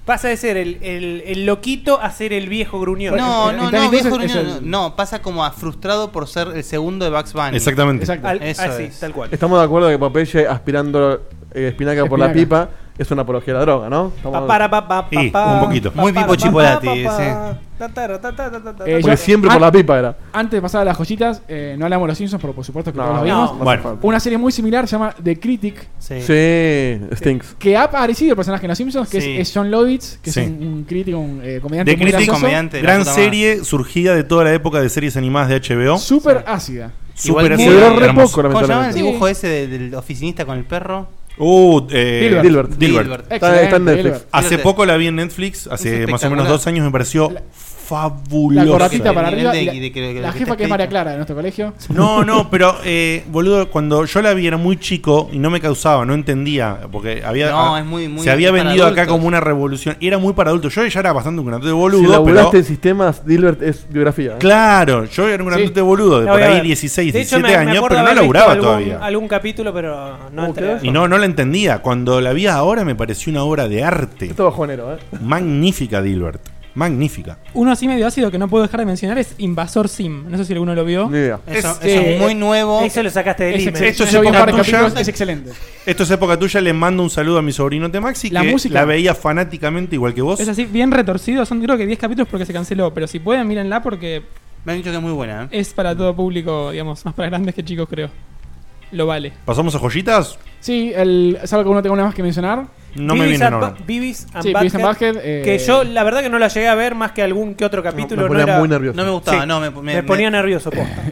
Pasa de ser el, el, el loquito a ser el viejo gruñón. No, en- no, en no, Tiny viejo Toons es gruñón, el- no, pasa como a frustrado por ser el segundo de Bugs Bunny. Exactamente. Exacto. Al- Eso así, es. tal cual. Estamos de acuerdo que Popeye aspirando eh, espinaca por la Espinaca. pipa es una apología de la droga, ¿no? Estamos- Pa, para, pa, pa, Sí, pa, un poquito. pa, Muy para, Pipo pa, Chipolati, pa, pa, sí. ta, ta, ta, ta, ta, ta, ta, Eh, Porque yo- siempre ah, por la pipa era. Antes de pasar a las joyitas, eh, no hablamos de los Simpsons, pero por supuesto que No, todos los no, vimos. no hace Bueno. falta. Una serie muy similar se llama The Critic, Sí. Sí, Stinks. que ha aparecido el personaje en los Simpsons, que Sí. es, es John Lovitz, que Sí. es un, un crítico, un eh, comediante The muy Critic, gracioso, comediante. de la Gran puta madre. serie surgida de toda la época de series animadas de H B O. súper ácida. Igual Súper que- así, Se duró re hermoso. poco, ¿Cómo se llama el lamentablemente. Sí. dibujo ese de- del oficinista con el perro? Uh, eh, Dilbert. Dilbert. Dilbert. Dilbert. Está- está en Netflix. Dilbert. Hace Dilbert. poco la vi en Netflix, hace Es más o menos espectacular. dos años, me pareció La fabulosa. corbatita El para nivel arriba. de- y la, de que- de que la está jefa que es María escrito. Clara de nuestro colegio. No, no, pero eh, boludo, cuando yo la vi era muy chico y no me causaba, no entendía, porque había No, ah, es muy- muy- se había es para vendido acá adultos. como una revolución y era muy para adultos. Yo ya era bastante un grandote Si boludo, pero laburaste en sistemas, Dilbert es biografía. ¿eh? claro, yo era un grandote Sí. boludo de La por voy a ahí ver. dieciséis, De hecho, diecisiete me- me años, acuerdo pero no haber visto laburaba algún, todavía. algún capítulo, pero no Uh, entré. qué a- Y no, no la entendía. Cuando la vi ahora me pareció una obra de arte. Esto bajonero, ¿eh? Magnífica, Dilbert. Magnífica. Uno así medio ácido que no puedo dejar de mencionar es Invasor Sim. No sé si alguno lo vio. Ni idea. Eso, Es- eso es eh, muy nuevo. Eso lo sacaste del Es email. excelente. Esto es Yo vi un época par de tuya. capítulos, es excelente. Esto es época tuya. Le mando un saludo a mi sobrino Temaxi, La que música. la veía fanáticamente igual que vos. Es así, bien retorcido. Son creo que diez capítulos porque se canceló. Pero si pueden, mírenla porque Me han dicho que es muy buena. ¿eh? es para todo público, digamos, más para grandes que chicos, creo. Lo vale. ¿Pasamos a joyitas? Sí, el, ¿sabe que uno tengo una más que mencionar? No me Beavis viene and ahora. Ba- Beavis and Sí, Beavis and Butthead, Butthead, eh, que yo la verdad que no la llegué a ver más que algún que otro capítulo. me No, ponía era- muy nervioso. No me gustaba, Sí. no, me, me, me- ponía me- nervioso, posta.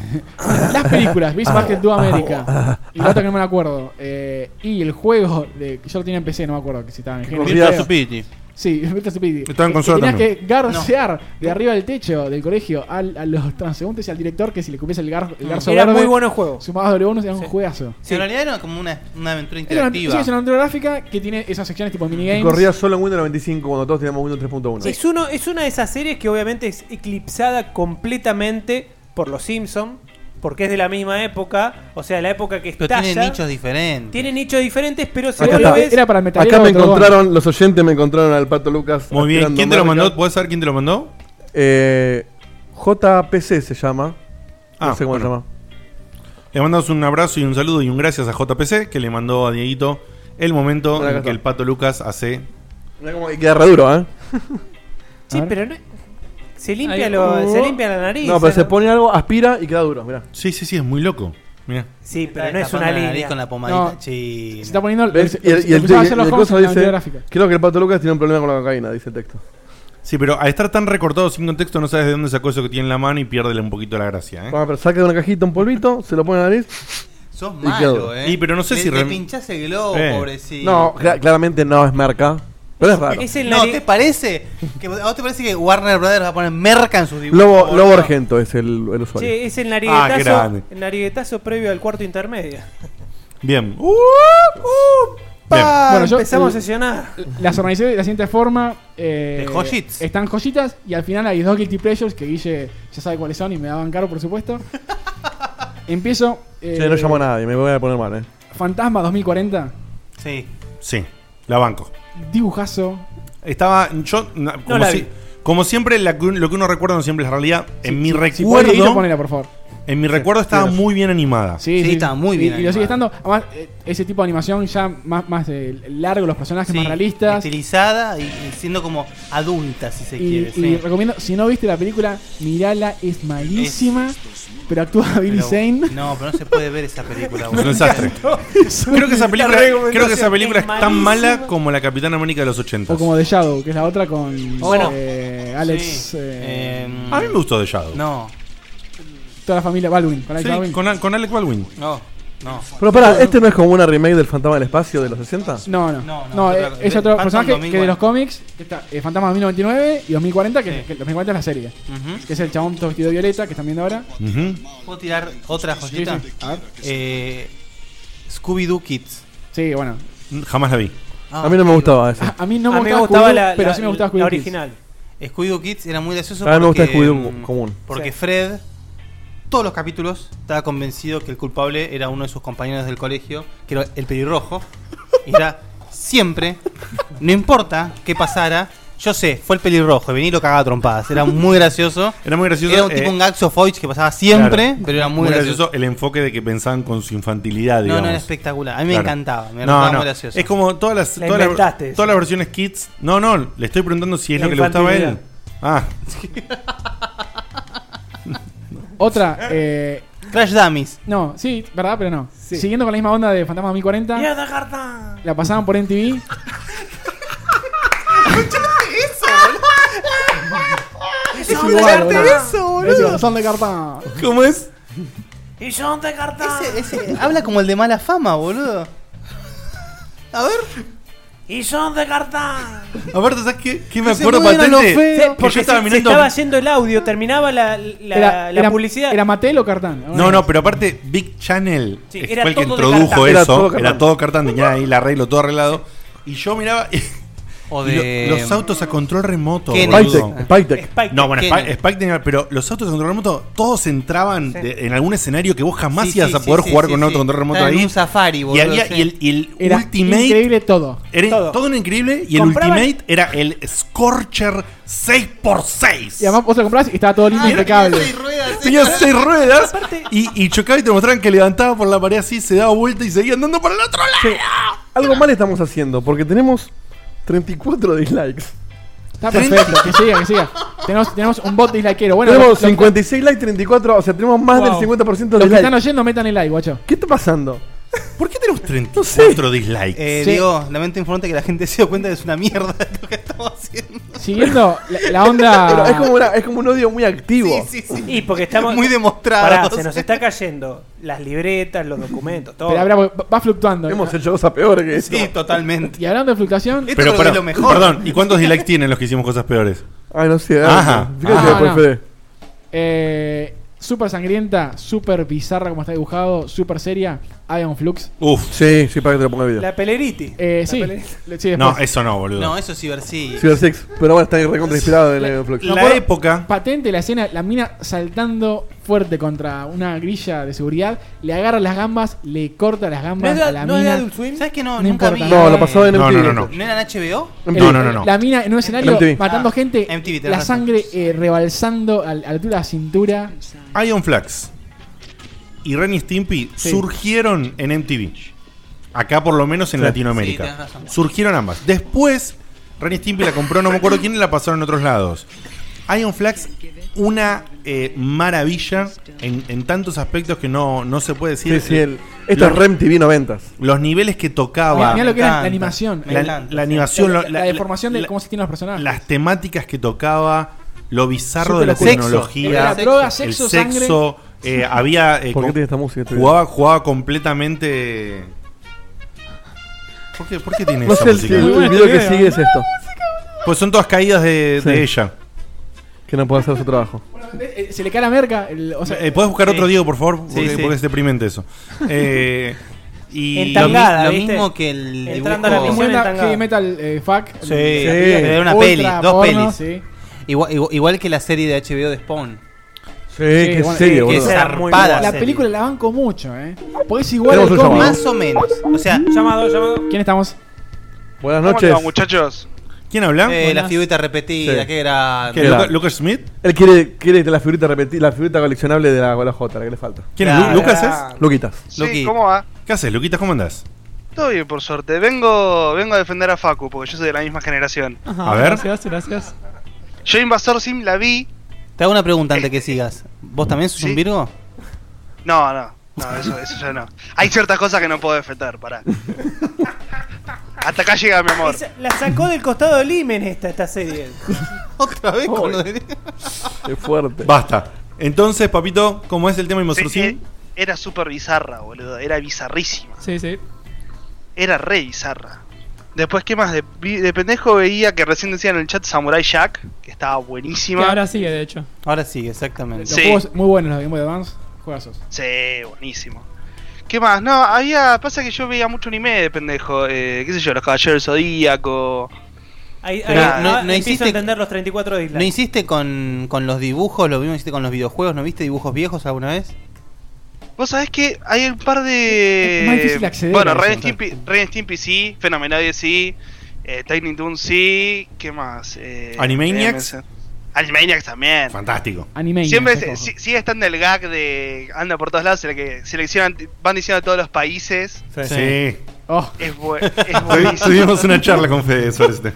Las películas, Beast Basket Do America. Y la otra que no me acuerdo. Eh, y el juego, de, que yo lo tenía en P C, no me acuerdo que si estaba en el Corría género. Stupidity. Sí, Virtua Stupidity. Estaba en Que- consola que tenías también. que garcear de arriba del techo del colegio al- a los transeúntes y al director que si le copias el, gar, el garzo Era verde, muy bueno el juego. sumabas doble bonus y era un Sí. juegazo. Sí, en realidad era como una, una aventura Era una, sí, interactiva. es una aventura gráfica que tiene esas secciones tipo Y minigames. corría solo en Windows noventa y cinco cuando todos teníamos Windows tres punto uno. Es, uno, es una de esas series que obviamente es eclipsada completamente por los Simpsons, porque es de la misma época, o sea, la época que Pero estalla. tiene nichos diferentes. Tiene nichos diferentes, pero si Acá vos lo está. ves, Era para el metalero Acá me de Trogón. encontraron, los oyentes me encontraron al Pato Lucas. Muy bien. aspirando ¿Quién te lo merca. mandó? ¿Puedes saber quién te lo mandó? Eh, J P C se llama. No Ah, sé cómo bueno. se llama. Le mandamos un abrazo y un saludo y un gracias a J P C que le mandó a Dieguito el momento Bueno, acá en que está. el Pato Lucas hace. Mirá cómo queda re duro, ¿eh? sí, A ver. pero no, se limpia Ahí, lo, uh. se limpia la nariz. No, pero ¿eh? se pone algo, aspira y queda duro, mirá. Sí, sí, sí, es muy loco. Mira. Sí, pero Está no es tapando una la nariz línea. con la pomadita No. china. Se está poniendo ¿Ves? el, Y el, y el, el, y el- hacer los y el juegos cosa en la dice, gráfica. creo que el Pato Lucas tiene un problema con la cocaína, dice el texto. Sí, pero al estar tan recortado sin contexto no sabes de dónde sacó eso que tiene en la mano y piérdele un poquito la gracia, ¿eh? Vamos, pero saca de una cajita un polvito, se lo pone en la nariz. Sos Y malo, quedó. eh. Y, pero no sé le, si le rem- pinchás el globo, Eh. pobrecito. No, cla- claramente no es merca, pero es raro. Es el No, nari- ¿te parece? Que, ¿A vos te parece que Warner Brothers va a poner merca en sus dibujos? Lobo, boludo? Lobo Argento es el, el usuario. Che, es el Ah, qué nariguetazo, grande. el nariguetazo previo al cuarto intermedio. Bien. Uh, uh, pa, Bueno, yo- empezamos el- a sesionar. Las organicé de la siguiente forma. Eh, De joyits. Están joyitas y al final hay dos guilty pleasures que Guille ya sabe cuáles son y me daban caro, por supuesto. Empiezo. eh, Che, no llamo a nadie, me voy a poner mal, eh. Fantasma dos mil cuarenta. Sí. Sí, la banco. Dibujazo. Estaba. Yo. na- Como, la si- vi. como siempre, la que un- lo que uno recuerda no siempre es la realidad. En mi Si podés, recuerdo. Dieguito, ponela, por favor. En mi recuerdo estaba sí. muy bien animada. Sí, Sí, está muy bien Y, y lo sigue animada. estando. Además, eh, ese tipo de animación ya más, más eh, largo, los personajes Sí, más realistas. Estilizada y, y siendo como adulta, si se Y, quiere. y sí. recomiendo, si no viste la película, mirala, es malísima. Pero actúa Billy Pero- Zane. No, pero no se puede ver esa película. Es un boludo. desastre. Creo que esa película, recomendación creo que esa película es es tan malísima. mala como la Capitana América de los ochenta. O como The Shadow, que es la otra con Bueno. eh, Alex. Sí. eh, Eh, A mí me gustó The Shadow. No, toda la familia Baldwin. Con Alex Sí, Baldwin. con, con Alec Baldwin. no, no. Pero pará, ¿este no es como una remake del Fantasma del Espacio de los sesenta? No, no. No, No, no, eh, otra- es de- otro Phantom personaje dos mil que de los cuarenta. cómics está eh, Fantasma dos mil noventa y nueve y dos mil cuarenta, que, Sí. que dos mil cuarenta es la serie. Ujú. Que es el chabón todo vestido de violeta que están viendo ahora. Ujú. ¿Puedo tirar otra Sí, joyita? sí. A ver. Eh, Scooby-Doo Kids. Sí, bueno. Jamás la vi. Ah, A mí no me gustaba ese. A, a mí no a me mí me gustaba, gustaba Scooby-Doo, la, pero la- sí me gustaba la Scooby-Doo Kids. original. Scooby-Doo Kids era muy gracioso. A mí me gusta porque, Scooby-Doo mm, común. Porque Sí. Fred, todos los capítulos, estaba convencido que el culpable era uno de sus compañeros del colegio, que era el pelirrojo. Y era siempre, no importa qué pasara. Yo sé, fue el pelirrojo, vení y lo cagaba a trompadas. Era muy gracioso. Era muy gracioso. Era un tipo eh, un Gags of Oich que pasaba siempre, claro. pero era muy, gracioso. el enfoque de que pensaban con su infantilidad, No, digamos. no, era espectacular. A mí me Claro. encantaba. Me No, resultaba no. muy gracioso. Es como todas las, La todas, las- inventaste, todas las versiones kids. No, no, le estoy preguntando si es La lo que le gustaba a él. infantilidad. Ah, Otra, eh, Crash Dummies. no, sí, verdad, pero no. Siguiendo con la misma onda de Fantasma mil cuarenta, ¡Mierda, carta! la pasaban por M T V. Es ¡Y son de igual, boludo. carta! Es igual, son de cartón. ¿cómo es? ¡Y son de carta! Ese, ese habla como el de mala fama, boludo. A ver. ¡Y son de carta! Aparte, ¿sabes qué, qué me Ese acuerdo no era lo patente? feo. Sí, Que porque yo estaba se, se mirando. estaba yendo el audio, terminaba la, la, Era, la era- publicidad. ¿Era Mattel o Cartán? No, no, pero aparte, Big Channel Sí, eh, era fue el que todo de introdujo cartán. Era eso. todo cartán. Era todo cartán, tenía ahí el arreglo todo arreglado. Y yo miraba. y- O y de. lo- los autos a control remoto. Kennedy. boludo. Spytek, Spytek. Spike. No, bueno, Kennedy. Spike, Spike tenía, pero los autos a control remoto, todos entraban Sí. de- en algún escenario que vos jamás Sí, ibas sí, a poder sí, jugar sí, con un sí. auto a control remoto Estaba en ahí. un Safari, Y, boludo, había, sí. y el, y el Era Ultimate. increíble todo. Era Todo. todo era increíble. Y el Compraban- Ultimate era el Scorcher seis por seis. Y además vos lo comprás y estaba todo lindo, Ay, impecable. tenía seis ruedas, sí. Tenía seis ruedas Aparte- y, y chocaba y te mostraban que levantaba por la pared así, se daba vuelta y seguía andando por el otro lado. Algo mal estamos haciendo, porque tenemos treinta y cuatro dislikes. Está perfecto, que siga, que siga. Tenemos, tenemos un bot dislikero. Bueno, tenemos los, los- cincuenta y seis likes, treinta y cuatro, o sea, tenemos más Wow. del cincuenta por ciento de los que están dislikes. oyendo, metan el like, guacho. ¿Qué está pasando? ¿Por qué tenemos treinta y No cuatro dislikes? Eh, Sí. Digo, lamento informarte que la gente se dio cuenta que es una mierda lo que estamos haciendo. Siguiendo la, la onda. Pero es como, una- es como un odio muy activo. Sí, sí, sí. Y porque estamos. Muy demostrado. Pará, se nos está cayendo las libretas, los documentos, todo. Pero habrá- va va fluctuando. Hemos hecho cosas peores que esto. Sí, totalmente. Y hablando de fluctuación, Esto Pero, creo que para, es lo mejor. perdón, ¿y cuántos dislikes tienen los que hicimos cosas peores? Ay, no sé. Ajá. Fíjate Ah, después, no. Fede. eh, súper sangrienta, súper bizarra como está dibujado, súper seria. Ion Flux. Uf. Sí, sí, para que te lo ponga el video. La peleriti. Eh, La sí, peleriti. le- sí, No, después. eso no, boludo. No, eso es Cyber sí. Cyber Six. Pero bueno, está ahí recontra inspirado del Ion Flux. la acuerdo- época. Patente la escena, la mina saltando fuerte contra una grilla de seguridad, le agarra las gambas, le corta las ¿No gambas es de, a la no es de mina. Adult Swim? ¿Sabes que no? No Nunca importa. vi. No, lo pasaba en No, M T V. no, no, no. ¿No era en H B O? M T V. No, no, no, no. La mina en un escenario M T V. matando Ah, gente, M T V, tenés la razón. sangre eh, rebalsando a, a la altura de la cintura. Ion Flux y Ren y Stimpy Sí. surgieron en M T V. Acá por lo menos en Sí. Latinoamérica. Sí, tenés razón. Surgieron ambas. Después, Ren y Stimpy la compró, no me acuerdo quién, y la pasaron en otros lados. Ion Flux, una eh, maravilla en, en tantos aspectos que no, no se puede decir. Sí, sí, el, esto es Los- R E M T V noventas. Los niveles que tocaba, Mirá lo que era la encanta. animación. Me la, encanta, la sí. animación, la, lo- la la- deformación de la- cómo se tienen los personajes. las temáticas que tocaba, lo bizarro Súper de la locura. tecnología, Era Sexo. droga, el sexo, sexo, eh, había eh, ¿Por qué com- tiene esta música? este jugaba, jugaba completamente. ¿Por qué, por qué tiene video? No esa sé, el, música? el- Muy el bueno video este que video. sigue es esto. Pues son todas caídas de, Sí. de ella. Que no puede hacer su trabajo. Eh, Se le cae la merca. el- o sea, Eh, ¿Puedes buscar sí. otro Diego, por favor? Porque, Sí, sí. porque es deprimente eso. Eh, y En Lo, mi- Tangada, lo ¿viste? mismo que el Entrando a la dibujo- como misión una entangada. heavy metal eh, fuck. Sí, Eh, era una ultra peli, dos porno, pelis. sí. Igual, igual- igual que la serie de H B O de Spawn. Sí, qué bueno, serio, que boludo. es Era muy zarpada buena La serie. película la banco mucho, ¿eh? Porque es igual Tenemos al un cómic. llamado. Más o menos. O sea, Llamado, llamado. ¿Quién estamos? Buenas ¿Cómo noches. le va, muchachos? ¿Quién habla? eh, la Buenas. figurita repetida, Sí. que era. ¿Qué, ¿Qué Luca- era? ¿Lucas Smith? Él quiere, quiere la figurita repetir, la figurita coleccionable de la, la J, la que le falta. ¿Quién es? Claro. Lu- ¿Lucas Ah. es? Luquitas. Sí, Loki. ¿cómo va? ¿Qué haces, Luquitas? ¿Cómo andás? Todo bien, por suerte. Vengo vengo a defender a Facu, porque yo soy de la misma generación. Ajá, A ver. Gracias, gracias. Yo Invasor Sim la vi. Te hago una pregunta antes que sigas. ¿Vos también sos Sí. un Virgo? No, no. No, eso, eso ya no. Hay ciertas cosas que no puedo defender, pará. Hasta acá llega mi amor. Esa- la sacó del costado del imen esta, esta serie. Otra vez con lo de. Qué fuerte. Basta. Entonces, papito, ¿cómo es el tema de Invasor Sí, Sim? eh, era súper bizarra, boludo. Era bizarrísima. Sí, sí. Era re bizarra. Después, ¿qué más? De, vi- de pendejo veía que recién decían en el chat Samurai Jack, que estaba Que buenísima. ahora sigue, de hecho. Ahora sí, exactamente. Los Sí. juegos muy buenos, los de Game Boy Advance. Juegazos. Sí, buenísimo. ¿Qué más? No, había. Pasa que yo veía mucho anime de pendejo. Eh, ¿Qué sé yo? Los Caballeros del Zodíaco. Ahí, ahí Pero ah, no- no empiezo hiciste- a entender los treinta y cuatro dislikes. ¿No hiciste con, con los dibujos? Lo mismo hiciste con los videojuegos. ¿No viste dibujos viejos alguna vez? Vos sabés que hay un par Es más difícil de. acceder Bueno, a eso. Ren Stimpy, Ren Stimpy sí, Fenomenoide sí, eh, Tiny Toon sí, ¿qué más? Eh, Animaniacs. eh, Animaniacs también. Fantástico. Animaniacs, Siempre esa se- cosa. si- sigue estando el gag de anda por todos lados, en el que seleccionan, van diciendo todos los países. Sí. Sí. Oh, Es, bu- es buenísimo. Tuvimos una charla con Fede sobre este.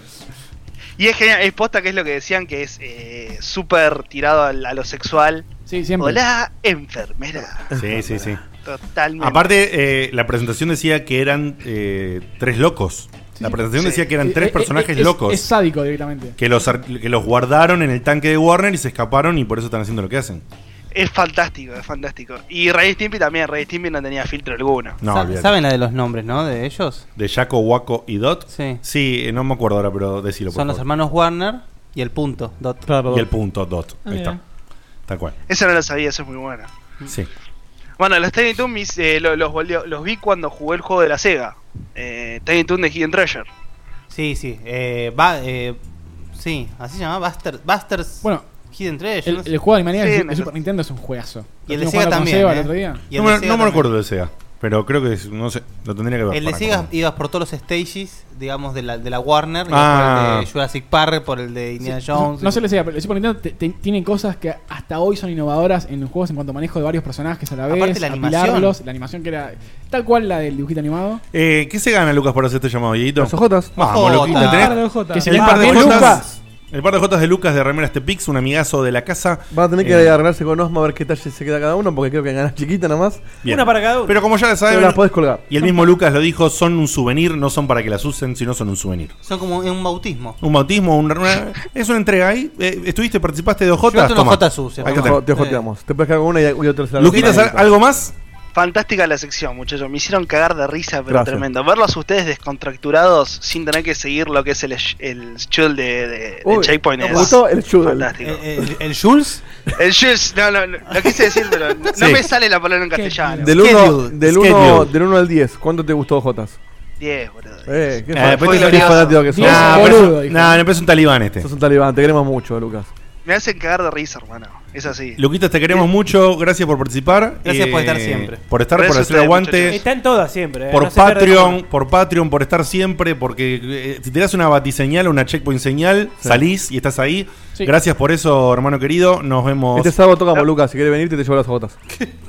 Y es genial, es posta que es lo que decían, que es eh, súper tirado al- a, lo sexual. sí, siempre. Hola, enfermera. Sí, sí, sí. Totalmente. Aparte, eh, la presentación decía que eran eh, tres locos. La presentación Sí. decía que eran Eh, tres eh, personajes es- locos. Es sádico directamente. Que los, ar- que los guardaron en el tanque de Warner y se escaparon y por eso están haciendo lo que hacen. Es fantástico, es fantástico. Y Ren Stimpy también, Ren Stimpy no tenía filtro alguno. No, Sa- olvídate. ¿Saben la de los nombres, no? De ellos. De Jaco, Waco y Dot. Sí. Sí, eh, no me acuerdo ahora, pero decilo por Son los favor. hermanos Warner y el punto. Dot. Claro. Y el punto Dot. Ah, Ahí está. mira. Tal cual. Eso no lo sabía, eso es muy bueno. Sí. Bueno, los Tiny Toon mis, eh, lo- los, volvió- los vi cuando jugué el juego de la Sega. Eh, Tiny Toon de Hidden Treasure. Sí, sí. Eh, va, eh, sí, así se llama. Buster, Busters Bueno, Hidden Treasure. el, no sé. el juego de Animaniacs Sí, de no Super sé. Nintendo es un juegazo. Y el Lo de estuvimos Sega jugando con también. Seba ¿eh? el otro día. Y el No, de me- Sega no me también. acuerdo de Sega. Pero creo que, es- no sé, lo tendría que ver. El de para Sega acordarme. ibas por todos los stages, digamos, de la, de la Warner. ibas Ah. por el de Jurassic Park, por el de Indiana Jones. No se les decía, pero el Super Nintendo te- te- tiene cosas que hasta hoy son innovadoras en los juegos en cuanto a manejo de varios personajes a la vez. Aparte la animación. apilarlos, la animación que era tal cual la del dibujito animado. Eh, ¿Qué se gana, Lucas, por hacer este llamado, Dieguito? Los ojotas. Vamos, Ojota. loquito. Un ¿Tenés par de ojotas. Que se el llama par de Peluca. jotas? El par de jotas de Lucas de Remeras Tepix, un amigazo de la casa. Van a tener que Eh. arreglarse con Osma a ver qué talle se queda cada uno, porque creo que ganas chiquita nada más. Bien. Una para cada uno. Pero como ya Pero saben, las podés colgar. y el mismo Lucas lo dijo, son un souvenir, no son para que las usen, sino son un souvenir. Son como un bautismo. Un bautismo, un- una- es una entrega ahí. Eh, ¿Estuviste, participaste de ojotas? Yo tengo Toma. ojotas sucias, Ahí Te, está. ojo- te ojoteamos. Te puedes quedar con una y, y otra se la Luquitas, otra. ¿algo más? Fantástica la sección, muchachos. Me hicieron cagar de risa, pero Gracias. tremendo. Verlos ustedes descontracturados sin tener que seguir lo que es el, el shoot de, de, de Uy, Checkpoint. me es gustó el shoot. fantástico. ¿El, el, el Jules? El shoot, no, no, no, lo quise decir, pero no, Sí. no me sale la palabra en castellano. Del uno Schedule. del uno Schedule. del uno al diez, ¿cuánto te gustó Jotas? diez, boludo. Eh, qué Eh, fan- después qué te glorioso. fanático que sos. Diez, Nah, boludo, pero- dijo. nah, no es un talibán este. Sos un talibán, te queremos mucho, Lucas. Me hacen cagar de risa, hermano. Es así. Luquitas, te queremos mucho, gracias por participar. Eh, Gracias por estar siempre. Por estar, Gracias por a hacer ustedes, aguante. muchachos. Está en todas siempre. eh, Por no se pierde Patreon, ninguna. por Patreon, por estar siempre, porque eh, si te das una batiseñal, una checkpoint señal, Sí. salís y estás ahí. Sí. Gracias por eso, hermano querido. Nos vemos. Este sábado tocamos, Lucas. Si querés venirte, te llevo las Jotas.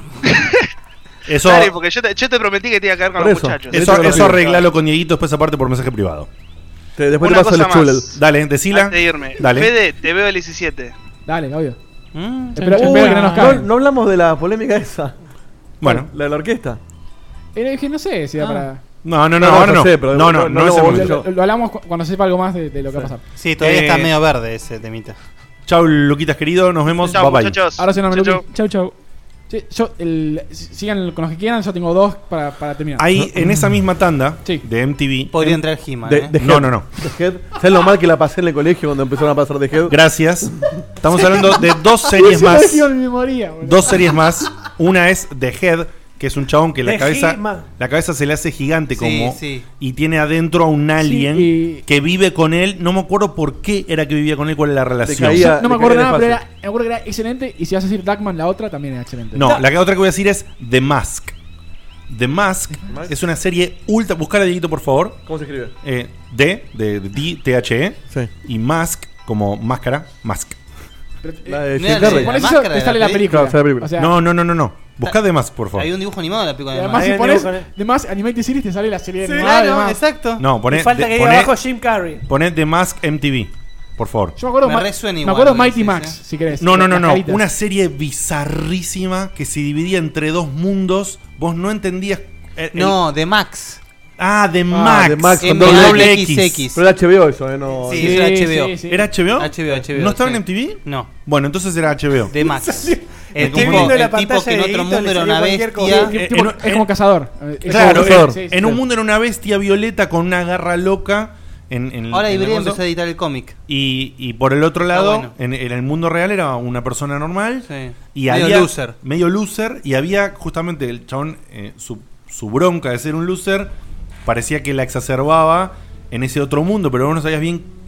Eso, Dale, porque yo te, yo te prometí que te iba a caer con Por los eso. muchachos. eso, Eso lo eso pido. arreglalo con Dieguito después aparte por mensaje privado. Te- después Una te paso el cosa chulel. más. Dale, decila. Antes de irme. Dale. Fede, te veo el diecisiete. Dale, obvio. Mm, Espera, Uy, espera que no nos No, caen. no hablamos de la polémica esa. Bueno. La de la orquesta. Eh, dije, no sé si era Ah. para. No, no, no, No, ahora no no. sé, pero no, no- no, no, no es el lo- momento. Lo, lo hablamos cu- cuando sepa algo más de, de lo que va a pasar. Sí, todavía Eh, está medio verde ese temita. Chau, Luquitas querido. Nos vemos. Chao, Bye bye. muchachos. Ahora sí no me Chau, lo chau. Chau, chau. Sí, yo, el, sigan con los que quieran, yo tengo dos para, para terminar. Ahí, en esa misma tanda Sí. de M T V. Podría en- entrar He-Man, De, ¿eh? de No, Head. no, no. De Head. ¿Sabes lo mal que la pasé en el colegio cuando empezaron a pasar de Head? Gracias. Estamos hablando de dos Uy, series se me más. metió en mi memoria, boludo. Dos series más. Una es The Head, que es un chabón que la The cabeza He-Man. la cabeza se le hace gigante Sí, como sí. y tiene adentro a un alien y- que vive con él. No me acuerdo por qué era que vivía con él, cuál era la relación. caía- Yo no me de acuerdo caer nada, pero despacio. era, me acuerdo que era excelente. Y si vas a decir Duckman, la otra también era excelente. No, la que- otra que voy a decir es The Mask. The Mask es una serie ultra. Buscar a Dieguito, por favor. ¿Cómo se escribe? Eh, D, de D, T H E. Sí. Y Mask, como máscara. Mask. Pero, eh, La de no Jim era la- Carrey. Por la eso máscara te de sale la la película. Claro, sale la película. O sea, No, no, no, no, no. Buscad The Mask, por favor. Hay un dibujo animado de la película y de además, Mask. si Hay un pones dibujo, ¿eh? de más Animated Series, te sale la serie Sí, animada. claro, además. exacto. No, Y poné, falta de- que diga poné- abajo Jim Carrey. poné The Mask M T V, por favor. Yo me acuerdo, Me Ma- resuena me igual acuerdo lo que Mighty decís, Max, ¿eh? si querés. No, no, no, Las no. caritas. Una serie bizarrísima que se dividía entre dos mundos. Vos no entendías. eh, el- No, de Max. Ah, de Ah, Max. de Max con M doble A X. X X. Pero era H B O eso, ¿eh? No, Sí, eso era H B O. sí, sí. ¿Era H B O? H B O, H B O. ¿No estaba sí. en M T V? No, Bueno, entonces era H B O. de Max. Me El confundí. tipo, viendo la el tipo pantalla que en de otro Dieguito, mundo le era salió una cualquier bestia. cosa. Tipo- Eh, tipo- en- es en- como cazador. Es Claro, como cazador. en- Sí, sí, en sí. un mundo era una bestia violeta con una garra loca. En, en, Ahora en el Ibrea mundo. empezó a editar el cómic. Y, y por el otro lado, bueno. en, en el mundo real era una persona normal. Sí. Y Medio había, loser. Medio loser. Y había justamente el chabón, eh, su, su bronca de ser un loser, parecía que la exacerbaba en ese otro mundo, pero vos no sabías bien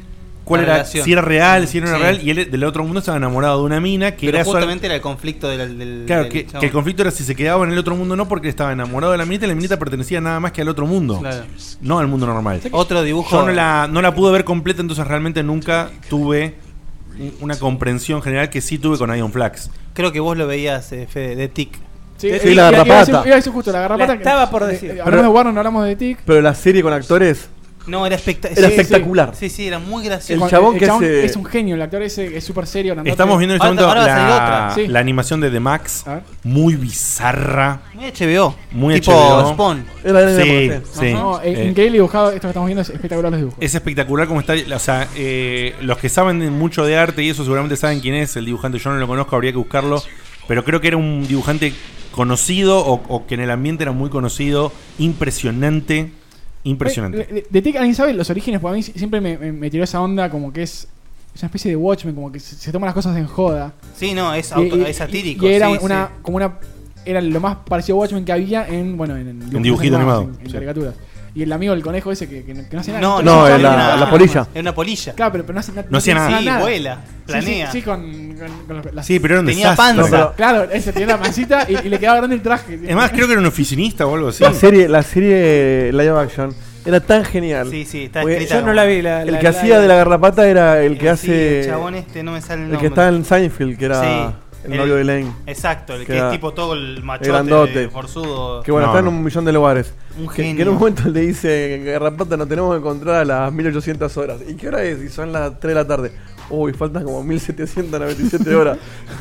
cuál La era, relación. si era real, si no era Sí. real, y él del otro mundo estaba enamorado de una mina que Pero era sola- justamente era el conflicto del, del Claro, del que, chabón. que el conflicto era si se quedaba en el otro mundo o no, porque él estaba enamorado de la minita y la minita pertenecía nada más que al otro mundo. Claro. No al mundo normal. Otro dibujo. Yo no la, no la pude ver completa, entonces realmente nunca tuve un- una comprensión general que sí tuve con Ion Flax. Creo que vos lo veías, eh, Fede, de Tic. Sí, Sí, eh, la iba- iba a garrapata. decir- Iba a decir justo la garrapata. La estaba por eh, decir. eh, Pero- Hablamos de Warner, no hablamos de Tic. Pero la serie con actores No, era, espectac- era sí, espectacular. Sí, sí, era muy El gracioso. chabón que hace- es un genio, el actor ese es súper serio. grandote. Estamos viendo en este Ahora- momento ahora va a salir la, otra. Sí. la animación de The Max, A ver. muy bizarra, Muy H B O. muy tipo H B O. Spawn. Era de Sí, la sí. No, eh, Eh, increíble dibujado. Esto que estamos viendo es espectacular los dibujos. Es espectacular como está. O sea, eh, los que saben de- mucho de arte y eso seguramente saben quién es el dibujante. Yo no lo conozco, habría que buscarlo. Pero creo que era un dibujante conocido o, o que en el ambiente era muy conocido. Impresionante. Impresionante. Eh, De, de Tic, ¿alguien sabe los orígenes? Porque a mí siempre me, me- me tiró esa onda como que es, es una especie de Watchmen, como que se, se toma las cosas en joda. Sí, no, es, Y- auto- y- es satírico. Y era sí, una, sí. como una. Era lo más parecido a Watchmen que había en, bueno, en, en dibujito animados, animado, En, en sí. caricaturas. Y el amigo del conejo ese que, que no que no hace nada. No, No, no, es no, la- no, la no, polilla. Es una polilla. Claro, pero, pero no hace, No hacía tiene nada. Sí, nada. vuela, Sí, sí, planea. Sí, con, con, con los- las- Sí, pero era un Tenía desastre. panza. No, pero- Claro, ese tenía la pancita y, y le quedaba grande el traje. Es más, creo que era un oficinista o algo así. La serie, la serie live action era tan genial. Sí, sí, está Porque escrita. Yo no la vi. La, El la- que la- hacía de la garrapata era el que Sí, hace. el chabón este, no me sale el el nombre. que está en Seinfeld, que era Sí, el novio de Elaine. Exacto, el Que que era es tipo todo el machote, grandote. forzudo. Que bueno, No, está no. en un millón de lugares. Un Que, que en genio. un momento le dice, Garrapata, nos tenemos que encontrar a las mil ochocientas horas. ¿Y qué hora es? Y son las tres de la tarde. Uy, faltan como mil setecientas noventa y siete horas.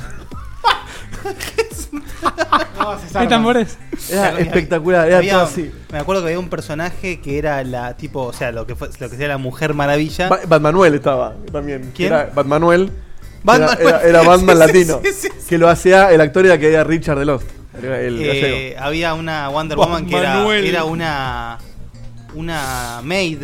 No, se ¿Hay zarpa. tambores? Era Había- espectacular, era había- todo así. Me acuerdo que había un personaje que era la tipo, o sea, lo que fue, lo que sea la Mujer Maravilla. Ba- Batmanuel estaba también. ¿Quién? Era Batmanuel. Batman- Era, era, era Batman Sí, sí, latino. sí, sí, sí. Que lo hacía, el actor era que era Richard de Lost. Era el gallego. Eh, había una Wonder Woman que era, Batmanuel. era una una maid,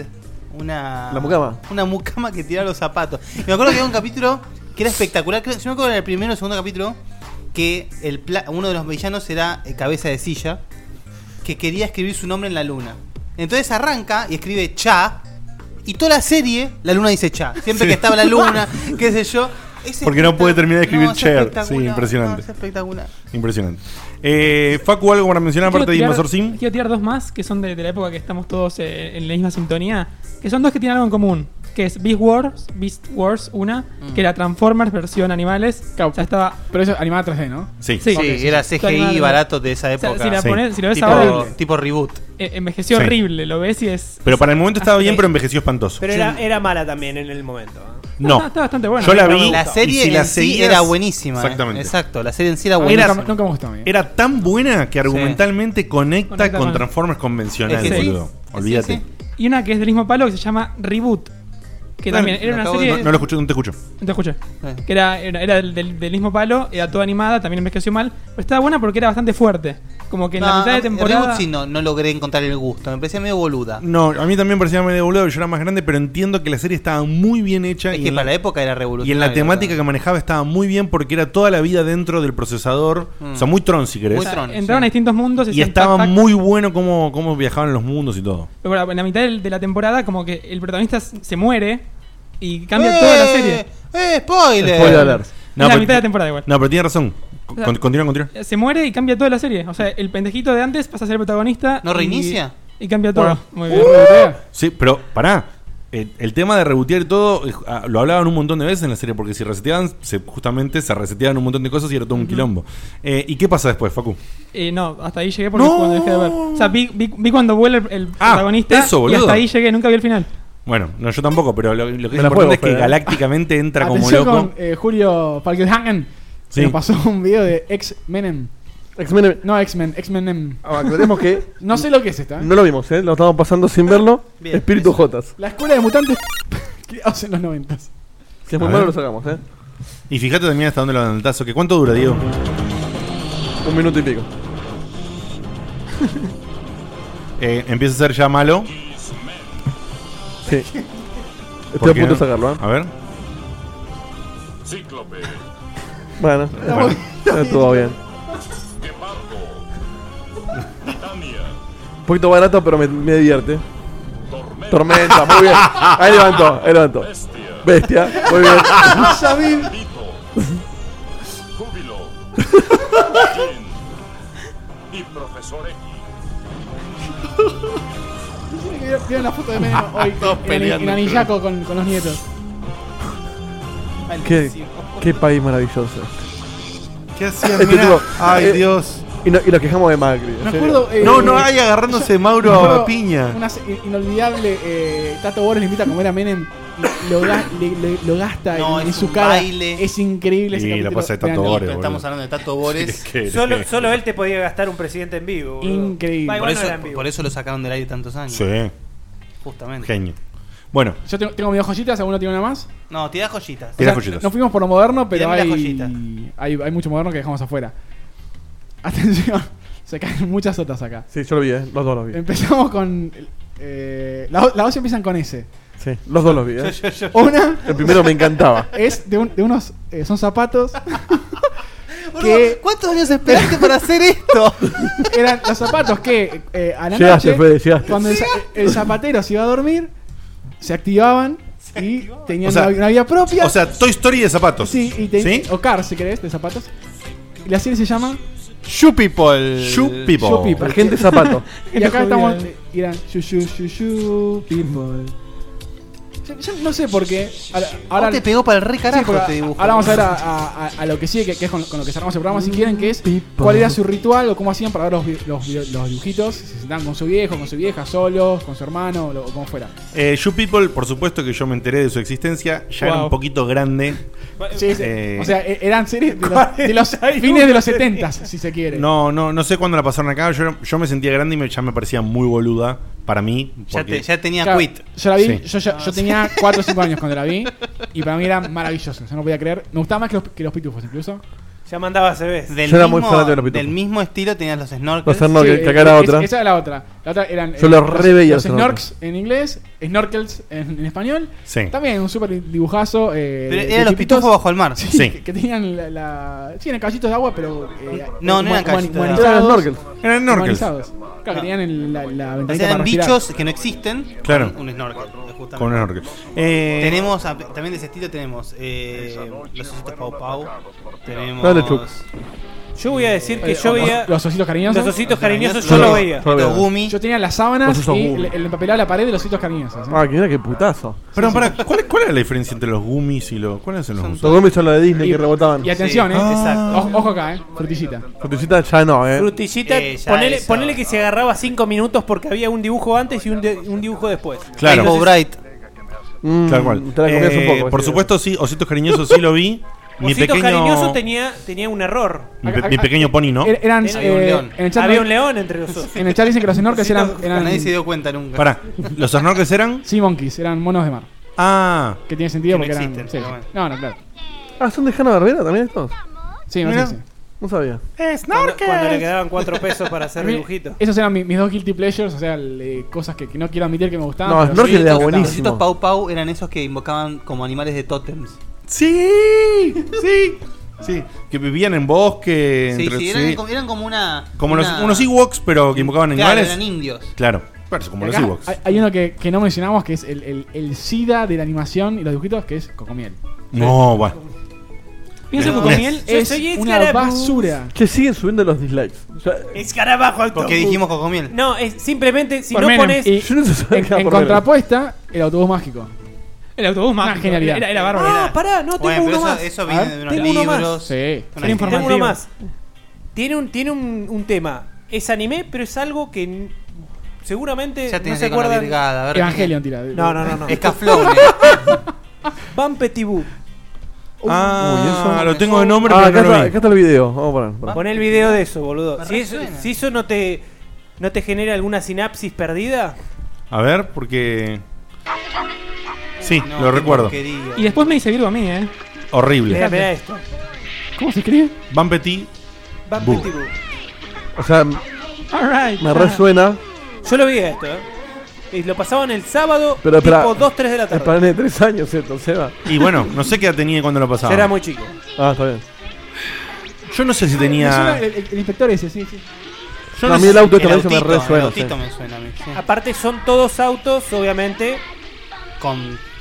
una La mucama. una mucama que tiraba los zapatos. Y me acuerdo que había un capítulo que era espectacular, creo, yo me acuerdo en el primero o segundo capítulo que el pla- uno de los villanos era eh, Cabeza de Silla, que quería escribir su nombre en la luna. Entonces arranca y escribe Cha, y toda la serie la luna dice Cha. Siempre que estaba la luna, qué sé yo. Es Porque no puede espectac- terminar de escribir no, es Cher. espectacular, Sí, impresionante. no, es espectacular. Impresionante. Eh, Facu, ¿algo para mencionar aparte de Quiero Invasor tirar- Sim? Quiero tirar dos más que son de, de la época que estamos todos eh, en la misma sintonía. Que son dos que tienen algo en común. Que es Beast Wars, Beast Wars, una, Mm. que era Transformers versión animales. Claro, O sea, estaba. pero eso animada tres D, ¿no? Sí. Sí. Sí, Ok, era sí. C G I Animada. barato de esa O sea, época. si, la Sí. pones- si lo ves tipo, ahora, tipo reboot. eh, envejeció Sí. horrible. Lo ves y es. Pero para el momento estaba bien, Ok. pero envejeció espantoso. Pero era, era mala también en el momento. ¿eh? No. Está, está bastante bueno. Yo la A mí me vi. gusta. La serie y si la en sí seguías- era buenísima. eh. Exactamente. Exacto, la serie en sí era A mí buenísima. nunca, nunca me gustó a mí. Era tan buena que argumentalmente conecta, Conecta con con- Transformers convencional, Es que sí. boludo. Olvídate. Sí, Y una que es del mismo palo que se llama Reboot. Que Bueno, también era lo una acabo de- serie. No, no lo escucho, no te escucho. No te escuché. Eh. Que era, era, era del, del- del mismo palo, era toda animada, también envejeció mal. Pero estaba buena porque era bastante fuerte. Como que en la No, mitad de a- temporada. Reboot sí no, no logré encontrar el gusto. Me parecía medio boluda. No, a mí también parecía medio boludo, yo era más grande, pero entiendo que la serie estaba muy bien hecha. Es y que en para la- la época era Y revolucionaria. en la temática que manejaba estaba muy bien porque era toda la vida dentro del procesador. Mm. O sea, muy Tron, si querés. Muy o sea, Tron, entraban sí. a distintos mundos Y hacían estaba tac, tac. muy bueno cómo, cómo viajaban los mundos y todo. Pero bueno, en la mitad del- de la temporada, como que el protagonista s- se muere y cambia ¡Eh! toda la serie. ¡Eh, spoiler! Spoiler alert. En la pero- mitad de la temporada igual. No, pero tiene razón. Con- O sea, continúa, continúa. Eh, Se muere y cambia toda la serie. O sea, el pendejito de antes pasa a ser el protagonista. ¿No y- reinicia? Y, cambia todo. Bueno. Muy bien. Rebotea. Sí, pero pará. El, el tema de rebotear y todo, eh, ah, lo hablaban un montón de veces en la serie, porque si reseteaban, se, justamente se reseteaban un montón de cosas y era todo un quilombo. Eh, ¿Y qué pasa después, Facu? Eh, no, hasta ahí llegué porque ¡No! cuando dejé de ver. O sea, vi, vi, vi cuando vuelve el, el Ah, protagonista eso, y boludo. hasta ahí llegué, nunca vi el final. Bueno, no, yo tampoco, pero lo, lo que Me es la importante juego, es que Fede. galácticamente entra como Atención loco. con eh, Julio Falkenhagen. Sí. Que nos pasó un video de X-Men. X-Men. No, X-Men, X-Men. Ah, aclaremos que No sé lo que es esta. ¿eh? no lo vimos, ¿eh? Lo estamos pasando sin verlo. Bien, Espíritu eso. Jotas. La escuela de mutantes creados en los noventas. Si es muy A malo, ver. lo sacamos, ¿eh? Y fíjate también hasta dónde lo dan el tazo. ¿Que ¿Cuánto dura, Diego? Un minuto y pico. Eh, empieza a ser ya malo. Sí. ¿Por Estoy a qué punto de no? sacarlo, ¿eh? A ver. Cíclope, Bueno, Bueno. estuvo bien. Gepardo, Titania, Un poquito barato, pero me, me divierte. Tormenta, Tormenta, muy bien. Ahí levantó, ahí levantó. Bestia, Bestia, muy bien. Sabin. Júbilo. Y Profesor X. Vieron la foto de Menem hoy Todos en, peleando en Anillaco con, con los nietos. Qué, qué país maravilloso. ¿Qué hacían? Este Mirá. tipo, Ay, eh, Dios. Y, no- y nos quejamos de Macri. en Me serio. acuerdo. eh, No, no hay agarrándose yo- Mauro me acuerdo a piña. Una se- inolvidable. Eh, Tato Bores le invita a comer a Menem. Lo, ga- le- le- lo gasta No, en, en es su un cara. baile. Es increíble ese Sí, la capítulo. pasa de Tato Véanlo. Bores, Pero boludo. estamos hablando de Tato Bores. ¿Qué Solo, querés? solo él te podía gastar un presidente en vivo. boludo. Increíble. Va, Por igual no eso, era en vivo. por eso lo sacaron del aire tantos años. Sí, Justamente. genio. Bueno, Yo tengo, tengo mis dos joyitas, ¿alguno tiene una más? No, tirá joyitas. Tirá O sea, joyitas. Nos fuimos por lo moderno, pero Tirame hay, la joyita. hay, hay mucho moderno que dejamos afuera. Atención, se caen muchas otras acá. Sí, yo lo vi, eh. Los dos los vi. Empezamos con. Eh, las las dos empiezan con S. Sí, los dos los vi, eh. Una El primero me encantaba. es de, un- de unos. eh, son zapatos. Boludo, que ¿cuántos años esperaste para hacer esto? eran los zapatos que eh, a la Llegaste, noche, Fede, llegaste. cuando el, za- el zapatero se iba a dormir, se activaban y tenían O sea, una, una vida propia. o sea, Toy Story de zapatos. sí, y te- ¿Sí? o Cars, si querés, de zapatos. Y la serie se llama Shoe People. Shoe People. Shoe People. Gente zapato. Y acá Lo jodía, estamos. eh. Y eran shu shu shu shu people. Yo, yo no sé por qué. Ahora, ahora- te pegó para el re sí, carajo porque este dibujo. ahora vamos a ver a, a- a- a lo que sigue, que, que es con, con lo que cerramos el programa, si quieren, que es cuál era su ritual o cómo hacían para ver los, vi- los, vi- los dibujitos. Si se sentaban con su viejo, con su vieja, solos, con su hermano, o como fuera. Eh, You People, por supuesto que yo me enteré de su existencia. Ya era Wow. un poquito grande. Sí, sí. Eh, O sea, e- eran series de los, de los fines de los setentas, si se quiere. No, no, no sé cuándo la pasaron acá. Yo, yo me sentía grande y me- ya me parecía muy boluda para mí. Ya, porque- te- ya tenía Claro, quit. Yo la vi, Sí. yo, ya- yo tenía cuatro o cinco años cuando la vi y para mí era maravilloso. Yo no podía creer. Me gustaba más que los, que los pitufos incluso. Ya mandaba C Vs. Del, Yo era muy mismo, fanático de los pitufos. del mismo estilo tenías los snorkels. Los snorkels, Sí, que acá era eh, otra. es- esa era la otra. La otra eran Yo eh, lo los, re veía los los snorks en inglés, snorkels en, en español. Sí. También un súper dibujazo. Eh, Pero de- de eran los tipitos. pitufos bajo el mar. Sí, Sí. Que, que tenían la, la. Sí, eran caballitos de agua, pero. Eh, No, no eran humani- caballitos de agua. humanizados. Eran snorkels. Eran snorkels. Humanizados. Claro, que No. tenían el- la, la O ventanita sea, eran para respirar. bichos que no existen. Claro. con Un snorkel, justamente. Con un snorkel. Eh, Tenemos, a- también de ese estilo tenemos eh, los ositos Pau Pau. Tenemos... Dale, Chuck. Yo voy a decir que Eh, yo los- veía. Los ositos cariñosos. Los ositos cariñosos Yo yo lo- lo veía. yo lo veía. Gumi. Yo tenía las sábanas Los osos y Gumi. el, el empapelado de la pared de los ositos cariñosos. ¿eh? Ah, que mira qué putazo. Perdón, pará, ¿cuál, ¿cuál era la diferencia entre los gummies y los. ¿Cuáles son los Son gummies? Los gomis son los de Disney Y- que rebotaban. Y atención, Sí, eh. exacto. Ojo, ojo acá, eh. Frutillita. Frutillita ya no, eh. Frutillita, Eh, ya ponele, eso. ponele que se agarraba cinco minutos porque había un dibujo antes y un, de- un dibujo después. Claro. Rainbow Bright. Mm, Tal cual. Te la comías Eh, un poco. por sí. supuesto, sí, Ositos Cariñosos sí lo vi. Mi Ositos pequeño, Cariñoso tenía, tenía un error. mi, pe- mi pequeño pony, ¿no? Er- Eran. Había un eh, león. En el chat, Había un león entre los osos. en el chat dicen que los snorkels eran. eran Nadie se dio cuenta nunca. Pará, ¿los snorkels eran? Sea monkeys, eran monos de mar. Ah, Que tiene sentido Que no porque eran. existen, sí, pero sí. bueno. No, no, claro. Ah, ¿son de Hanna-Barbera también estos? Sí, me Mira. parece que sí. No sabía. Cuando, cuando le quedaban cuatro pesos para hacer A mí- dibujitos. Esos eran mi- mis dos guilty pleasures, o sea, le- cosas que, que no quiero admitir que me gustaban. No, pero Snorkel sí, era me gustaban. buenísimo. Los ositos Pau Pau eran esos que invocaban como animales de tótems. sí, sí, sí. Que vivían en bosque. Sí, entre- sí, eran, sí. como- eran como una. Como los, una- unos Ewoks, pero que invocaban Claro, animales. eran indios. Claro, pero como los Acá Ewoks. hay, hay uno que, que no mencionamos que es el, el, el SIDA de la animación y los dibujitos, que es Cocomiel. No, bueno. Pienso No. que con miel. Yo Es soy una escarabajo. basura. Che, siguen subiendo los dislikes. Ya- Escarabajo autobús. Porque dijimos cocomiel. No, es simplemente si Por no menos. pones. Y Yo no sé en, en contrapuesta, el autobús mágico. El autobús Una mágico. genialidad. Era, era bárbaro. Ah, era- pará, no tengo Bueno, pero uno eso, más. eso A viene ver, de unos tengo uno más. libros. Sí. Una Era historia. Tengo uno informativo. más. Tiene un, tiene un, un tema. Es anime, pero es algo que n- seguramente Ya no tenés se que con la acuerdan. virgada. A ver. Evangelion, tira. No, no, no, no. Escaflón. Van Petit Bout. Ah, Uy, eso- lo tengo de nombre, Ah, pero acá, no lo está, vi. acá está el video. Vamos a poner. pará. Pon el video de eso, boludo. Me Si eso, resuena. si eso no te no te genera alguna sinapsis perdida, A ver, porque. Sí, No, lo qué recuerdo. porquería. Y después me dice Virgo a mí, eh. Horrible. mirá, mirá esto. ¿Cómo se escribe? Van Petit. Van Bu. Petit Bout. O sea, Alright. me resuena. Yo lo vi esto, eh. Y lo pasaban el sábado, Pero espera, tipo dos, tres de la es tarde. para de tres años esto, Seba. Y bueno, no sé qué edad tenía cuando lo pasaba. Yo era muy chico. Ah, está bien. Yo no sé si Me suena tenía. el, el- el inspector ese, sí, sí. Yo No, no a mí sé- el auto El este me me autito, el resuena. autito sí. me suena a mí. sí. Aparte son todos autos, obviamente. Con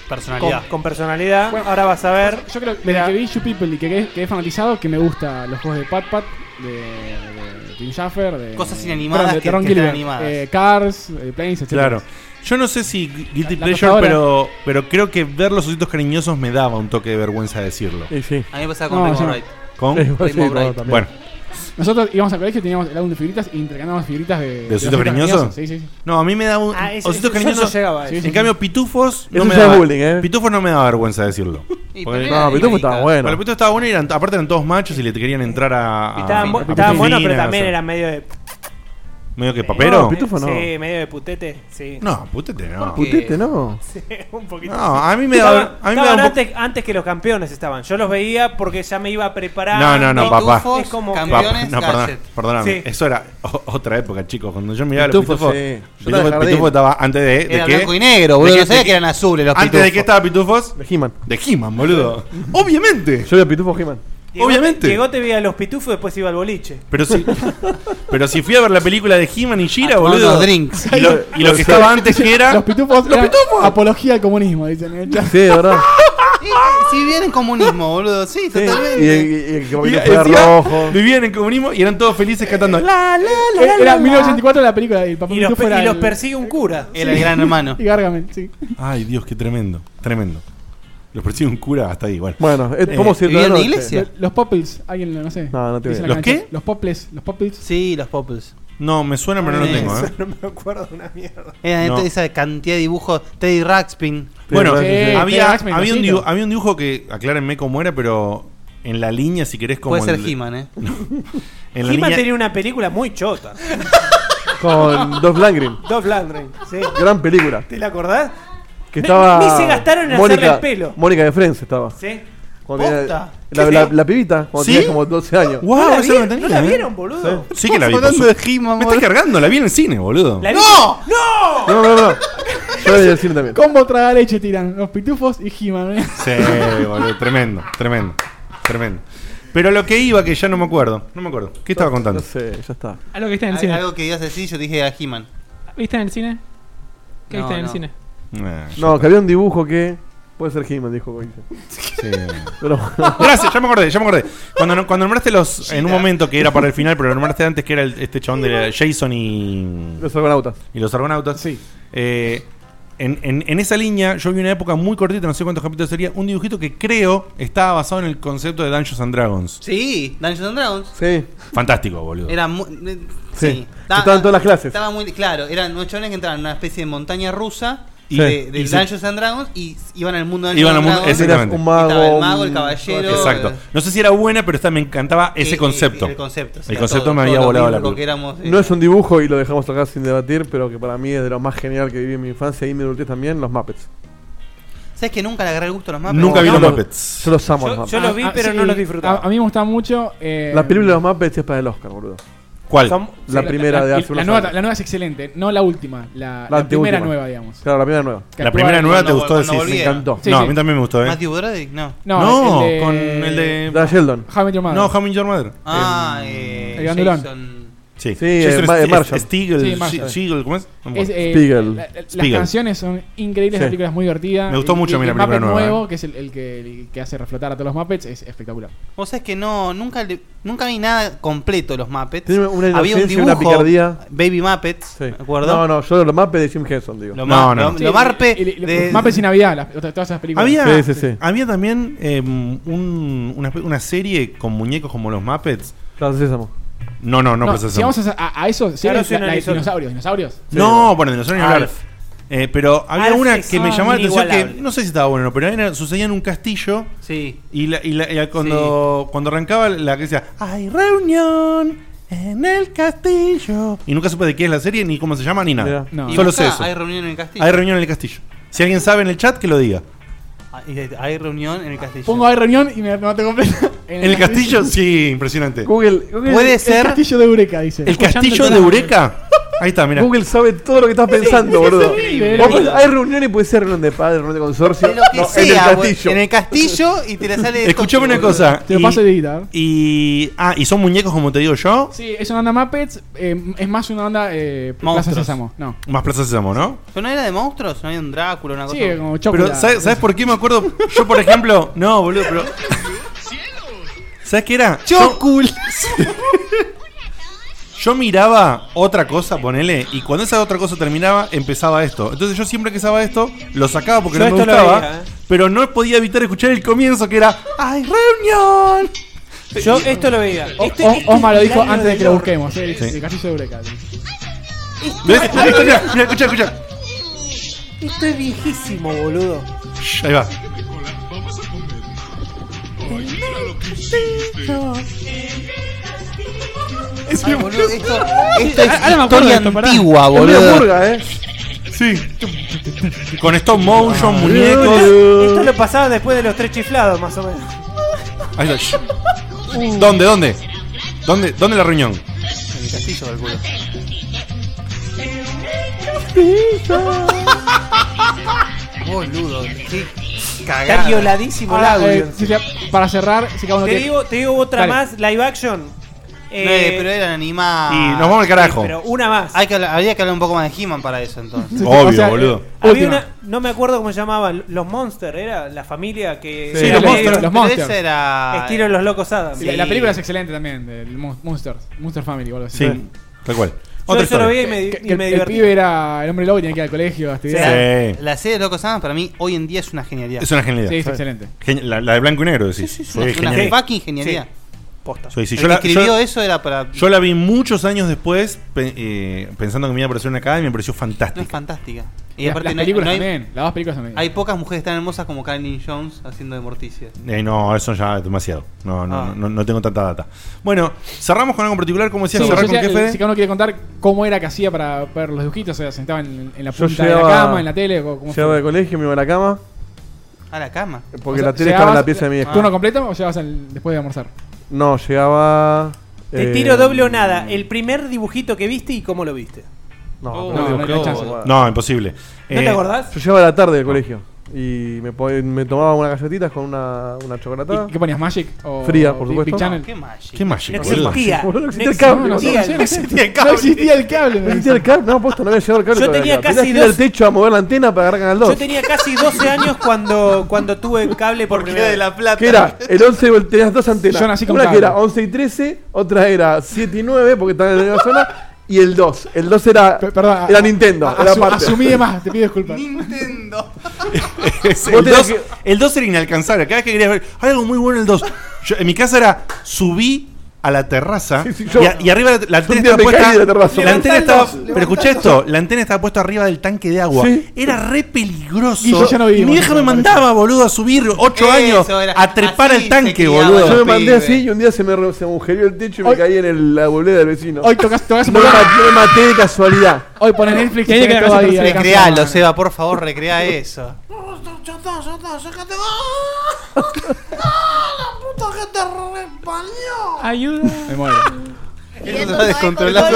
Personalidad. Con, con personalidad. Bueno, Ahora vas a ver. Yo creo que Mira. desde que vi You People y que quedé, quedé fanatizado, que me guustan los juegos de Pat Pat, de, de Tim Schafer, de Cosas inanimadas perdón, de que- Ron que Gilbert, están animadas. eh, Cars, eh, Planes, etcétera. Claro. Yo no sé si Guilty La- la Pleasure, tostadora. pero, pero creo que ver los ositos cariñosos me daba un toque de vergüenza decirlo. Sí, sí. A mí me pasaba con No, Rainbow yo no. Bright. ¿Con? Sí, sí, Rainbow no, Bright. también. Bueno, Nosotros íbamos al colegio y teníamos el álbum de figuritas e intercambiábamos figuritas de. ¿De ositos cariñosos? Sí, sí, sí. no, a mí me da un Ah, ese- ositos ese- yo cariñosos. no llegaba a Sí, eso. sí, En cambio, pitufos no Eso me ya es daba. bullying, ¿eh? Pitufos no me daba vergüenza decirlo. Y Porque- pero No, era Pitufo igualita. estaba bueno. Bueno, el pitufo estaba bueno y eran, aparte eran todos machos y le querían entrar a. Y estaban, a- bu- a estaban buenos, pero piscinas, también o sea. eran medio de. ¿Medio que papero? No, Pitufo no. Sí, medio de putete. Sí. No, putete no. Putete, no. Sí, un poquito. No, a mí me da. Estaban, A mí me estaban da un poco. antes, antes que los campeones estaban. Yo los veía porque ya me iba preparando. No, no, no, papá. Pitufos, Es como que- campeones, Papá, no, perdón, gadget. perdóname. Sí. Eso era o- otra época, chicos. Cuando yo miraba Pitufo, los pitufos. sí. Yo estaba en Pitufo, jardín. Pitufo estaba antes de. de Era qué? blanco y negro, ¿De boludo. qué- No sabía de que eran azules los Antes pitufos. de que estaba Pitufos. De He-Man. De He-Man, boludo. Obviamente. Yo vi a Pitufo He-Man. Llegó- Obviamente. Llegó, te veía los pitufos y después iba al boliche. Pero si, pero si fui a ver la película de He-Man y Shira, A tomar boludo. unos drinks. Y lo, y lo que estaba antes que era. Los pitufos eran apología al comunismo, dicen en el chat. Sí, de verdad. Eh, Si vienen comunismo, boludo. Sí, Sí. Y, totalmente. y, y el y caballero fue encima rojo. vivían en comunismo y eran todos felices cantando. La, la, la, Era, la, era la. mil novecientos ochenta y cuatro la película y el papá Y los, Pitufo pe- era y los el- persigue un cura. Era el gran hermano. y Gargamel, sí. Ay, Dios, qué tremendo. Tremendo. Los persigue un cura hasta ahí, bueno. Bueno, eh, Eh, ¿cómo se ¿vivía en la noche? iglesia? Los Popples, alguien lo- no sé. No, no te Dice veo. la ¿Los cancha. qué? Los Popples, los Popples. Sí, los Popples. No, me suena, pero no lo Sí. tengo, ¿eh? No me acuerdo de una mierda. Era No. esa cantidad de dibujos. Teddy Ruxpin. Bueno, Sí, sí. había, T-Rex, me había, un imagino. dibujo, había un dibujo que, aclárenme cómo era, pero en la línea, si querés, como. Puede ser el de- He-Man, ¿eh? En la He-Man línea. tenía una película muy chota. Con Dolph Lundgren. Dolph Lundgren. Sí. Gran película. ¿Te la acordás? Que Ni- estaba. ni se gastaron en hacerle el pelo. Mónica de Friends estaba. Sí. Cuando tenía- ¿Posta? la, ¿Qué la, feo? la pibita, cuando ¿Sí? tenía como doce años. Wow, ¿No la, esa no vieron? tenía, ¿No la ¿eh? vieron, boludo? Sí que la vi. Hablando por de su- He-Man, Me boludo. estás cargando, la vi en el cine, boludo. La vi- ¡No! ¡No! No, no, no. Yo la vi en el cine también. Combo traga leche tiran. Los pitufos y He-Man. ¿eh? Sí, boludo. Tremendo, tremendo. Tremendo. Pero lo que iba, que ya no me acuerdo. No me acuerdo. ¿Qué estaba contando? No sé, ya está. Algo que viste en el Al- cine. Algo que ibas a decir, yo dije a He-Man. ¿Viste en el cine? ¿Qué No, viste en el no. cine? Eh, No, que había un dibujo que. Puede ser He-Man, dijo Goize. sí. Pero. Gracias, ya me acordé, ya me acordé. Cuando, no- cuando nombraste los. En un momento que era para el final, pero lo nombraste antes, que era el- este chabón de Jason y. Los argonautas. Y los argonautas. Sí. Eh, en, en- en esa línea, yo vi una época muy cortita, no sé cuántos capítulos sería, un dibujito que creo estaba basado en el concepto de Dungeons and Dragons. Sí, Dungeons and Dragons. Sí. Fantástico, boludo. Era muy. eh, Sí. Sí. Estaban todas las clases. Estaba muy. Claro, eran unos chavales que entraban en una especie de montaña rusa. Y- de, de y se- Dungeons and Dragons y iban al mundo de Iban al Dungeons mundo- and Dragons. exactamente. Un Y mago. estaba el mago, el un- caballero. Exacto. eh, No sé si era buena, pero esta me encantaba ese que- concepto. El, el concepto. sí, El a concepto todo- me había todo lo volado la bíblico pelota. que éramos, eh, No es un dibujo y lo dejamos acá sin debatir, pero que para mí es de lo más genial que viví en mi infancia y mi adultez también, los Muppets. ¿Sabes que nunca le agarré el gusto a los Muppets? Nunca vi Yo los lo- Muppets. Yo los amo, los Yo, Muppets. yo los vi, Ah, pero sí, no los A, disfrutaba. a mí me gustaba mucho. Eh, La película de los Muppets es para el Oscar, boludo. ¿Cuál? Son- La sí, primera la, de la- hace la unos nueva, años. la nueva es excelente, no la última, la, La la primera anteúltima. nueva, digamos. Claro, la primera nueva. Que La actúa- primera nueva te cuando- gustó cuando decir. volvía. Me encantó. Sí, no, sí. a mí también me gustó, ¿eh? ¿Matthew Broderick? No. No, No, el de, con el de. Da Sheldon. How I Met Your Mother. No, How I Met Your Mother. Ah, Eh, eh. el grandulón. Jason- Sí, Sí, Jason eh, Ma- St- Marshall. Stiegel, Sí, Marshall. Stiegel, ¿cómo es? No me Es, acuerdo. eh, Spiegel. la- la- las Spiegel. canciones son increíbles, Sí. la película es muy divertida. Me gustó Y- mucho a mí y la el película Muppet nueva, nuevo, eh. que es el, el que, el que hace reflotar a todos los Muppets, es espectacular. Vos sabés que no, nunca, le- nunca vi nada completo de los Muppets. Tiene una Había un inocencia y una dibujo, picardía. Baby Muppets, Sí. ¿me acuerdo? No, no, yo los Muppets de Jim Henson, digo. Lo, No, ma- no. lo- Sí, lo marpe y- y- y- de- Muppets y Navidad, las- todas esas películas. Había, Sí, sí, sí. había también eh, un- una, una serie con muñecos como los Muppets. Plaza Sésamo. No, no, no, No, Plaza si Sésamo. vamos a, a, a eso, sí, Claro, la, sí, no la de hizo- dinosaurios, dinosaurios. No, bueno, de nosotros ni hablar. Alf. Eh, pero había Alf una es que me llamaba la atención que inigualable. no sé si estaba bueno o no, pero era, sucedía en un castillo Sí. y, la, y, la- y la- cuando, cuando arrancaba la que decía hay reunión en el castillo y nunca supe de qué es la serie, ni cómo se llama, ni nada. Mirá. No. Y Solo busca, sé eso. Hay reunión en el castillo. Hay reunión en el castillo. Si alguien sabe en el chat, que lo diga. Ah, y Hay reunión en el castillo. Pongo ahí reunión y me no te completo. ¿En el castillo? Sí, impresionante. Google, Google Puede El ser. castillo de Eureka, dice. ¿El Escuchando castillo el de programa. Eureka? Ahí está, mira. Google sabe todo lo que estás pensando, Sí, boludo. sí, sí, Vos sí. podés- hay reuniones, puede ser reunión de padres, reunión de consorcio. De lo que No, sea, en el bol- castillo. en el castillo y te la sale. Escuchame una Tokio, cosa. Te lo y- paso de guitarra. Y. Ah, y son muñecos como te digo yo. Sí, es una onda Muppets. eh, es más una onda eh, Plaza Monstruos. Sésamo. No. Más Plaza Sésamo, ¿no? ¿Pero no era de monstruos? ¿No había un Drácula, una cosa? Sí, como chocolate. Pero, ¿sabes, ¿sabes por qué me acuerdo? Yo, por ejemplo. No, boludo, pero. ¿Sabes qué era? ¡Chocul! Yo miraba otra cosa, ponele, y cuando esa otra cosa terminaba, empezaba esto. Entonces yo siempre que estaba esto, lo sacaba porque Yo no me esto lo gustaba, veía, ¿eh? pero no podía evitar escuchar el comienzo que era ¡ay, reunión! Yo esto lo veía. O- Este- O- este Osma es lo el dijo año antes de que lo Lord. busquemos. El, Sí. el castillo de Eureka. ¿Ves? Mira, mira, mira, escucha, escucha. Esto es viejísimo, boludo. Shh, ahí va. Ay, boludo, esto, esto Ah, ahora es me acuerdo historia de esto, pará. antigua, Es una boludo. murga, eh. Sí. Con stop motion, Ah, muñecos. Esto lo pasaba después de los tres chiflados, más o menos. Ahí está. Shh. ¿Dónde, dónde? ¿Dónde, dónde la reunión? En el castillo, calculo. Boludo, qué Está cagada. violadísimo el Ahora, audio. eh, si te- para cerrar, si cada uno Te tiene- digo, te digo otra Dale. más, live action. Eh, pero eran animadas. Y nos vamos al carajo. Pero una más. Hay que hablar- habría que hablar un poco más de He-Man para eso, entonces. Obvio, o sea, boludo. Había Última. una, no me acuerdo cómo se llamaban, los Monsters, era la familia que. Sí, era los medio Monsters, los Pero Monsters. ese era. Estilo los locos Adams. La, la película es excelente también, del Mon- Monsters, Monster Family o algo así. Sí, tal cual. Yo Otra eso lo historia. veía y me, Que- y que me el, divertí. pibe era el hombre lobo y tenía que ir al colegio a O sea, estudiar. Sí. La serie de Locos Adams para mí hoy en día es una genialidad. Es una genialidad. Sí, es excelente. Geni- La, la de blanco y negro, decís. Sí, Es una genial. fucking genialidad. Posta. Sí, sí, El yo, que la, escribió yo- eso era para. yo la vi muchos años después, pe- eh, pensando que me iba a aparecer una acá y me pareció No es fantástica. fantástica. Y Las, aparte las no hay- películas no hay, también, las dos películas también. hay pocas mujeres tan hermosas como Carolyn Jones haciendo de Morticia. Eh, no, eso ya es demasiado. No, no, Ah. no, no tengo tanta data. Bueno, cerramos con algo en particular, como decía, Sí, cerrar yo con decía, qué, Fede? si cada uno quiere contar cómo era que hacía para ver los dibujitos, o sea, sentaba en, en la Yo punta de llegaba- la cama, en la tele, o cómo Llegaba fue. del colegio, me iba a la cama, A la cama. porque O sea, la tele estaba en la ¿llegabas- pieza de mi vieja. ¿Turno completo o llegabas al- después de almorzar? No, llegaba. Te eh, tiro doble o nada. El primer dibujito que viste y cómo lo viste. No, Oh, pero no, digo, no hay no, chance. bueno. No, imposible. ¿No Eh, te acordás? Yo llegaba a la tarde del colegio y me, po- me tomaba unas galletitas con una, una chocolatada. ¿Y qué ponías? ¿Magic? O Fría, por Big- supuesto. Big Channel? Qué mágico. Qué mágico, No boludo. existía. Boludo, no No existía el cable, No, existía. no, No no, existía el No cable. existía el cable. ¿No existía el cable? No, posta, no había llegado el cable. Yo todavía tenía acá. casi Tenías que ir al dos- techo a mover la antena para agarrar Canal dos. Yo tenía casi doce años cuando, cuando tuve cable por Porque primera era de vez. la plata. Que era el once, y- tenías dos antenas. Yo nací con Una que cable. era once y trece, otra era siete y nueve, porque estaban en la misma zona, y el dos. El dos era, Pe- Perdón, era a- Nintendo, a- era asu- parte. Asumí de más, te pido disculpas. Nintendo. Es- Vos el, tenés dos, que- el dos era inalcanzable. Cada vez que querías ver, hay algo muy bueno el dos. Yo, en mi casa era, subí a la terraza Sí, sí, yo- y, a- y arriba la antena un día estaba me puesta. caí de la terraza. La antena Levantá estaba. el dos, Pero escuché esto: la antena estaba puesta arriba del tanque de agua. Sí. Era re peligroso. Y yo ya no Y vivimos mi vieja eso, me me mandaba, boludo, a subir ocho Eso años era- a trepar así al tanque, se criaba. boludo. Yo me Pibe. mandé así y un día se me, re- se me agujerió el techo y me Hoy- caí en el- la bolera del vecino. Hoy tocas, tocas un no, me programa. maté, me maté de casualidad. Hoy pones Netflix y Tiene que tenés la todo casa ahí. perfecta. alcanza- Recrealo, Seba, por favor, recrea eso. Ayuda. Me muero. Eso se va a descontrolar.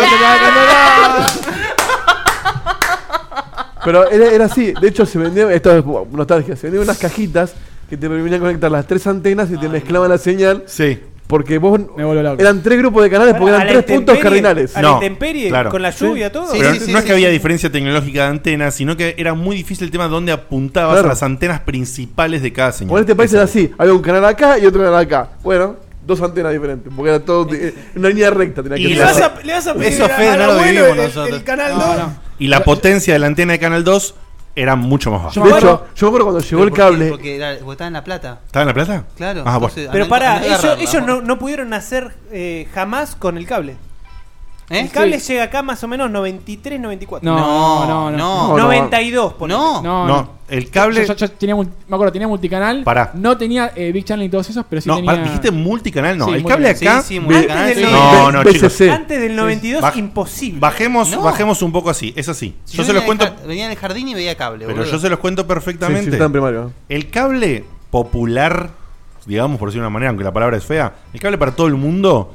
Pero era, era así, de hecho se vendían, esto es nostalgia, se vendían unas cajitas que te permitían conectar las tres antenas y te mezclaban la señal, Sí. porque vos Me vuelvo loco. eran tres grupos de canales porque A eran la tres puntos intemperie, cardinales. A la No, intemperie, claro. con la lluvia, todo. Sí, Pero sí, no es sí, que había sí. diferencia tecnológica de antenas, sino que era muy difícil el tema de dónde apuntabas Claro. a las antenas principales de cada señal. Como en este país era así, había un canal acá y otro canal acá. Bueno, dos antenas diferentes, porque era todo de- una línea recta. Tenía Y que Y le la- vas, a, le vas a pedir Eso, a- Fede, al no lo abuelo vivimos el- nosotros. el canal No, dos. no. Y la potencia de la antena de Canal dos era mucho más baja. De hecho, yo me acuerdo cuando llegó el ¿Por qué? cable. Porque, era, porque estaba en La Plata. ¿Estaba en La Plata? Claro. Ah, bueno. entonces, Pero andá- pará, andá a ellos, agarrarla, ellos no, vamos. no pudieron nacer eh, jamás con el cable. ¿Eh? El cable Sí. llega acá más o menos noventa y tres, noventa y cuatro. No, no, No, no. no. no. noventa y dos, ponele. No. No, No, el cable. Yo, yo- yo tenía, mul- me acuerdo, tenía multicanal. Pará. No tenía eh, Big Channel y todos esos, pero sí no, tenía. pará, dijiste multicanal, no. Sí, el cable multicanal. acá. Sí, sí, ve- multicanal, Antes sí. del No, no, B chicos. C C. Antes del noventa y dos, Baj- imposible. Bajemos, No. bajemos un poco así, es así. Si Yo se venía los en cuento, el jar- venía en el jardín y veía cable, pero boludo. yo se los cuento Sí, sí, perfectamente. está en primario. El cable popular, digamos por decir una manera, aunque la palabra es fea, el cable para todo el mundo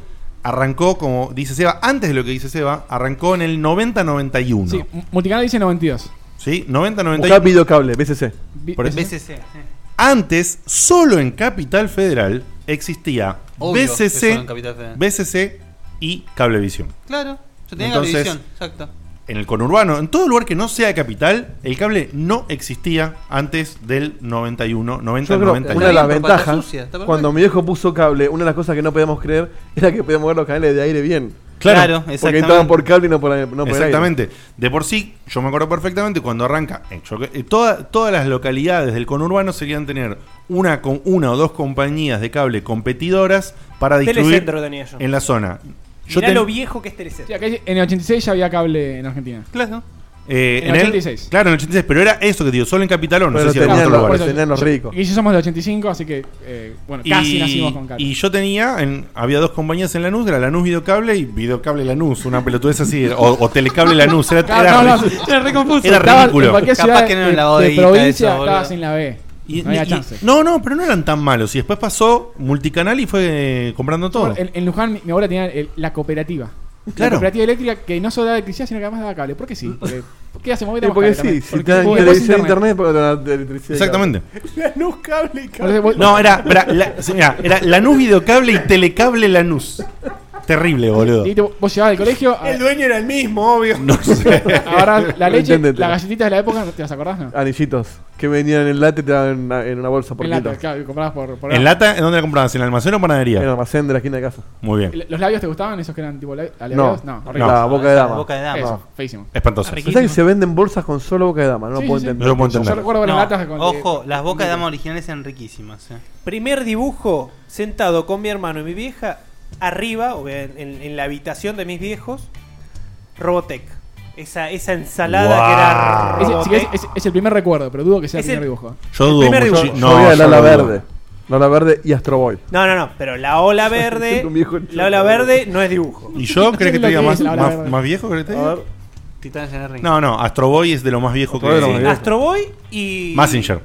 arrancó, como dice Seba, antes de lo que dice Seba, arrancó en el noventa noventa y uno. Sí, Multicanal dice noventa y dos. ¿Sí? noventa noventa y Buscá uno. videocable, B C C. Por eso. B C C. sí. Antes, solo en Capital Federal existía Obvio B C que solo C, en Capital Federal. B C C y Cablevisión. Claro, yo tenía Entonces, Cablevisión, exacto. En el conurbano, en todo lugar que no sea Capital, el cable no existía antes del noventa y uno, noventa, Yo creo noventa y que uno. una de las Está bien, por pata ventajas, sucia, está perfecto. cuando mi viejo puso cable, una de las cosas que no podíamos creer era que podíamos ver los canales de aire bien. Claro, Claro, Porque exactamente. entraban por cable y no por, no por aire. Exactamente. De por sí, yo me acuerdo perfectamente cuando arranca. eh, yo- eh, toda- todas las localidades del conurbano serían tener una con una o dos compañías de cable competidoras para distribuir Telecentro tenía yo. en la zona. Yo Mirá ten- lo viejo que es Telecentro. Sí, acá dice- en el ochenta y seis ya había cable en Argentina. Claro. eh, en el ochenta y seis. Claro, en el ochenta y seis. Pero era eso que te digo, solo en Capital o no Pero sé si en tenían otros los- lugares. por eso tenían los ricos. Y yo somos del ochenta y cinco, así que, eh, bueno, casi y, nacimos con cable. y yo tenía, en- había dos compañías en Lanús, era Lanús Videocable y Videocable Lanús, una pelotudez así, o, o Telecable Lanús, era, Claro, era, no, no, ri- Era re confuso. era Estaba ridículo. En cualquier Capaz ciudad que no era de, la de bodeguita provincia eso, estaba boludo. sin la B. Y- no había y- chance. no, no, pero no eran tan malos. Y después pasó Multicanal y fue eh, comprando todo. En, en Luján mi, mi abuela tenía el- la cooperativa. Claro. La cooperativa eléctrica que no solo daba electricidad, sino que además daba cable. ¿Por qué sí? Porque, ¿por qué hacemos Sí, porque sí, si te dan porque televisión después e internet, porque te dan electricidad. y Exactamente. Lanús, cable y cable. Entonces vos- No, era, era, la- sí, mirá, era Lanús Videocable y Telecable Lanús. Terrible, boludo. Y te- vos llegabas al colegio, a- El dueño era el mismo, obvio. No sé. agarrás la leche, Entendete. las galletitas de la época, ¿te las acordás? No? Anillitos que venían en lata y te daban en una, en una bolsa por En lata, kilo. claro, y comprabas por, por ¿En lata? ¿En dónde la comprabas? ¿En el almacén o En el panadería? almacén de la esquina de casa. Muy bien. ¿Los labios te gustaban? ¿Esos que eran tipo la- No, aleados? No, horrible. la boca de La dama. boca de dama. Eso, feísimo. Espantoso. ¿Sabes que se venden bolsas con solo boca de dama? No Sí, lo puedo sí, sí. entender. No lo puedo Yo entender. recuerdo ver No, las latas con. ojo, las bocas de dama originales eran riquísimas. eh. Primer dibujo sentado con mi hermano y mi vieja arriba, o en, en- en la habitación de mis viejos, Robotech. Esa, esa ensalada Wow. que era Ese- sí que Robotech. es, es- es el primer recuerdo, pero dudo que sea el Es primer el- dibujo. ¿eh? Yo dudo primer mucho. dibujo. Yo No, vi a yo Lala lo dudo. Verde. Lala Verde y Astro Boy. No, no, no, pero la ola verde, Un viejo la ola verde no es dibujo. ¿Y yo? No ¿Crees sé que lo te diga que más, es la hora más, verde. más viejo? ¿Crees que te A diga? ver. Titanes en el ring. No, no, Astro Boy es de lo más viejo que Todo de lo más hay. viejo. Astro Boy y Mazinger.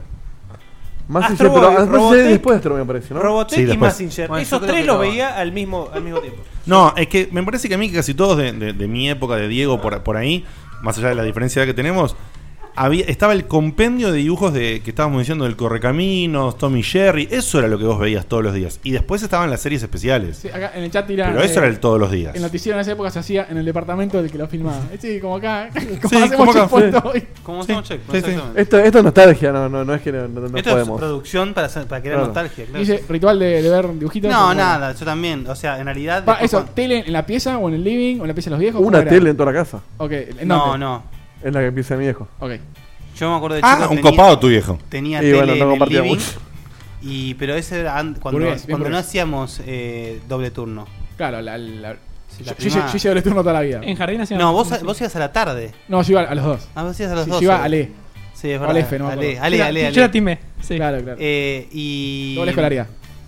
Más Astro pero Boy, más Robotech, después de Astro Boy me parece, ¿no? Robotech Sí, y después. Mazinger. Bueno, yo Esos creo tres que los lo- veía al mismo, al mismo tiempo. No, es que me parece que a mí casi todos de, de- de mi época, de Diego, por, por ahí, más allá de la diferencia que tenemos, había, estaba el compendio de dibujos de que estábamos diciendo del Correcaminos, Tommy Jerry, eso era lo que vos veías todos los días. Y después estaban las series especiales. Sí, acá en el chat tiran. Pero eso eh, era el todos los días. El noticiero en esa época se hacía en el departamento del que lo filmaba. Eh, Sí, como acá. Como Sí, hacemos como acá, checkpoint sí. hoy. Como Sí, hacemos check, sí, sí. exactamente. Esto, esto es nostalgia, no, no, no es que no, no- no Esto podemos. es producción para, hacer- para crear Claro. nostalgia. Claro. Dice ritual de, de ver dibujitos. No, como- nada, yo también. O sea, en realidad. Pa, después eso, cuando- tele en la pieza o en el living o en la pieza de los viejos. Una ¿cómo era? tele en toda la casa. Ok, ¿en No, dónde? no. Es la que empieza mi viejo. Ok. Yo me acuerdo de Ah, chico un tenía- copado tu viejo. Tenía Y tele bueno, no en el compartía living. mucho. Y, pero ese era an- cuando, Burgués, bien cuando no burgués. hacíamos eh, doble turno. Claro, la. la Sí, yo, la yo, hice- primada. yo hice doble turno toda la vida. En jardín hacían. No, vos, vos ibas a la tarde. No, yo iba a los dos. Ah, vos ibas a los Sí, dos. yo iba a Ale. Sí, es O verdad. al F, no me Ale, acuerdo. Ale, Yo era- Ale, Ale. Yo era time. Sí. Claro, claro. Eh, y. Doble escolaridad.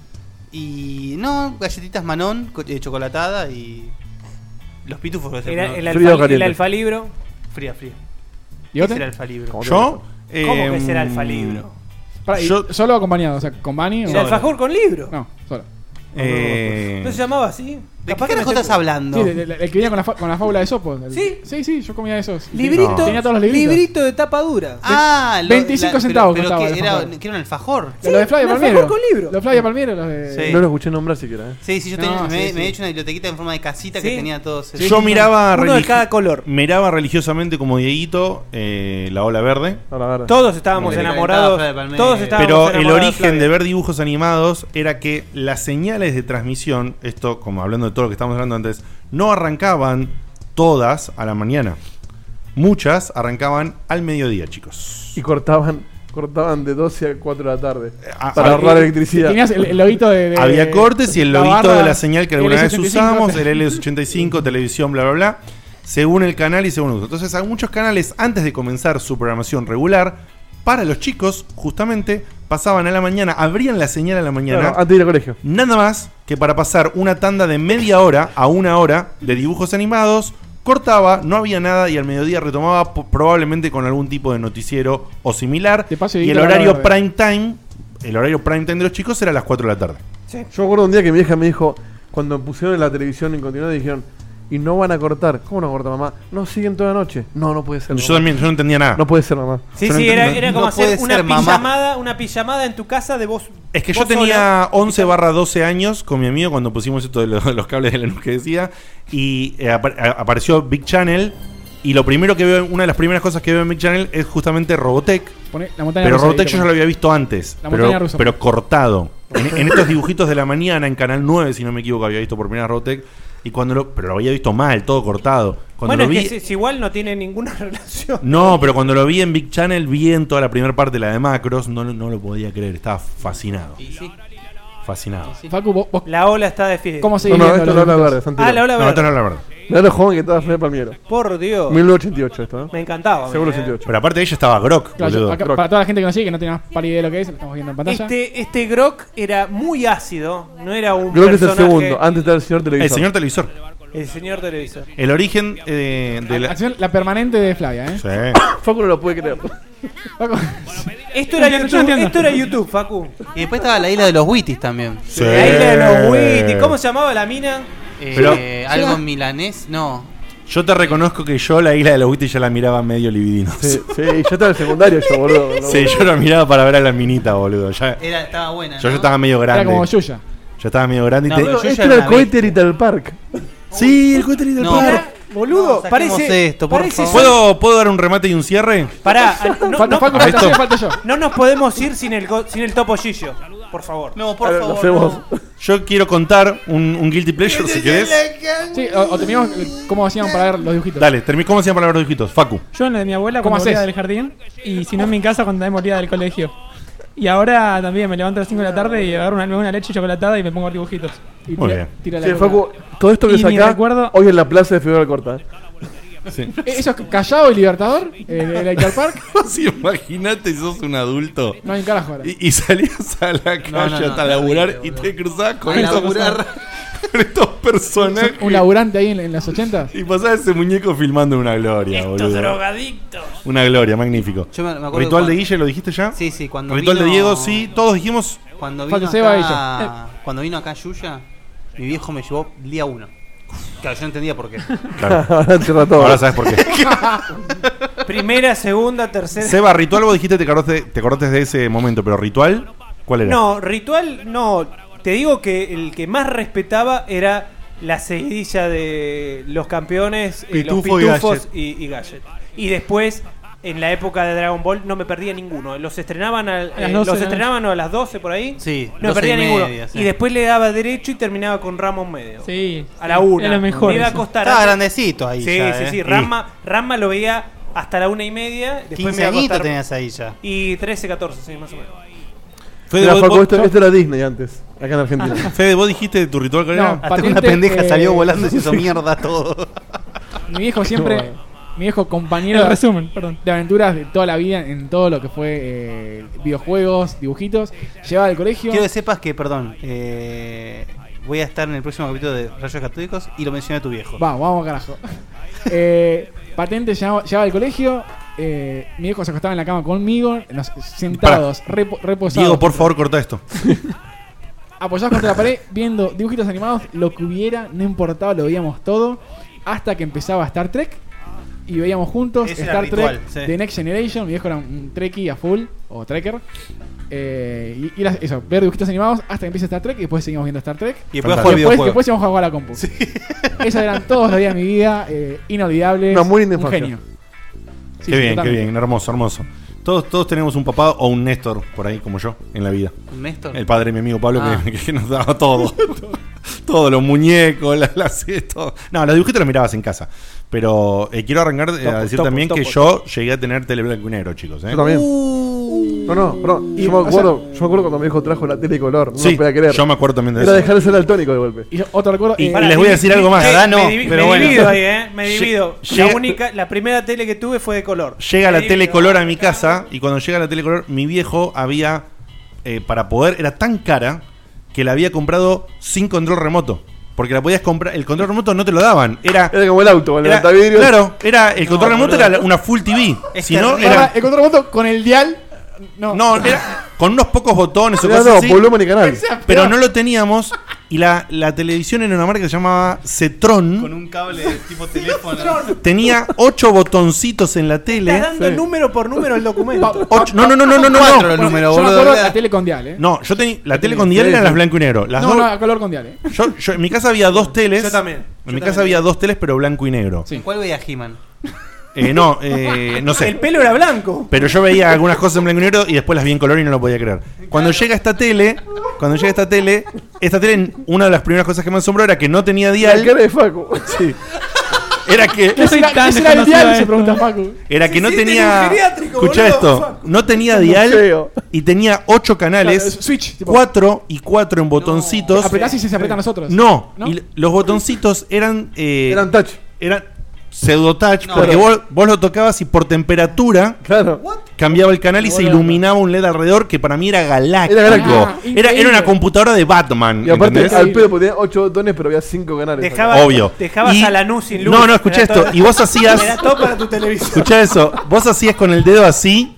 Y. No, galletitas Manón, co- eh, chocolatada y. Los pitufos que se Era ponen- el, Frío o alfa, el caliente. alfalibro. Fría, fría. ¿Y ¿Qué otro? será el falibro? Como ¿Yo? ¿Cómo Eh, que será alfalibro? Pará, y Yo- ¿Solo o acompañado? O sea, ¿con Bani o ¿El alfajor con libro? No, solo. Eh, ¿No se llamaba así? ¿De qué Capaz que carajo me estás estoy- hablando? Sí, de- de- el que venía con la, fa- con la fábula de Sopo. el- ¿Sí? Sí, sí, yo comía esos. Librito, Tenía todos los libritos. librito de tapa dura. Ah, lo- veinticinco la- centavos Pero, pero costaba que, el era, alfajor. que era un alfajor. Los de Flavia un Palmiero. alfajor con libro. Los de Flavia Palmiero, los de. Sí. No lo escuché nombrar siquiera, ¿eh? Sí, sí, yo No, tenía, sí, me, sí. me he hecho una bibliotequita en forma de casita Sí. que tenía todos. Sí, yo sí, miraba, Uno de religi- cada color. miraba religiosamente como Dieguito eh, la ola verde. Ahora, a ver. Todos estábamos Como que enamorados. calentaba Flavia Todos Palmiero. estábamos Pero el enamorados origen Flavia. de ver dibujos animados era que las señales de transmisión, esto como hablando de todo lo que estábamos hablando antes, no arrancaban todas a la mañana. Muchas arrancaban al mediodía, chicos. Y cortaban, cortaban de doce a cuatro de la tarde. Ah, para ah, ahorrar Y- electricidad. Tenías el, el loguito de, de- Había cortes y el la loguito barra de la señal que alguna L vez S ochenta y cinco. usamos, el L S ochenta y cinco, televisión, bla, bla, bla, según el canal y según el uso. Entonces, a muchos canales, antes de comenzar su programación regular, para los chicos, justamente, pasaban a la mañana, abrían la señal a la mañana, Claro, antes de ir al colegio. nada más que para pasar una tanda de media hora a una hora de dibujos animados, cortaba, no había nada y al mediodía retomaba po- probablemente con algún tipo de noticiero o similar. De paso, Y el Dieguito, la horario hora de- prime time, el horario prime time de los chicos era a las cuatro de la tarde. Yo me acuerdo un día que mi vieja me dijo, cuando pusieron en la televisión en continuidad dijeron, y no van a cortar. ¿Cómo no corta, mamá? No, siguen toda la noche. No, no puede ser. Yo también, yo no entendía nada. No puede ser, mamá. Sí, Yo sí, no era, entendí- era como no hacer puede una ser, mamá. pijamada, una pijamada en tu casa de vos. Es que yo vos tenía solo. once barra doce años con mi amigo cuando pusimos esto de los, de los cables de la luz que decía. Y eh, apa- a- apareció Big Channel. Y lo primero que veo, una de las primeras cosas que veo en Big Channel es justamente Robotech. Pone la montaña Pero rusa Robotech ahí, yo ya lo había visto antes. La montaña Pero, rusa. pero cortado. En, en estos dibujitos de la mañana, en Canal nueve, si no me equivoco, había visto por primera vez Robotech. Y cuando lo, pero lo había visto mal, todo cortado. Cuando Bueno, lo es vi, que si, si igual no tiene ninguna relación. no, pero cuando lo vi en Big Channel, vi en toda la primera parte, la de Macros, no, lo- no lo podía creer, estaba fascinado. Fascinado. Facu, vos, vos- La ola está de fiesta. ¿cómo No, seguís no, viendo esto los no habla dibujitos? verde, Santiago. Ah, la ola No, verde. esto no es la verdad. No era joven que estaba Fede Palmiero. Por Dios. mil novecientos ochenta y ocho esto, ¿eh? Me encantaba. Seguro eh. ochenta y ocho. Pero aparte de ella estaba Grok, Claro, yo- boludo. acá- para toda la gente que nos sigue, que no tiene más pálida idea de lo que es, lo estamos viendo en pantalla. Este, este Grok era muy ácido. No era un Creo que es el personaje. segundo. Antes estaba el señor televisor. El señor televisor. El señor televisor. El origen eh, de la... Acción, la permanente de Flavia, ¿eh? Sí. Facu no lo puede creer. Facu- Esto era Yo YouTube. entiendo. Esto era YouTube, Facu. Y después estaba la isla de los Wittis también. Sí. La isla de los Witty. ¿Cómo se llamaba la mina? Eh, Pero- algo milanés, no. Yo te reconozco que yo la isla de los Witty ya la miraba medio libidino. Sí, sí, y yo estaba en el secundario yo, boludo. No, Sí, yo la miraba para ver a la minita, boludo. Ya, Era, estaba buena. yo ya ¿no? estaba medio grande. Era como Yuya. Yo estaba medio grande y No, te- pero- Esto Yo ya era era el una cohete Little Park. Sí, el cohete del No, Park. Boludo, No, saquemos parece. esto, por parece favor. ¿Puedo, ¿Puedo dar un remate y un cierre? Pará, no, Falta no- Facu, a falta esto- yo, falta yo. no nos podemos ir sin el, go- sin el Topo Gillo. Por favor. No, por Ahora lo favor. hacemos. no. Yo quiero contar un, un guilty pleasure, si querés. Sí, o, o terminamos eh, cómo hacían para ver los dibujitos. Dale, termi- ¿cómo se llaman los dibujitos? Facu. Yo en la de mi abuela ¿Cómo cuando volvía haces? del jardín. Y si no en mi casa cuando también volvía del colegio. Y ahora también me levanto a las cinco de la tarde y agarro una, una leche chocolatada y me pongo a ver dibujitos. Y Muy tira- bien. tira la Sí, boca. Facu, todo esto que Y es mi acá, recuerdo- hoy en la plaza de Figueroa Corta. Sí. Eh, ¿Eso es Callao y Libertador? ¿El, el Aicar Park? Sí, imagínate, sos un adulto No hay un carajo ahora. y, y salías a la calle No, no, no, hasta laburar terrible, y boludo. te cruzabas con, A estos, laburar. con estos personajes. Un laburante ahí en, en las ochentas. Y pasaba ese muñeco filmando una gloria, Estos boludo. drogadictos. Una gloria, magnífico. Yo me, me acuerdo Ritual de cuando- Guille, ¿lo dijiste ya? Sí, sí, cuando Ritual de vino- Diego, sí, todos dijimos. Cuando vino Falta Seba y acá, cuando vino acá Yuya, mi viejo me llevó el día uno. Claro, yo no entendía por qué. Claro. Ahora cierra todo. Ahora sabes por qué. Primera, segunda, tercera. Seba, Ritual, vos dijiste te acordaste, te acordaste de ese momento, pero Ritual, ¿cuál era? No, Ritual, no. Te digo que el que más respetaba era la seguidilla de los campeones, eh, los Pitufo y pitufos Gadget. y, y Gadget. Y después, en la época de Dragon Ball, no me perdía ninguno. Los estrenaban, al- A las eh, doce los de la estrenaban a las doce por ahí. Sí, no me doce perdía y ninguno. media, sí. Y después le daba derecho y terminaba con Ramon medio. Sí. A la una. Era lo mejor. Me iba a eso. costar. Estaba grandecito ahí. Sí, ya, sí, eh. sí. Rama, Rama lo veía hasta la una y media. Después quince me iba a añitos costar. tenías ahí ya. Y trece, catorce, sí, más o menos. Fede, Mira, vos, Facu, vos- esto, esto era Disney antes, acá en Argentina. Fede, ¿vos dijiste tu ritual cuál era? No. Hasta que Patente, una pendeja eh, salió volando y se hizo mierda todo. Mi viejo siempre, mi viejo compañero El de, resumen, perdón. de aventuras de toda la vida en todo lo que fue eh, videojuegos, dibujitos. Llevaba al colegio. Quiero que sepas que, perdón, eh, voy a estar en el próximo capítulo de Rayos Católicos y lo mencioné a tu viejo. Vamos, vamos carajo. eh, patente llevaba, llevaba al colegio. Eh, mi viejo se acostaba en la cama conmigo, nos- sentados, repo- reposados. Diego, por favor, corta esto. Apoyados contra la pared, viendo dibujitos animados, lo que hubiera, no importaba, lo veíamos todo. Hasta que empezaba Star Trek. Y veíamos juntos Ese era Star ritual, Trek sí. The Next Generation. Mi viejo era un Trekkie a full, o Trekker. Eh, y, y era eso, ver dibujitos animados hasta que empiece Star Trek. Y después seguimos viendo Star Trek. Y después Fantástico. jugar Y después, videojuegos. después íbamos a jugar a la compu. Esos eran todos los días de mi vida, eh, inolvidables. Una muy linda un infancia. genio. Sí, qué sí, bien, qué totalmente. bien, hermoso, hermoso. Todos, todos tenemos un papá o un Néstor por ahí, como yo, en la vida. ¿Un Néstor? El padre de mi amigo Pablo Ah. que, que nos daba todo. Todos los muñecos, las, las todo. No, los dibujitos los mirabas en casa. Pero eh, quiero arrancar eh, a Topo, decir topo, también que topo, yo llegué a tener tele blanco y negro, chicos. ¿eh? Yo también. No, no, perdón. Y, Yo me o sea- acuerdo, yo me acuerdo cuando mi hijo trajo la tele de color. No Sí, me podía creer. yo me acuerdo también de Era eso. dejar de ser daltónico de golpe. Y yo, otro recuerdo. Y eh, les voy a decir algo más. Sí, Acá no, me, divi- pero me bueno. divido ahí, ¿eh? Me Lle- divido. llega- La única, la primera tele que tuve fue de color. Llega Me la divido. tele color a mi casa y cuando llega la tele color, mi viejo había, eh, para poder, era tan cara que la había comprado sin control remoto. Porque la podías comprar, el control remoto no te lo daban. Era, Era como el auto, con el era- levantadvidrios. claro, era, el control No, remoto boludo. era una full T V. Es Si no, terrible. Ahora, era, el control remoto con el dial. No, no, era con unos pocos botones o Era, cosas no, así. volumen y canal. O sea, Pero peor. no lo teníamos Y la, la televisión era una marca que se llamaba Cetron. Con un cable tipo teléfono. Tenía ocho botoncitos en la tele. Estás dando número por número el documento. Ocho- no, no, no, no, no, no. Cuatro no. el número, Yo me boludo. acuerdo la tele con dial, ¿eh? No, yo tenía la tele con dial eran las blanco y negro. Las no, dos- no, a color con dial, ¿eh? yo, yo- en mi casa había dos teles. Yo también. En Yo mi también. casa había dos teles, pero blanco y negro. Sí. ¿Cuál veía He-Man? Eh, no, eh, no sé. El pelo era blanco. Pero yo veía algunas cosas en blanco y negro y después las vi en color y no lo podía creer. Cuando llega esta tele, cuando llega esta tele, esta tele, una de las primeras cosas que me asombró era que no tenía La dial. cara de Facu. Sí. Era que ¿Qué será, ¿qué será el dial? Se pregunta Facu. era que no Se siente en tenía. un geriátrico, Escucha boludo, esto, Facu. no tenía Un dial museo. y tenía ocho canales, Claro, switch, tipo. cuatro y cuatro en botoncitos. Apretás y se apretan los otros. No, ¿No? y l- los botoncitos eran eh, Eran touch. eran pseudo touch No. porque Claro. vos, vos lo tocabas y por temperatura Claro. cambiaba el canal y se Bueno, iluminaba un L E D alrededor que para mí era galáctico. Era galáctico. Ah, era, era increíble. una computadora de Batman. Y aparte, ¿entendés? al pedo porque tenía ocho botones, pero había cinco canales. Dejaba, Obvio. Dejabas Y- a la luz sin luz. No, no, escuchá Era esto. todo- Y vos hacías. Era todo para tu televisión. Escuchá eso. Vos hacías con el dedo así.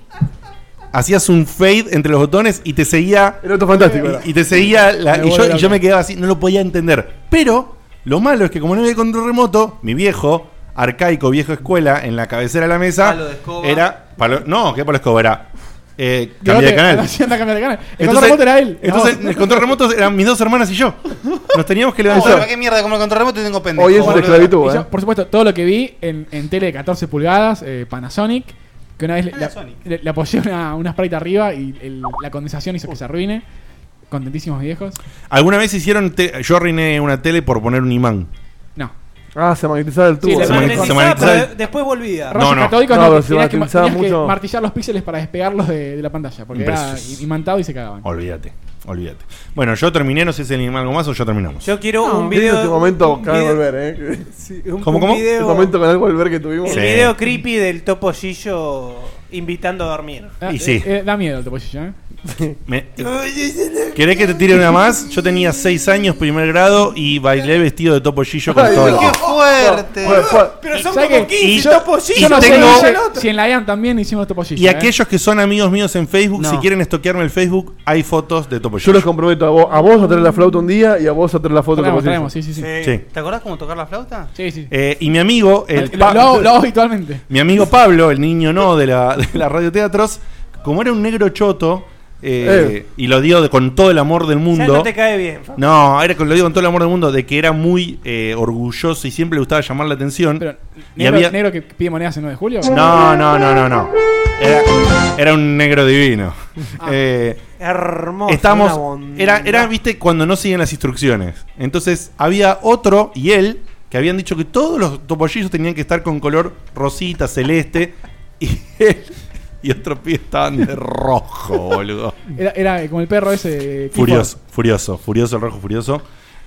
Hacías un fade entre los botones y te seguía. Era auto fantástico. era. Y, y te seguía. la- Me y, yo, vuelve y yo loco. me quedaba así. No lo podía entender. Pero lo malo es que como no había control remoto, mi viejo, arcaico, viejo escuela, en la cabecera de la mesa. Palo de escoba. Era. palo- no, ¿qué palo de escoba? Era. Eh, cambié de canal. Anda a cambiar de canal. El Entonces- control remoto era él. Entonces, No. el control remoto eran mis dos hermanas y yo. Nos teníamos que No, levantar. ¿para qué mierda como el control remoto y tengo pendejo? Hoy es una boludo? esclavitud, Y ¿eh? yo, por supuesto, todo lo que vi en, en tele de catorce pulgadas, eh, Panasonic, que una vez le, Panasonic. le- le apoyé una, una Sprite arriba y el- la condensación hizo que se arruine. Contentísimos viejos. ¿Alguna vez hicieron. te- yo arruiné una tele por poner un imán? No. Ah, se magnetizaba el tubo. Sí, Se Se magnetizaba, se magnetizaba. pero de- después volvía. Rayos no. catódicos No, no, pero se tenías, que, magnetizaba tenías que mucho. martillar los píxeles para despegarlos de, de la pantalla, porque era Impresionante. imantado y se cagaban. Olvídate, olvídate. Bueno, yo terminé, no sé si hay algo más o ya terminamos. Yo quiero No, un Video, video. este momento, un Canal video- Volver, ¿eh? sí, un- ¿Cómo, un cómo? El video- momento Canal Volver que tuvimos. El Sí. video creepy del Topo Gillo invitando a dormir. Ah, Y sí. eh, eh, da miedo el topollillo, ¿eh? Me- ¿Querés que te tire una más? Yo tenía seis años, primer grado, y bailé vestido de topollillo con Ay, todo. no. ¡Qué fuerte! Fue- fue- Pero son ¿Sabes como qué? quince Y yo- Topo Gillo. Yo no sé tengo- Guille, si en la I A M también hicimos topollillo. Y ¿eh? aquellos que son amigos míos en Facebook, No. si quieren estoquearme el Facebook, hay fotos de Yo topollillo. los comprometo a vos, a vos a traer la flauta un día y a vos a traer la foto de Traemos, la traemos, sí, sí, sí. Sí. ¿Te acordás cómo tocar la flauta? Sí, sí. Eh, y mi amigo, el Lo, Pa- lo hago, lo hago habitualmente. mi amigo Pablo, el niño no de la, de la radioteatros, como era un negro choto, eh, y lo dio de- con todo el amor del Ya mundo. no te cae bien. Facu. No, era con lo digo con todo el amor del mundo, de que era muy eh, orgulloso y siempre le gustaba llamar la atención. Pero, y negro, había... negro que pide monedas el nueve de julio. No, no, no, no, no. Era, era un negro divino. Ah. Eh, Hermoso. una estamos. bondad. Era, era, viste, cuando no siguen las instrucciones. Entonces había otro y él que habían dicho que todos los topollillos tenían que estar con color rosita, celeste. Y él y otros pies estaban de rojo, boludo. Era, era como el perro ese. Clifford. Furioso, furioso, furioso, el rojo furioso.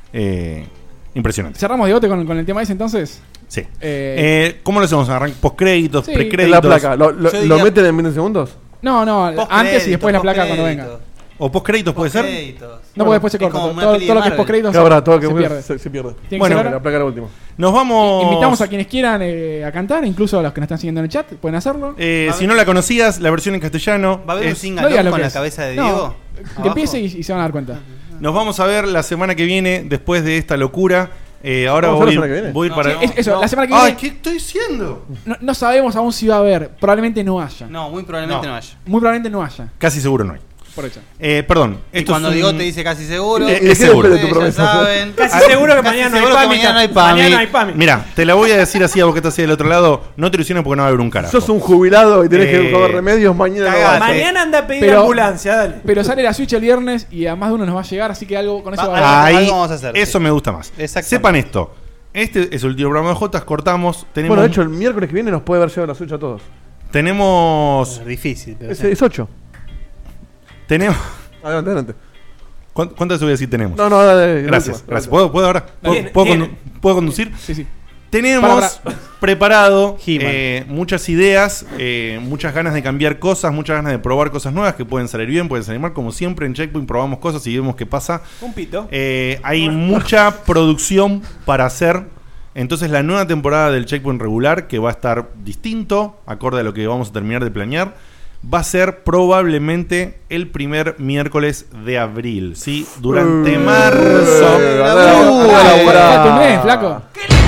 Eh, impresionante. Cerramos de bote con, con el tema ese entonces. Sí. Eh, Eh, ¿Cómo lo hacemos? ¿Arran- ¿Postcréditos? Sí. En ¿Precréditos? la placa. ¿Lo, lo, Yo lo diría- meten en veinte segundos? no, no, Postcrédito, antes y después la placa cuando venga. postcrédito, ¿O postcréditos puede ser? postcréditos. No, porque después se Es corta. como Todo, una todo, peli de todo lo que es Marvel. postcrédito Que habrá, todo que se pierde. se, se pierde. Tiene que Bueno, ser La ahora. placa era última. Nos vamos. Invitamos a quienes quieran eh, a cantar, incluso a los que nos están siguiendo en el chat, pueden hacerlo. Eh, Va a si no la conocías, la versión en castellano. ¿Va a haber un es- No digas singalón lo con que la es. cabeza de No, Diego? que ¿Abajo? empiece y, y se van a dar cuenta. Nos vamos a ver la semana que viene, después de esta locura. Eh, ahora ¿Vamos a ver voy, la semana que viene? voy a ir No, para. sí, Es- eso, No. la semana que Ay, viene ¿qué estoy diciendo? no, no sabemos aún si va a haber. Probablemente no haya. No, muy probablemente No. no, haya. Muy probablemente no haya. Casi seguro no hay. Por eso. Eh, perdón. Y esto cuando es un- Diego te dice casi seguro, Eh, ¿Y de es qué seguro. depende tu ustedes ya promesa? saben. Casi Ah, seguro que casi mañana no hay seguro que PAMI. mañana no hay PAMI. Mañana no hay PAMI. Mira, te la voy a decir así a vos que estás así del otro lado. No te ilusiones porque no va a haber un carajo. Sos un jubilado y tenés Eh, que buscar remedios mañana. no cagate. vas. Mañana anda a pedir Pero- ambulancia, dale. Pero sale la Switch el viernes y a más de uno nos va a llegar, así que algo con eso Va- va a haber. Ahí, Algo vamos a hacer, eso sí. me gusta más. Exactamente. Sepan esto. Este es el último programa de Jotas. Cortamos. Tenemos. Bueno, de hecho, el miércoles que viene nos puede haber llegado la Switch a todos. tenemos. Es difícil, pero Es, sí. es ocho. Tenemos. Adelante, adelante. ¿Cuán- ¿Cuántas voy a decir tenemos? No, no, dale, la Gracias, última. gracias. ¿Puedo, puedo ahora? ¿Puedo, Tiene, puedo tiene. condu- ¿puedo conducir? Sí, sí. Tenemos Para, preparado He-Man. eh, muchas ideas, eh, muchas ganas de cambiar cosas, muchas ganas de probar cosas nuevas que pueden salir bien, pueden salir mal. Como siempre en Checkpoint probamos cosas y vemos qué pasa. Un pito. Eh, hay mucha producción para hacer. Entonces la nueva temporada del Checkpoint regular, que va a estar distinto, acorde a lo que vamos a terminar de planear, va a ser probablemente el primer miércoles de abril, ¿sí? Durante marzo. flaco.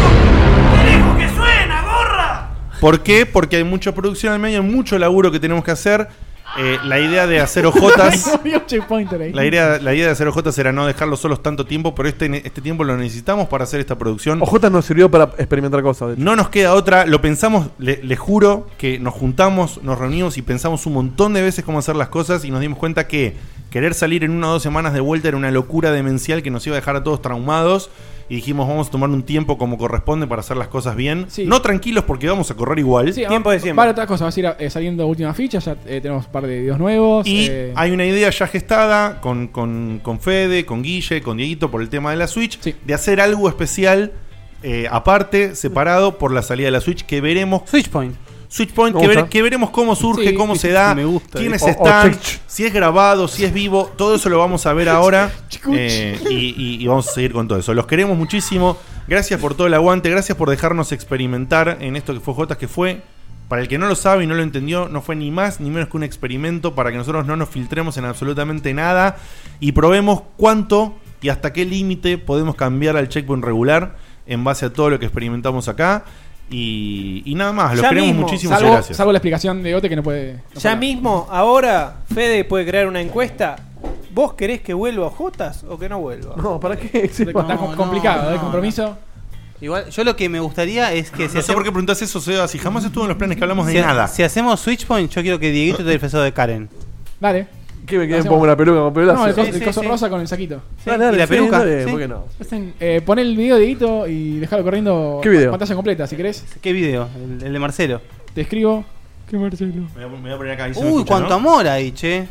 ¡Que suena, gorra! ¿Por qué? Porque hay mucha producción al medio, mucho laburo que tenemos que hacer. Eh, la idea de hacer ojotas la idea, la idea de hacer ojotas era no dejarlos solos tanto tiempo, pero este, este tiempo lo necesitamos para hacer esta producción. Ojotas nos sirvió para experimentar cosas, de hecho. No nos queda otra, lo pensamos, le, le juro que nos juntamos, nos reunimos y pensamos un montón de veces cómo hacer las cosas y nos dimos cuenta que querer salir en una o dos semanas de vuelta era una locura demencial que nos iba a dejar a todos traumados. Y dijimos, vamos a tomar un tiempo como corresponde para hacer las cosas bien. Sí. No tranquilos porque vamos a correr igual. Sí, tiempo de siempre. Vale, otra cosa, va a ir eh, saliendo última ficha, ya eh, tenemos un par de videos nuevos. Y eh, hay una idea ya gestada con, con, con Fede, con Guille, con Dieguito por el tema de la Switch, sí. de hacer algo especial eh, aparte, separado por la salida de la Switch, que veremos. Switch Point. Switch Point, que, ver, que veremos cómo surge, sí, cómo sí, se da, me gusta, quiénes o, están, o si es grabado, si es vivo, todo eso lo vamos a ver ahora eh, y, y, y vamos a seguir con todo eso. Los queremos muchísimo, gracias por todo el aguante, gracias por dejarnos experimentar en esto que fue Jotas, que fue, para el que no lo sabe y no lo entendió, no fue ni más ni menos que un experimento para que nosotros no nos filtremos en absolutamente nada y probemos cuánto y hasta qué límite podemos cambiar al checkpoint regular en base a todo lo que experimentamos acá. Y, y nada más, los Ya queremos mismo, muchísimo. salvo, Gracias. salvo la explicación de Ote que no puede. No Ya puede. mismo, ahora, Fede puede crear una encuesta. ¿Vos querés que vuelva a Jotas o que no vuelva? No, ¿para qué? Sí, está no, complicado, no, ¿eh? Compromiso. Igual, yo lo que me gustaría es que No si sé hacemos, por qué preguntás eso, Seba, si jamás estuvo en los planes que hablamos de si, nada. si hacemos Switch Point, yo quiero que Dieguito te disfrazado de Karen. Dale. ¿Qué me queden? Pongo una peluca con pelazo. No, el, coso, Sí, el sí, coso sí. rosa con el saquito. Dale, dale, y la sí, peluca, dale, sí. ¿por qué no? Eh, pon el video de Hito y déjalo corriendo. ¿Qué video? Pantalla completa, si querés. ¿Qué video? El, el de Marcelo. Te escribo. ¿Qué Marcelo? Me voy a- me voy a poner acá. ahí se me Uy, escucha, cuánto ¿no? amor ahí, che.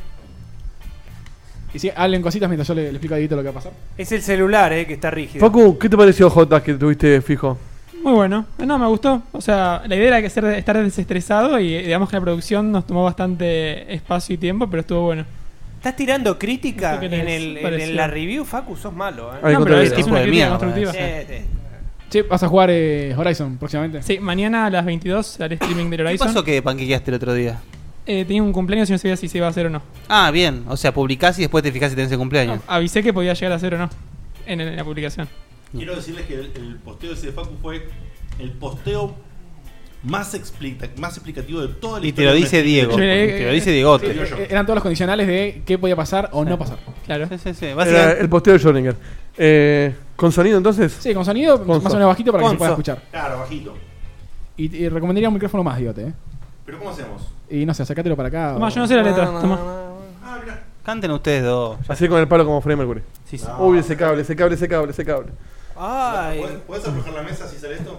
Y si hablen cositas mientras yo le, le explico a Dieguito lo que va a pasar. Es el celular, eh, que está rígido. Facu, ¿qué te pareció Jotas que tuviste fijo? Muy bueno. No, me gustó. O sea, la idea era que ser, estar desestresado y digamos que la producción nos tomó bastante espacio y tiempo, pero estuvo bueno. ¿Estás tirando crítica ¿Esto qué en, les el, en pareció? el- la review, Facu? Sos malo, eh. Ay, No, pero es, contrario. es una de crítica mierda, constructiva. Sí, sí. Che, vas a jugar eh, Horizon próximamente. Sí, mañana a las veintidós al streaming del ¿Qué Horizon. pasó que panquequeaste el otro día? Eh, tenía un cumpleaños y no sabía si se iba a hacer o no. Ah, bien. O sea, publicás y después te fijás si tenés el cumpleaños. No, avisé que podía llegar a hacer o no en, en la publicación. Quiero decirles que el, el posteo ese de Facu fue el posteo más, explica, más explicativo de toda la Y te historia lo de dice Netflix. Diego. Eh, Te lo dice Diegote. Eh, eh, eran todos los condicionales de qué podía pasar o Sí. no pasar. Claro. Sí, sí, sí. Era Básicamente, el posteo de Schrödinger. Eh, ¿Con sonido entonces? Sí, con sonido Conso. más o menos bajito para que se Conso. pueda escuchar. Claro, bajito. Y, y recomendaría un micrófono más, Diote, ¿eh? ¿Pero cómo hacemos? Y no sé, sacátelo para acá. Tomá, o- yo no sé la letra. Toma. Ah, mirá. canten ustedes dos. Ya- Así con el palo como Freddie Mercury. Sí, sí. Uy, ese cable, ese cable, ese cable, ese cable. Ay. ¿Puedes- ¿Puedes aflojar la mesa si sale esto?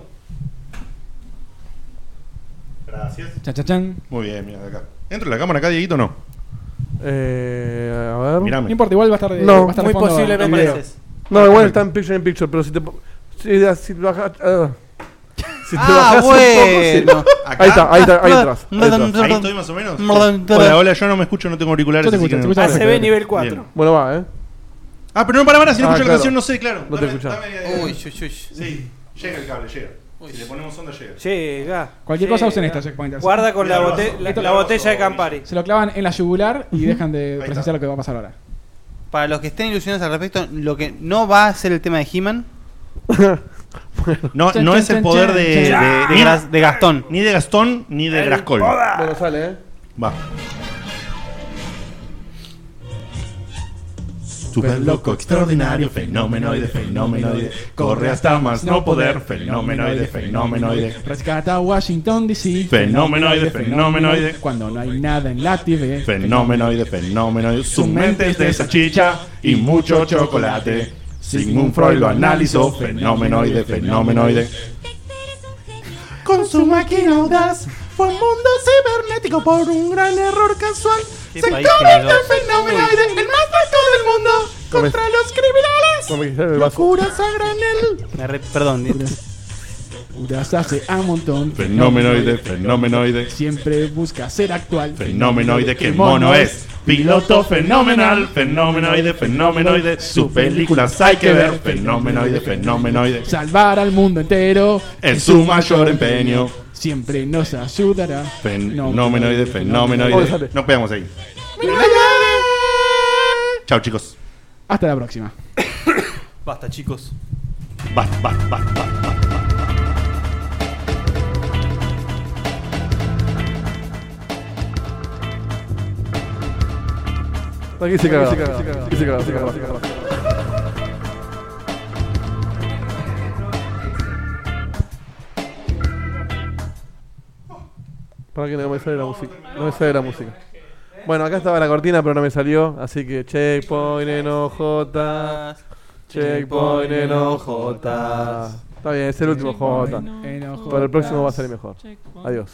Gracias. Chan, chan, chan. Muy bien, mira acá. ¿Entro en la cámara acá, Dieguito, o no? Eh, a ver. Mirame. No importa, igual va a estar de, No, va a estar muy de fondo posiblemente. el video. Pareces. No, igual está en picture in picture, pero si te. po- Si, si te bajas. ah. si te Ah, bajas un poco, sí. bueno. ¿Acá? Ahí está, ahí está, ahí atrás. Ahí atrás. Ahí estoy más o menos. Hola, Hola, hola, yo no me escucho, no tengo auriculares. Yo te así escucho, que te no- escucho. A C B nivel cuatro. Bien. Bueno, va, eh. Ah, pero no, para, para, si no Ah, escucho claro. la canción, no sé, claro. No te Dame- escuchás. dame ahí, ahí. Uy, uy, uy. Sí, llega el cable, llega. Si le ponemos onda, llega. Llega. Cualquier llega. cosa usen esta checkpointers. Guarda con la, Mira, bote- brazo. la, Esto la es botella brazo, de Campari. Se lo clavan en la yugular y dejan de está. presenciar lo que va a pasar ahora. Para los que estén ilusionados al respecto, lo que no va a ser el tema de He-Man, No, Chan, no chan, es el chan, poder chan, de, de, chan. de, de Gras- de Gastón. ni de Gastón ni de Grascol. Bueno, sale, eh. Va. Super loco, extraordinario, fenomenoide, fenomenoide. Corre hasta más no poder, fenomenoide, fenomenoide. Rescata a Washington D C. Fenomenoide, fenomenoide. Cuando no hay nada en la T V. Fenomenoide, fenomenoide. Su mente es de salchicha y mucho chocolate. Sigmund Freud lo analizó, fenomenoide, fenomenoide. Con su máquina audaz fue un mundo cibernético por un gran error casual. Qué Se país convierte generoso. en fenomenoide, el más alto del mundo. Contra los criminales. No me quitaron el vaso. Locuras a granel. Me re- Perdón, Dieto. Uras hace a montón. Fenomenoide, fenomenoide. Siempre busca ser actual. Fenomenoide, que mono es. Piloto fenomenal, fenomenoide, fenomenoide. Sus películas hay que ver. Fenomenoide, fenomenoide. Salvar al mundo entero. En su mayor empeño. siempre nos ayudará. Fenomenoide, fenomenoide. Nos pegamos ahí. Chao, chicos. Hasta la próxima. Basta, chicos. Basta, basta, basta, basta. Aquí se caga. Aquí se caga. Aquí se caga. Aquí se caga. Aquí se caga. Para que no me sale la música. No me sale la música. Bueno, acá estaba la cortina, pero no me salió. Así que checkpoint en O J. Checkpoint en O J. Está bien, es el último J. Para el próximo va a salir mejor. Adiós.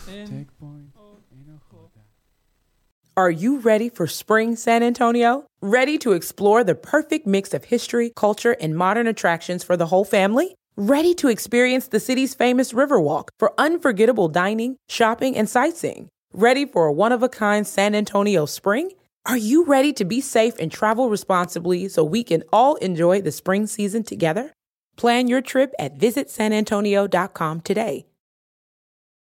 Are you ready for spring, San Antonio? Ready to explore the perfect mix of history, culture, and modern attractions for the whole family? Ready to experience the city's famous Riverwalk for unforgettable dining, shopping, and sightseeing? Ready for a one-of-a-kind San Antonio spring? Are you ready to be safe and travel responsibly so we can all enjoy the spring season together? Plan your trip at visit san antonio dot com today.